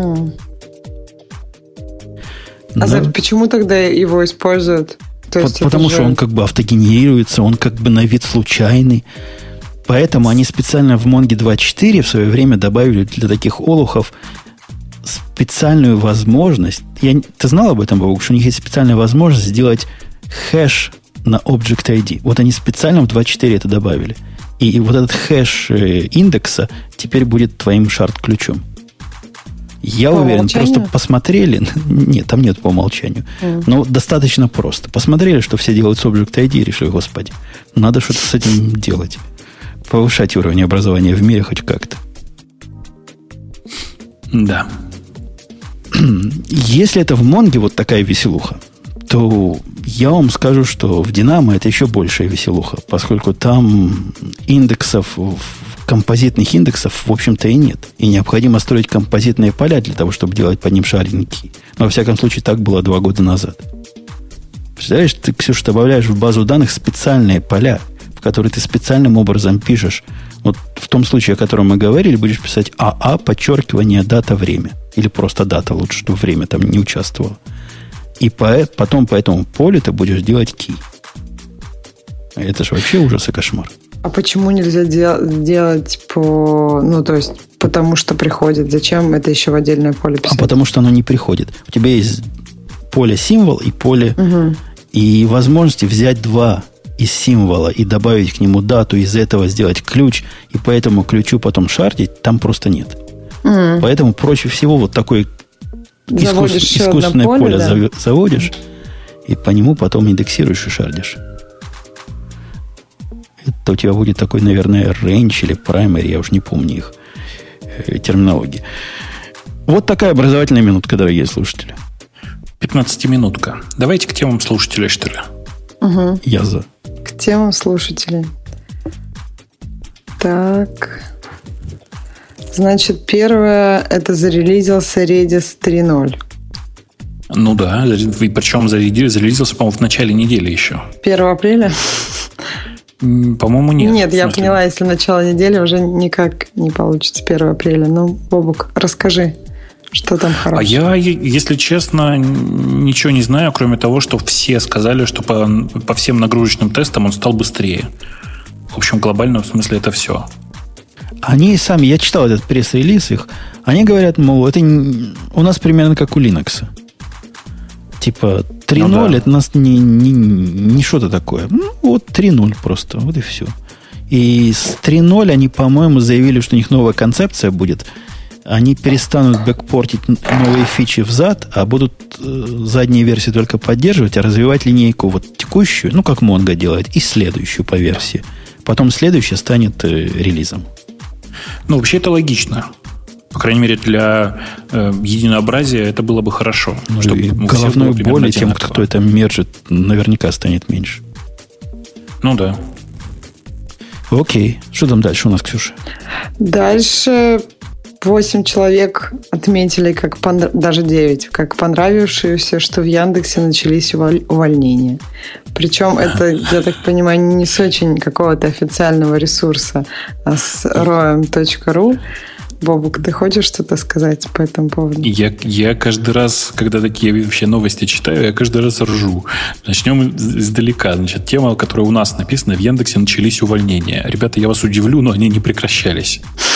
Почему тогда его используют? Потому что он как бы автогенерируется, он как бы на вид случайный. Поэтому они специально в Mongo 2.4 в свое время добавили для таких олухов специальную возможность. Ты знал об этом, Бог, что у них есть специальная возможность сделать хэш на Object ID. Вот они специально в 2.4 это добавили. И вот этот хэш индекса теперь будет твоим шард-ключом. Я уверен, просто посмотрели. Нет, там нет по умолчанию. Но достаточно просто. Посмотрели, что все делают с Object ID, и решили, господи, надо что-то с этим делать. Повышать уровень образования в мире хоть как-то. Да. Если это в Mongo вот такая веселуха, то я вам скажу, что в Динамо это еще большая веселуха, поскольку там индексов в композитных индексов, в общем-то, и нет. И необходимо строить композитные поля для того, чтобы делать под ним шареньки. Но, во всяком случае, так было 2 года назад. Представляешь, ты, Ксюша, добавляешь в базу данных специальные поля, в которые ты специальным образом пишешь. Вот в том случае, о котором мы говорили, будешь писать АА, подчеркивание, дата, время. Или просто дата, лучше, чтобы время там не участвовало. И потом по этому полю ты будешь делать key. Это же вообще ужас и кошмар. А почему нельзя делать то есть, потому что приходит? Зачем это еще в отдельное поле писать? А потому что оно не приходит. У тебя есть поле символ и поле... Угу. И возможности взять 2 из символа и добавить к нему дату, из этого сделать ключ, и по этому ключу потом шардить, там просто нет. Поэтому проще всего вот такое искусственное поле да? заводишь, и по нему потом индексируешь и шардишь. Это у тебя будет такой, наверное, range или primary, я уж не помню их терминологии. Вот такая образовательная минутка, дорогие слушатели. 15-минутка. Давайте к темам слушателей, что ли? Угу. Я за. К темам слушателей. Так. Значит, первое, это зарелизился Redis 3.0. Ну да, причем зарелизился, по-моему, в начале недели еще. 1 апреля? По-моему, нет. Нет, я поняла, если начало недели, уже никак не получится 1 апреля. Ну, Бобук, расскажи. Что там хорошего? А я, если честно, ничего не знаю, кроме того, что все сказали, что по всем нагрузочным тестам он стал быстрее. В общем, глобально в смысле это все. Они сами, я читал этот пресс-релиз их, они говорят, мол, это у нас примерно как у Linux. Типа 3.0 ну, да. Это у нас не что-то такое. Ну, вот 3.0 просто, вот и все. И с 3.0 они, по-моему, заявили, что у них новая концепция будет. Они перестанут бэкпортить новые фичи взад, а будут задние версии только поддерживать, а развивать линейку вот текущую, ну, как Mongo делает, и следующую по версии. Потом следующая станет релизом. Ну, вообще это логично. По крайней мере, для единообразия это было бы хорошо. Ну, чтобы головной боли тем, кто это мержит, наверняка станет меньше. Ну, да. Окей. Что там дальше у нас, Ксюша? Дальше 8 человек отметили, даже 9, как понравившееся, что в Яндексе начались увольнения. Причем это, я так понимаю, не с очень какого-то официального ресурса, а с roam.ru. Бобук, ты хочешь что-то сказать по этому поводу? Я каждый раз, когда такие вообще новости читаю, я каждый раз ржу. Начнем издалека. Значит, тема, которая у нас написана, в Яндексе начались увольнения. Ребята, я вас удивлю, но они не прекращались.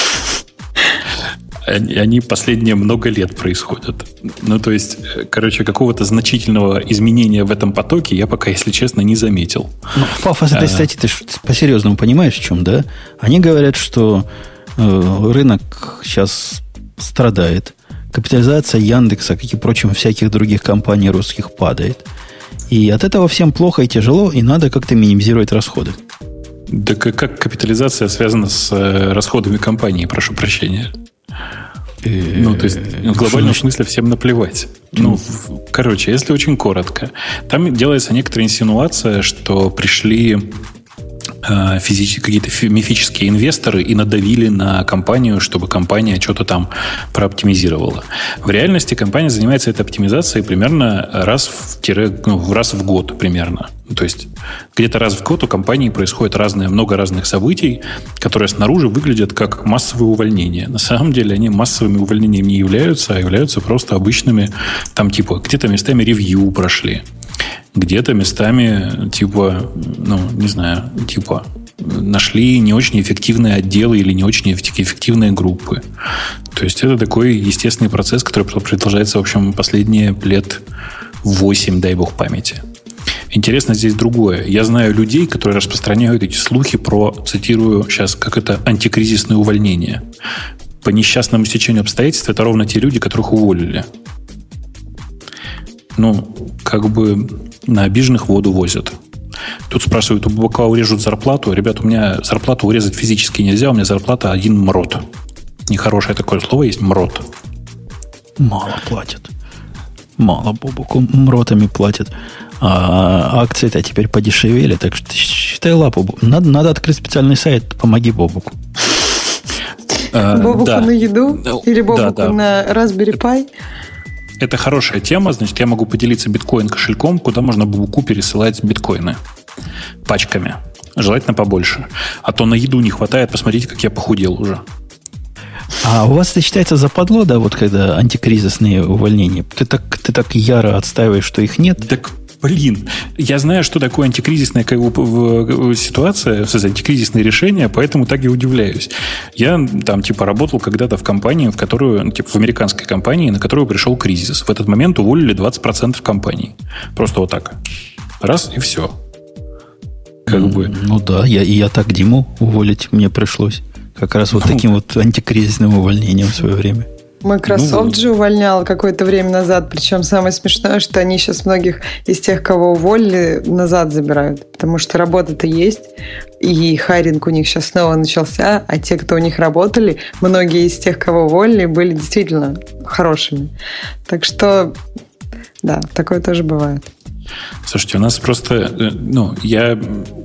Они последние много лет происходят. Ну, то есть, короче, какого-то значительного изменения в этом потоке я пока, если честно, не заметил. Ну, пафос этой статьи, ты по-серьезному понимаешь, в чем, да? Они говорят, что рынок сейчас страдает. Капитализация Яндекса, как и, впрочем, всяких других компаний русских падает. И от этого всем плохо и тяжело, и надо как-то минимизировать расходы. Да как капитализация связана с расходами компании, прошу прощения? Ну, то есть, в глобальном смысле всем наплевать. Ну, короче, если очень коротко. Там делается некоторая инсинуация, что пришли какие-то мифические инвесторы и надавили на компанию, чтобы компания что-то там прооптимизировала. В реальности компания занимается этой оптимизацией примерно раз в год примерно. То есть где-то раз в год у компании происходит много разных событий, которые снаружи выглядят как массовые увольнения. На самом деле они массовыми увольнениями не являются, а являются просто обычными, там типа где-то местами ревью прошли. Где-то местами, нашли не очень эффективные отделы или не очень эффективные группы. То есть это такой естественный процесс, который продолжается, в общем, последние лет 8, дай бог памяти. Интересно здесь другое. Я знаю людей, которые распространяют эти слухи про, цитирую сейчас, как это антикризисное увольнение. По несчастному стечению обстоятельств это ровно те люди, которых уволили. На обиженных воду возят. Тут спрашивают, у Бака урежут зарплату. Ребят, у меня зарплату урезать физически нельзя, у меня зарплата 1 МРОТ. Нехорошее такое слово есть, МРОТ. Мало платят. Мало Бобуку МРОТами платят. А акции-то теперь подешевели, так что считай лапу. Надо открыть специальный сайт «Помоги Бобуку». Бобуку на еду или Бобуку на Raspberry Pi? Это хорошая тема. Значит, я могу поделиться биткоин-кошельком, куда можно Бобуку пересылать биткоины пачками. Желательно побольше. А то на еду не хватает. Посмотрите, как я похудел уже. А у вас это считается западло, да, вот когда антикризисные увольнения? Ты так яро отстаиваешь, что их нет? Так, блин, я знаю, что такое антикризисная ситуация, антикризисные решения, поэтому так и удивляюсь. Я там, работал когда-то в компании, в которую, в американской компании, на которую пришел кризис. В этот момент уволили 20% компаний. Просто вот так. Раз, и все. Ну да, я так Диму уволить мне пришлось. Как раз вот таким вот антикризисным увольнением в свое время. Microsoft же увольнял какое-то время назад. Причем самое смешное, что они сейчас многих из тех, кого уволили, назад забирают. Потому что работа-то есть, и хайринг у них сейчас снова начался. А те, кто у них работали, многие из тех, кого уволили, были действительно хорошими. Так что, да, такое тоже бывает. Слушайте, у нас просто, я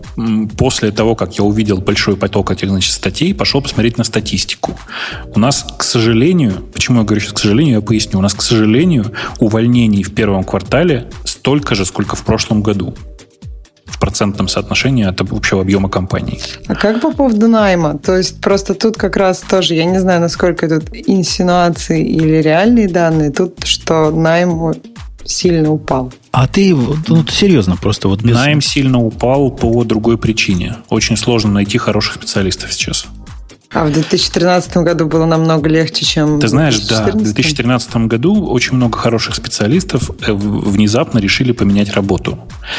после того, как я увидел большой поток этих, статей, пошел посмотреть на статистику. У нас, к сожалению, почему я говорю сейчас к сожалению, я поясню, у нас, к сожалению, увольнений в первом квартале столько же, сколько в прошлом году. В процентном соотношении от общего объема компаний. А как по поводу найма? То есть просто тут как раз тоже, я не знаю, насколько тут инсинуации или реальные данные, тут что найм сильно упал. А ты серьезно просто вот без... Найм сильно упал по другой причине. Очень сложно найти хороших специалистов сейчас. А в 2013 году было намного легче, чем Ты знаешь, да, в 2013 году очень много хороших специалистов внезапно решили поменять работу.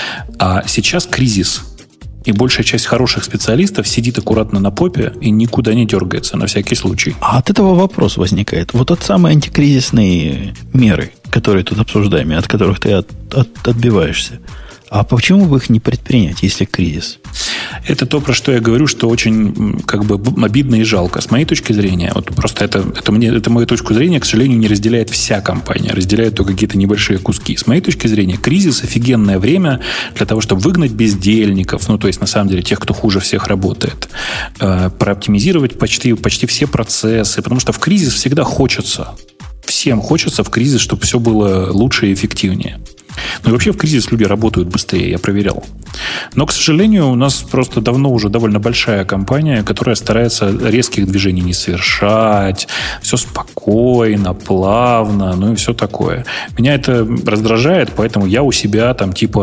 А сейчас кризис. И большая часть хороших специалистов сидит аккуратно на попе и никуда не дергается, на всякий случай. А от этого вопрос возникает. Вот от самые антикризисные меры, которые тут обсуждаем, и от которых ты отбиваешься. А почему бы их не предпринять, если кризис? Это то, про что я говорю, что очень обидно и жалко. С моей точки зрения, вот просто это мою точку зрения, к сожалению, не разделяет вся компания, разделяют только какие-то небольшие куски. С моей точки зрения, кризис – офигенное время для того, чтобы выгнать бездельников, то есть, на самом деле, тех, кто хуже всех работает, прооптимизировать почти все процессы, потому что в кризис всегда хочется. Всем хочется в кризис, чтобы все было лучше и эффективнее. Ну и вообще в кризис люди работают быстрее, я проверял. Но, к сожалению, у нас просто давно уже довольно большая компания, которая старается резких движений не совершать, все спокойно, плавно, и все такое. Меня это раздражает, поэтому я у себя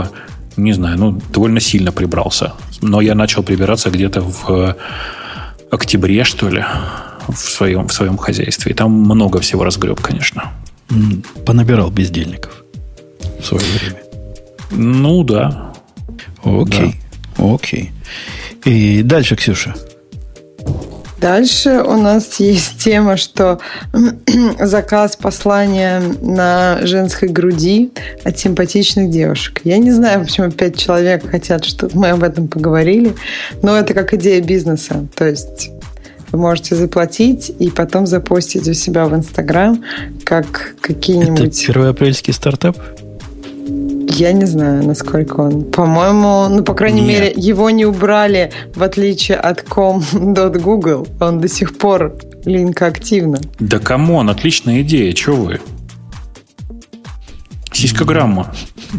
довольно сильно прибрался. Но я начал прибираться где-то в октябре, что ли, в своем хозяйстве. И там много всего разгреб, конечно. Понабирал бездельников в свое время. Ну, да. Окей. И дальше, Ксюша. Дальше у нас есть тема, что заказ послания на женской груди от симпатичных девушек. Я не знаю, почему 5 человек хотят, чтобы мы об этом поговорили, но это как идея бизнеса. То есть вы можете заплатить и потом запостить у себя в Инстаграм как какие-нибудь... Это первоапрельский стартап? Я не знаю, насколько он. По-моему, по крайней мере, его не убрали, в отличие от com.google. Он до сих пор линка активна. Да камон, отличная идея. Чего вы? Сиськограмма.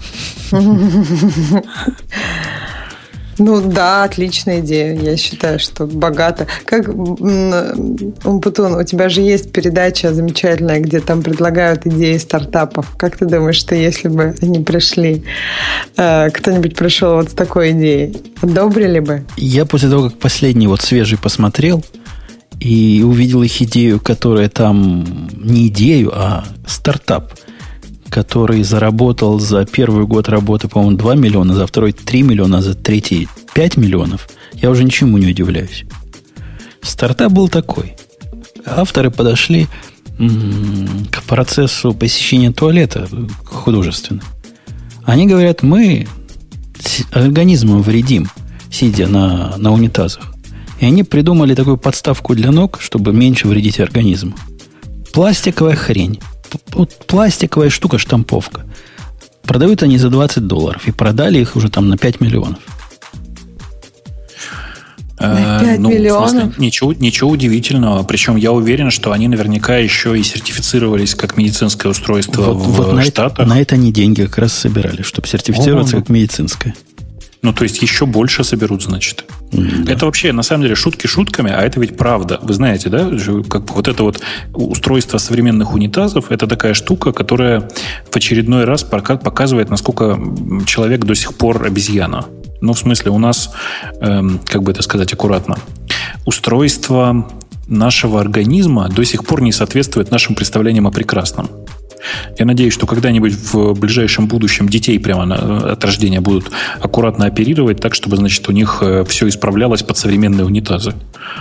Ну да, отличная идея. Я считаю, что богато. Как, Умпутун, у тебя же есть передача замечательная, где там предлагают идеи стартапов. Как ты думаешь, что если бы они пришли, кто-нибудь пришел вот с такой идеей, одобрили бы? Я после того, как последний свежий посмотрел и увидел их идею, которая там не идею, а стартап, который заработал за первый год работы, по-моему, 2 миллиона, за второй 3 миллиона, а за третий 5 миллионов, я уже ничему не удивляюсь. Стартап был такой. Авторы подошли к процессу посещения туалета художественно. Они говорят, мы организмам вредим, сидя на унитазах. И они придумали такую подставку для ног, чтобы меньше вредить организму. Пластиковая хрень. Пластиковая штука, штамповка. Продают они за $20 и продали их уже там на 5 миллионов. 5 миллионов? В смысле, ничего удивительного. Причем я уверен, что они наверняка еще и сертифицировались как медицинское устройство в Штатах. На это они деньги как раз собирали, чтобы сертифицироваться как медицинское. Ну, то есть еще больше соберут, значит. Да. Это вообще, на самом деле, шутки шутками, а это ведь правда. Вы знаете, да, как бы вот это вот устройство современных унитазов, это такая штука, которая в очередной раз показывает, насколько человек до сих пор обезьяна. Ну, в смысле, у нас, как бы это сказать аккуратно, устройство нашего организма до сих пор не соответствует нашим представлениям о прекрасном. Я надеюсь, что когда-нибудь в ближайшем будущем детей прямо от рождения будут аккуратно оперировать так, чтобы, значит, у них все исправлялось под современные унитазы.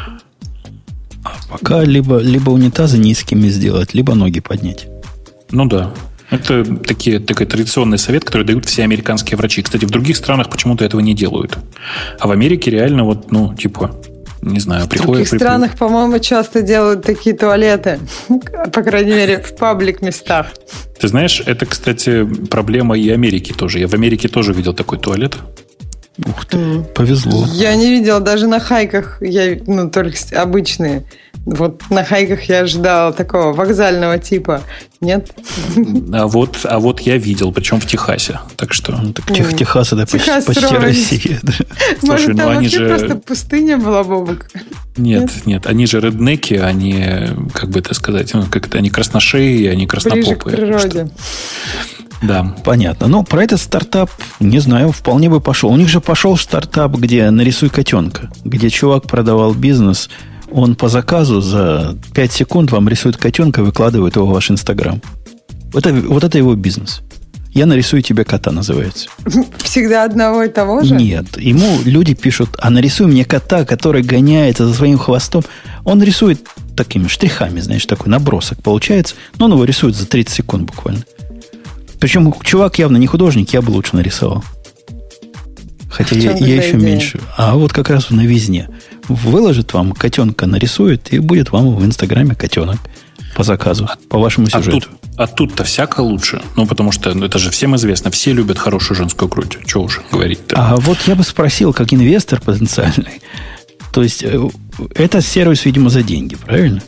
А пока либо унитазы низкими сделать, либо ноги поднять. Ну да. Это такой традиционный совет, который дают все американские врачи. Кстати, в других странах почему-то этого не делают. А в Америке реально вот, ну, типа... Не знаю, приходят... В других странах, по-моему, часто делают такие туалеты. По крайней мере, в паблик местах. Ты знаешь, это, кстати, проблема и Америки тоже. Я в Америке тоже видел такой туалет. Ух ты, повезло. Я не видел даже на хайках. Только обычные. Вот на хайках я ожидала такого вокзального типа. Нет? А вот я видел, причем в Техасе. Так что... Ну, так Техас это почти Россия. Да. Слушай, может, там вообще просто пустыня была, Бобок? Нет, они же реднеки, они, как бы это сказать, они красношеи, они краснопопые. Ближе к природе. Да. Понятно. Но про этот стартап, не знаю, вполне бы пошел. У них же пошел стартап, где нарисуй котенка, где чувак продавал бизнес. Он по заказу за 5 секунд вам рисует котенка, выкладывает его в ваш Инстаграм. Вот это его бизнес. Я нарисую тебе кота, называется. Всегда одного и того же? Нет. Ему люди пишут, а нарисуй мне кота, который гоняется за своим хвостом. Он рисует такими штрихами, знаешь, такой набросок получается. Но он его рисует за 30 секунд буквально. Причем чувак явно не художник, я бы лучше нарисовал. Хотя я еще меньше. А вот как раз в новизне. Выложит вам котенка, нарисует, и будет вам в Инстаграме котенок по заказу, по вашему сюжету. А тут-то всяко лучше. Ну, потому что это же всем известно. Все любят хорошую женскую грудь. Чего уж говорить-то. А вот я бы спросил, как инвестор потенциальный. То есть, это сервис, видимо, за деньги, правильно?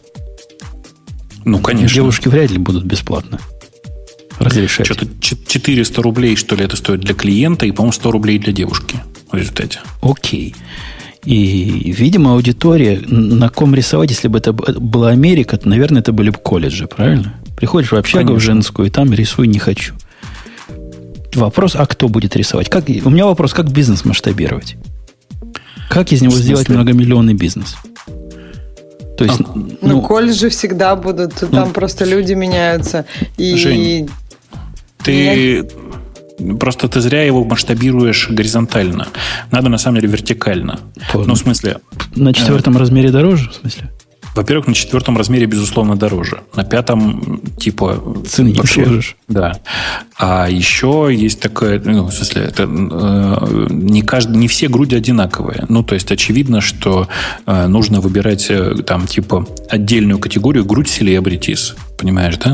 Ну, конечно. Девушки вряд ли будут бесплатно разрешать. Что-то 400 рублей, что ли, это стоит для клиента, и, по-моему, 100 рублей для девушки в результате. Окей. И, видимо, аудитория, на ком рисовать, если бы это была Америка, то, наверное, это были бы колледжи, правильно? Приходишь в общагу в женскую, и там рисуй не хочу. Вопрос, а кто будет рисовать? У меня вопрос, как бизнес масштабировать? Как из него сделать многомиллионный бизнес? То есть, колледжи всегда будут, там просто люди меняются. Жень, Просто ты зря его масштабируешь горизонтально. Надо, на самом деле, вертикально. Ну, в смысле... На 4-м размере дороже, в смысле? Во-первых, на 4-м размере, безусловно, дороже. На 5-м, типа... Цены не сложишь. Да. А еще есть такое... Ну, в смысле, это не все груди одинаковые. Ну, то есть, очевидно, что нужно выбирать там, типа, отдельную категорию грудь селебритис. Понимаешь, да?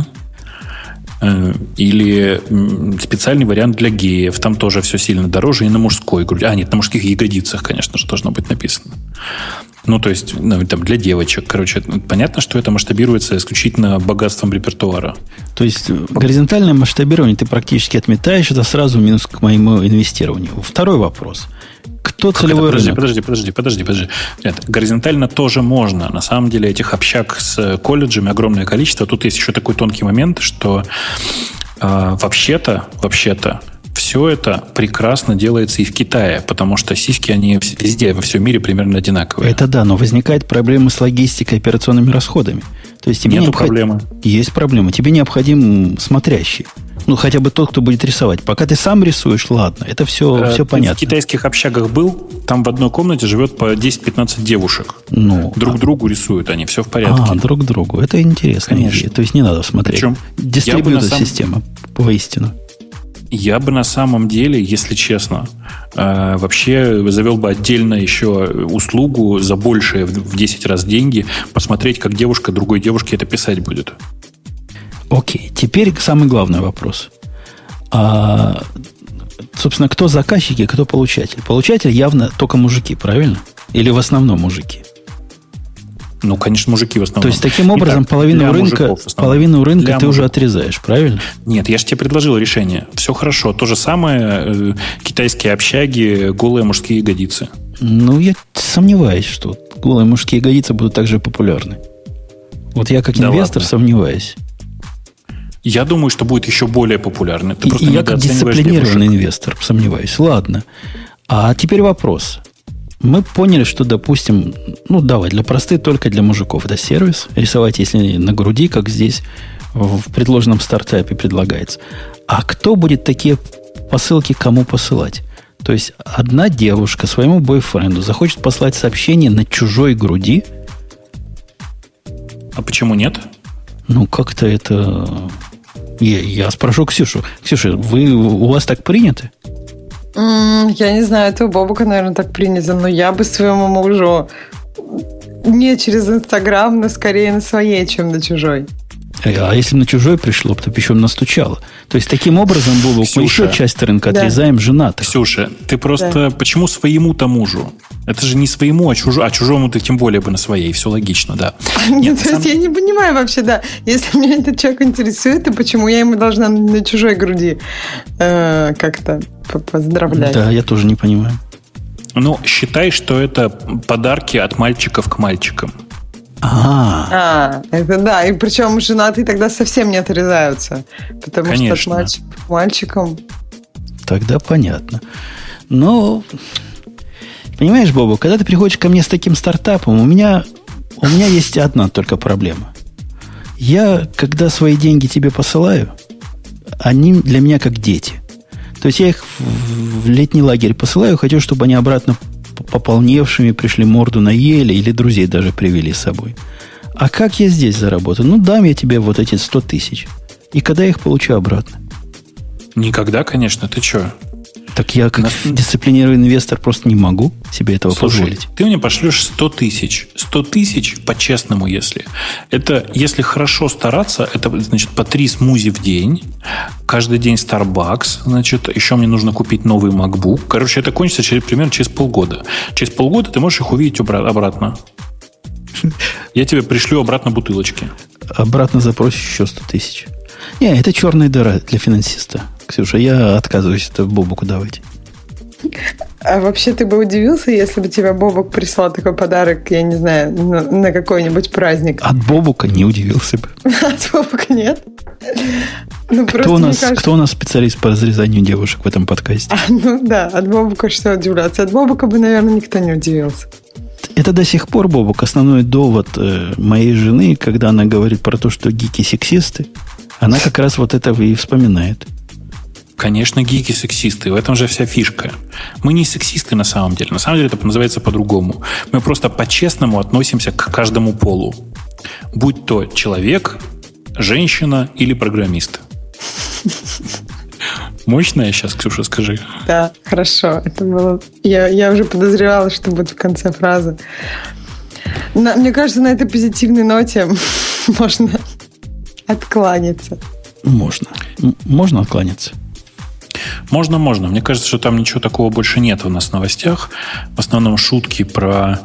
Или специальный вариант для геев. Там тоже все сильно дороже. И на мужской груди. Нет, на мужских ягодицах, конечно же, должно быть написано. Ну, то есть, там для девочек. Короче, понятно, что это масштабируется исключительно богатством репертуара. То есть, горизонтальное масштабирование ты практически отметаешь. Это сразу минус к моему инвестированию. Второй вопрос. Кто целевой рынок? Подожди. Нет, горизонтально тоже можно. На самом деле этих общак с колледжами огромное количество. Тут есть еще такой тонкий момент, что вообще-то все это прекрасно делается и в Китае, потому что сиськи, они везде, во всем мире примерно одинаковые. Это да, но возникает проблема с логистикой и операционными расходами. То есть тебе проблемы. Есть проблема. Тебе необходим смотрящий. Ну, хотя бы тот, кто будет рисовать. Пока ты сам рисуешь, ладно, это все понятно. В китайских общагах был, там в одной комнате живет по 10-15 девушек. Друг другу рисуют они, все в порядке. Друг другу. Это интересная идея. То есть не надо смотреть. Причем дистрибьютор-система, воистину. Я бы на самом деле, если честно, вообще завел бы отдельно еще услугу за большее в 10 раз деньги, посмотреть, как девушка другой девушке это писать будет. Окей, теперь самый главный вопрос. Собственно, кто заказчики, кто получатель? Получатель явно только мужики, правильно? Или в основном мужики? Ну, конечно, мужики в основном. То есть, таким образом, половину рынка ты уже отрезаешь, правильно? Нет, я же тебе предложил решение. Все хорошо. То же самое, китайские общаги, голые мужские ягодицы. Ну, я сомневаюсь, что голые мужские ягодицы будут так же популярны. Вот я как инвестор сомневаюсь. Я думаю, что будет еще более популярны. Ты просто я как дисциплинированный инвестор сомневаюсь. Ладно. А теперь вопрос. Мы поняли, что, допустим, давай, для простых только для мужиков. Это сервис. Рисовать, если на груди, как здесь в предложенном стартапе предлагается. А кто будет такие посылки кому посылать? То есть, одна девушка своему бойфренду захочет послать сообщение на чужой груди. А почему нет? Как-то это... Я спрошу Ксюшу. Ксюша, у вас так принято? Я не знаю, это у Бобука, наверное, так принято, но я бы своему мужу не через Инстаграм, но скорее на своей, чем на чужой. А если на чужой пришло, то причем настучало. То есть, таким образом, Бобук, мы еще часть рынка отрезаем женатых. Ксюша, ты просто... Почему своему-то мужу? Это же не своему, а чужому ты тем более бы на своей. Все логично, да. Нет, то есть, я не понимаю вообще, да. Если меня этот человек интересует, то почему я ему должна на чужой груди как-то поздравлять? Да, я тоже не понимаю. Считай, что это подарки от мальчиков к мальчикам. Это да. И причем женатые тогда совсем не отрезаются. Потому что от мальчика к мальчикам. Тогда понятно. Но, понимаешь, Бобу, когда ты приходишь ко мне с таким стартапом, у меня есть одна только проблема. Я, когда свои деньги тебе посылаю, они для меня как дети. То есть я их в летний лагерь посылаю, хочу, чтобы они обратно пополневшими пришли, морду наели или друзей даже привели с собой. А как я здесь заработаю? Дам я тебе вот эти 100 тысяч. И когда я их получу обратно? Никогда, конечно. Ты что? Так я, как дисциплинированный инвестор, просто не могу себе этого позволить. Ты мне пошлешь 100 тысяч. 100 тысяч по-честному, если. Это, если хорошо стараться, это, значит, по 3 смузи в день. Каждый день Starbucks. Значит, еще мне нужно купить новый MacBook. Короче, это кончится примерно через полгода. Через полгода ты можешь их увидеть обратно. Я тебе пришлю обратно бутылочки. Обратно запросишь еще 100 тысяч. Не, это черная дыра для финансиста. Ксюша, я отказываюсь это Бобуку давать. А вообще ты бы удивился, если бы тебе Бобук прислал такой подарок, я не знаю, на какой-нибудь праздник? От Бобука не удивился бы. От Бобука нет? Кто у нас специалист по разрезанию девушек в этом подкасте? От Бобука что удивляться? От Бобука бы, наверное, никто не удивился. Это до сих пор, Бобук, основной довод моей жены, когда она говорит про то, что гики сексисты, она как раз вот это и вспоминает. Конечно, гики сексисты. В этом же вся фишка. Мы не сексисты на самом деле. На самом деле это называется по-другому. Мы просто по-честному относимся к каждому полу. Будь то человек, женщина или программист. Мощно я сейчас, Ксюша, скажи. Да, хорошо. Это было... Я уже подозревала, что будет в конце фразы. Мне кажется, на этой позитивной ноте можно откланяться. Можно откланяться. Можно. Мне кажется, что там ничего такого больше нет у нас в новостях. В основном шутки про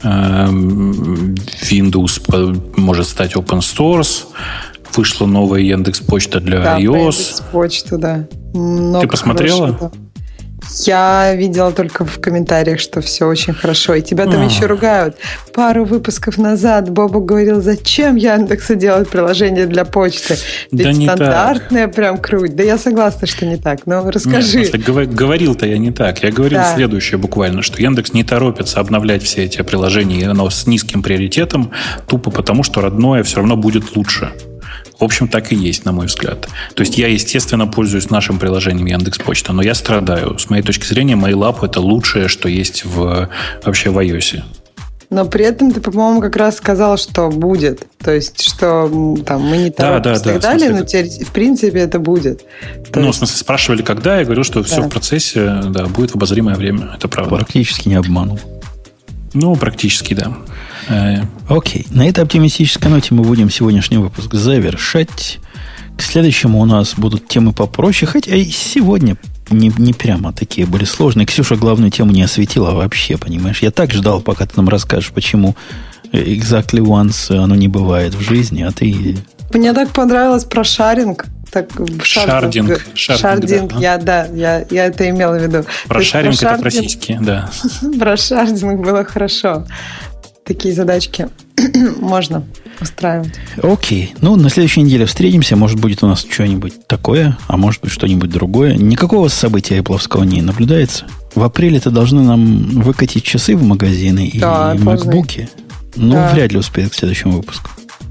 Windows может стать open source. Вышла новая Яндекс.Почта для iOS. Яндекс.Почту, да. Много Ты посмотрела? Хорошего. Я видела только в комментариях, что все очень хорошо. И тебя там еще ругают. Пару выпусков назад Бобук говорил, зачем Яндексу делать приложение для почты? Ведь да стандартная прям круть. Да я согласна, что не так. Но расскажи. Нет, говорил-то я не так. Я говорил следующее буквально, что Яндекс не торопится обновлять все эти приложения, но с низким приоритетом, тупо потому, что родное все равно будет лучше. В общем, так и есть, на мой взгляд. То есть я, естественно, пользуюсь нашим приложением Яндекс.Почта, но я страдаю. С моей точки зрения, MailUp – это лучшее, что есть вообще в iOS. Но при этом ты, по-моему, как раз сказал, что будет. То есть, что там, мы не торопимся и так далее, но теперь, в принципе, это будет. В смысле, спрашивали, когда, я говорил, что все в процессе, будет в обозримое время. Это правда. Практически не обманул. Практически, да. Окей. На этой оптимистической ноте мы будем сегодняшний выпуск завершать. К следующему у нас будут темы попроще, хотя и сегодня не прямо такие были сложные. Ксюша главную тему не осветила вообще, понимаешь? Я так ждал, пока ты нам расскажешь, почему exactly once оно не бывает в жизни, а ты... Мне так понравилось про шаринг. Шардинг. Да. Я это имела в виду. Про шаринг это по-российски, да. Про шардинг было хорошо. Такие задачки можно устраивать. Окей. Ну, на следующей неделе встретимся. Может, будет у нас что-нибудь такое, а может быть, что-нибудь другое. Никакого события Apple-овского не наблюдается. В апреле-то должны нам выкатить часы в магазины и макбуки. Ну, вряд ли успеют к следующему выпуску.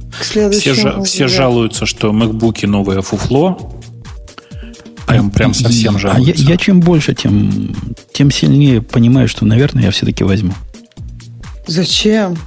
Все жалуются, что макбуки новое фуфло. Прям совсем жалуются. Я чем больше, тем сильнее понимаю, что, наверное, я все-таки возьму. Зачем?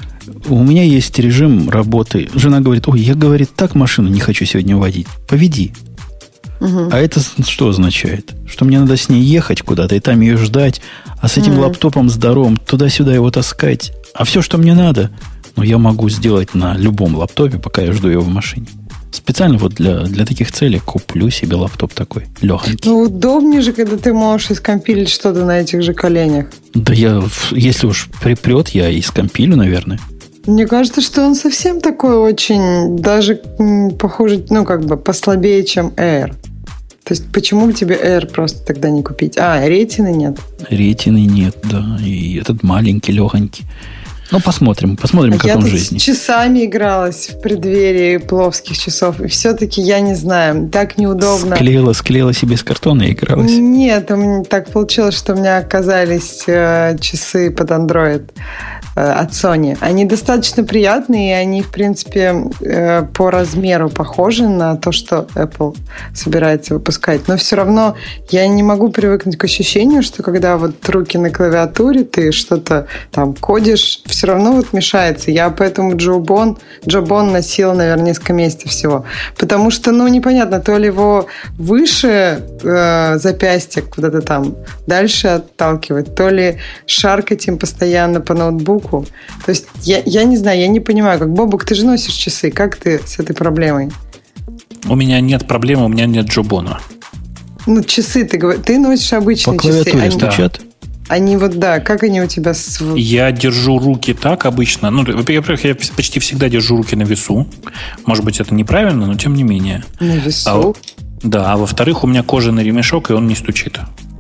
У меня есть режим работы. Жена говорит, я, говорит, так машину не хочу сегодня водить. Поведи. Угу. А это что означает? Что мне надо с ней ехать куда-то и там ее ждать, а с этим лаптопом здоровым туда-сюда его таскать. А все, что мне надо, я могу сделать на любом лаптопе, пока я жду его в машине. Специально вот для таких целей куплю себе лаптоп такой, легонький. Удобнее же, когда ты можешь искомпилить что-то на этих же коленях. Да если уж припрет, я и скомпилю, наверное. Мне кажется, что он совсем такой очень, даже похоже, послабее, чем Air. То есть, почему бы тебе Air просто тогда не купить? Ретины нет. Ретины нет, да. И этот маленький, легонький. Посмотрим, как он в жизни. Я с часами игралась в преддверии пловских часов, и все-таки, я не знаю, так неудобно. Склеила себе с картона и игралась? Нет, так получилось, что у меня оказались часы под Android от Sony. Они достаточно приятные, и они, в принципе, по размеру похожи на то, что Apple собирается выпускать. Но все равно я не могу привыкнуть к ощущению, что когда вот руки на клавиатуре, ты что-то там кодишь, все равно мешается. Я поэтому Джобон носила, наверное, несколько месяцев всего. Потому что, непонятно, то ли его выше запястья куда-то там дальше отталкивать, то ли шаркать им постоянно по ноутбуку. То есть я не знаю, я не понимаю, как Бобук, ты же носишь часы, как ты с этой проблемой? У меня нет проблемы, у меня нет Джобона. Часы, ты носишь обычные часы. По клавиатуре стучат? Они как они у тебя? Я держу руки так обычно. Во-первых, я почти всегда держу руки на весу. Может быть, это неправильно, но тем не менее. На весу? А во-вторых, у меня кожаный ремешок, и он не стучит.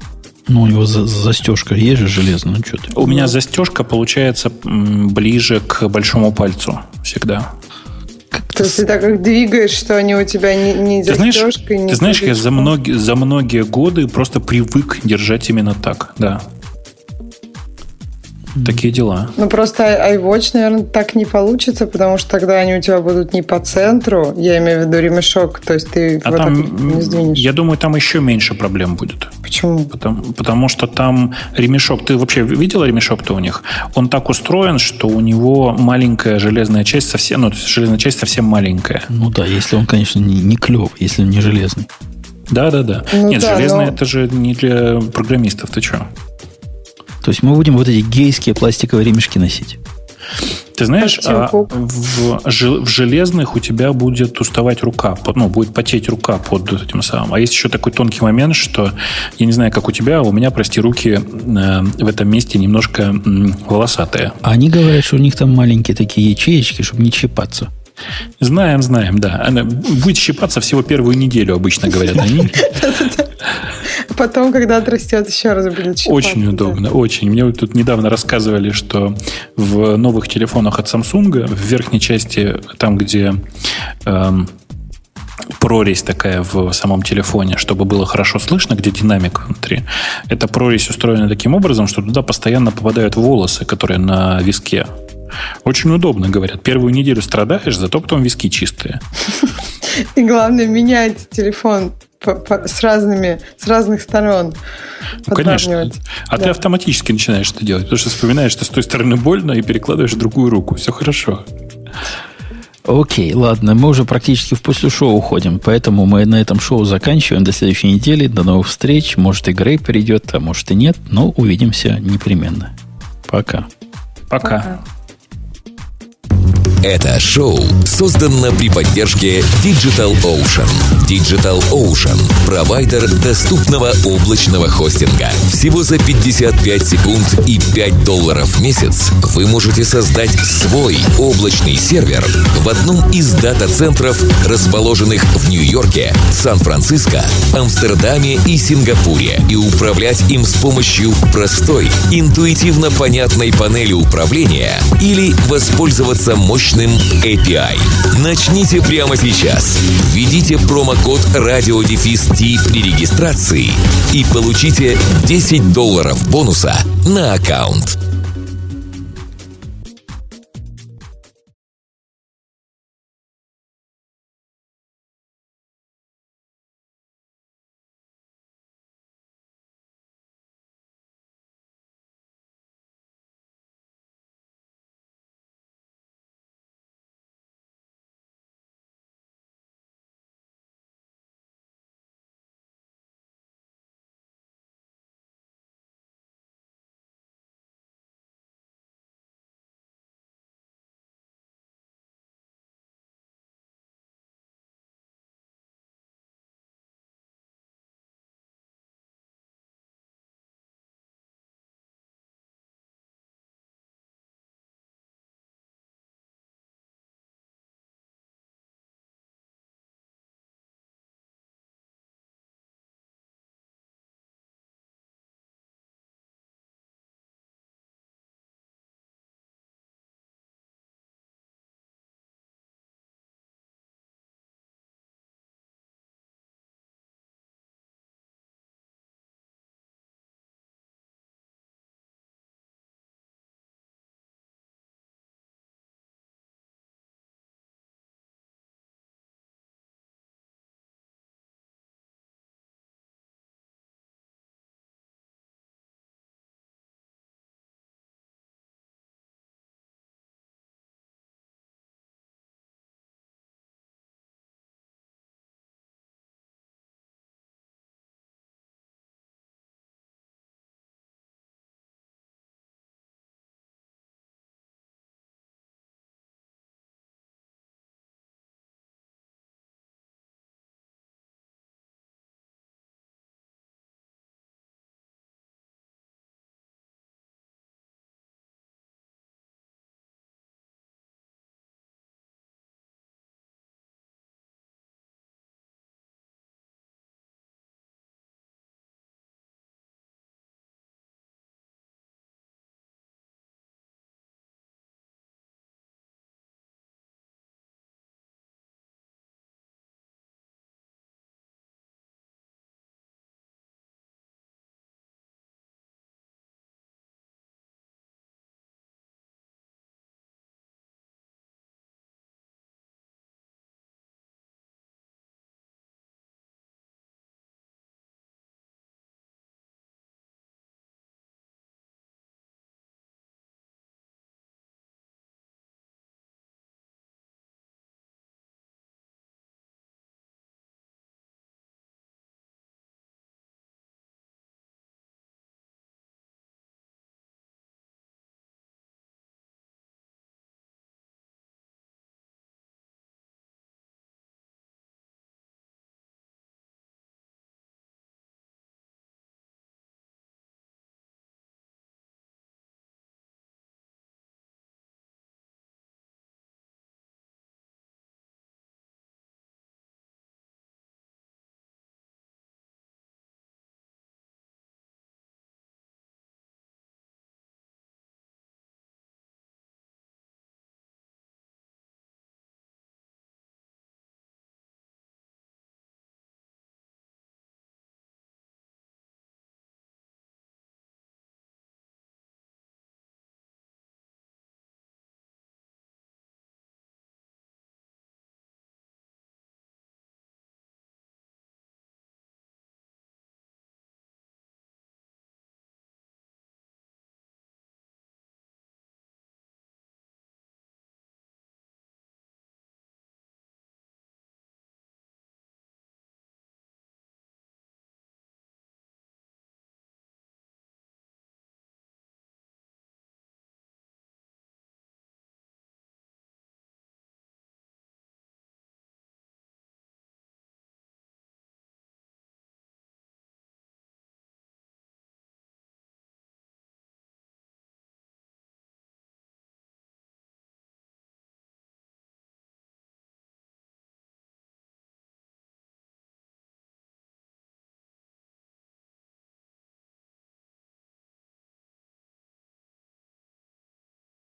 У него застежка есть же железная, что ты? У меня застежка получается ближе к большому пальцу всегда. То есть ты так как двигаешь, что они у тебя не застежкой, не... Ты знаешь, я за многие годы просто привык держать именно так, да. Такие дела. Просто iWatch, наверное, так не получится, потому что тогда они у тебя будут не по центру, я имею в виду ремешок, то есть ты его так не сдвинешь. Я думаю, там еще меньше проблем будет. Почему? Потому что там ремешок... Ты вообще видела ремешок-то у них? Он так устроен, что у него маленькая железная часть совсем... железная часть совсем маленькая. Если он, конечно, не клевый, если он не железный. Да. Нет, железный это же не для программистов, ты что? То есть мы будем вот эти гейские пластиковые ремешки носить. Ты знаешь, в железных у тебя будет уставать рука, будет потеть рука под этим самым. А есть еще такой тонкий момент, что, я не знаю, как у тебя, у меня, руки в этом месте немножко волосатые. А они говорят, что у них там маленькие такие ячеечки, чтобы не щипаться. Знаем, да. Она будет щипаться всего первую неделю, обычно говорят они. Потом, когда отрастет, еще раз будет щипаться. Очень удобно, очень. Мне тут недавно рассказывали, что в новых телефонах от Samsung в верхней части, там, где прорезь такая в самом телефоне, чтобы было хорошо слышно, где динамик внутри, эта прорезь устроена таким образом, что туда постоянно попадают волосы, которые на виске. Очень удобно, говорят. Первую неделю страдаешь, зато потом виски чистые. И главное, менять телефон с разных сторон. Конечно. Ты автоматически начинаешь это делать, потому что вспоминаешь, что с той стороны больно, и перекладываешь в другую руку. Все хорошо. Окей, ладно, мы уже практически в после шоу уходим, поэтому мы на этом шоу заканчиваем до следующей недели. До новых встреч. Может, и Грей придет, а может и нет, но увидимся непременно. Пока. Пока. Это шоу создано при поддержке Digital Ocean. Digital Ocean – провайдер доступного облачного хостинга. Всего за 55 секунд и $5 в месяц вы можете создать свой облачный сервер в одном из дата-центров, расположенных в Нью-Йорке, Сан-Франциско, Амстердаме и Сингапуре, и управлять им с помощью простой, интуитивно понятной панели управления или воспользоваться мощным API. Начните прямо сейчас. Введите промокод RadioDefist при регистрации и получите $10 бонуса на аккаунт.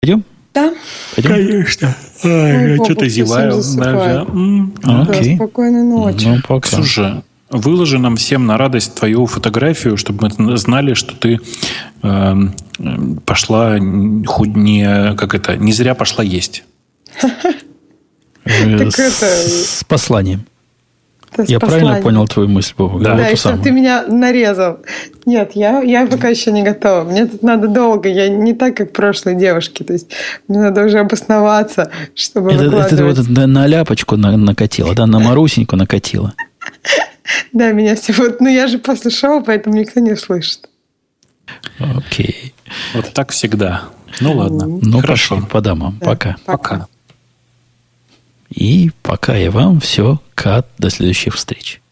Пойдем? Да. Пойдем? Конечно. Ой, Я что-то зеваю. засыпаю. Окей. Да, спокойной ночи. Ну, пока. Слушай, выложи нам всем на радость твою фотографию, чтобы мы знали, что ты пошла не зря пошла есть. С посланием. Я С правильно посланием. понял твою мысль, Богу? Да. Да, и чтобы ты меня нарезал. Нет, я пока еще не готова. Мне тут надо долго. Я не так, как прошлые девушки. То есть мне надо уже обосноваться, чтобы Это выкладывать. ты вот на ляпочку накатила, да, на Марусеньку накатила. Да, меня все... Вот, я же после шоу, поэтому никто не слышит. Окей. Вот так всегда. Ну ладно. Ну, Хорошо. пошли по домам. Да. Пока. Пока. И пока и вам все. Кат. До следующих встреч.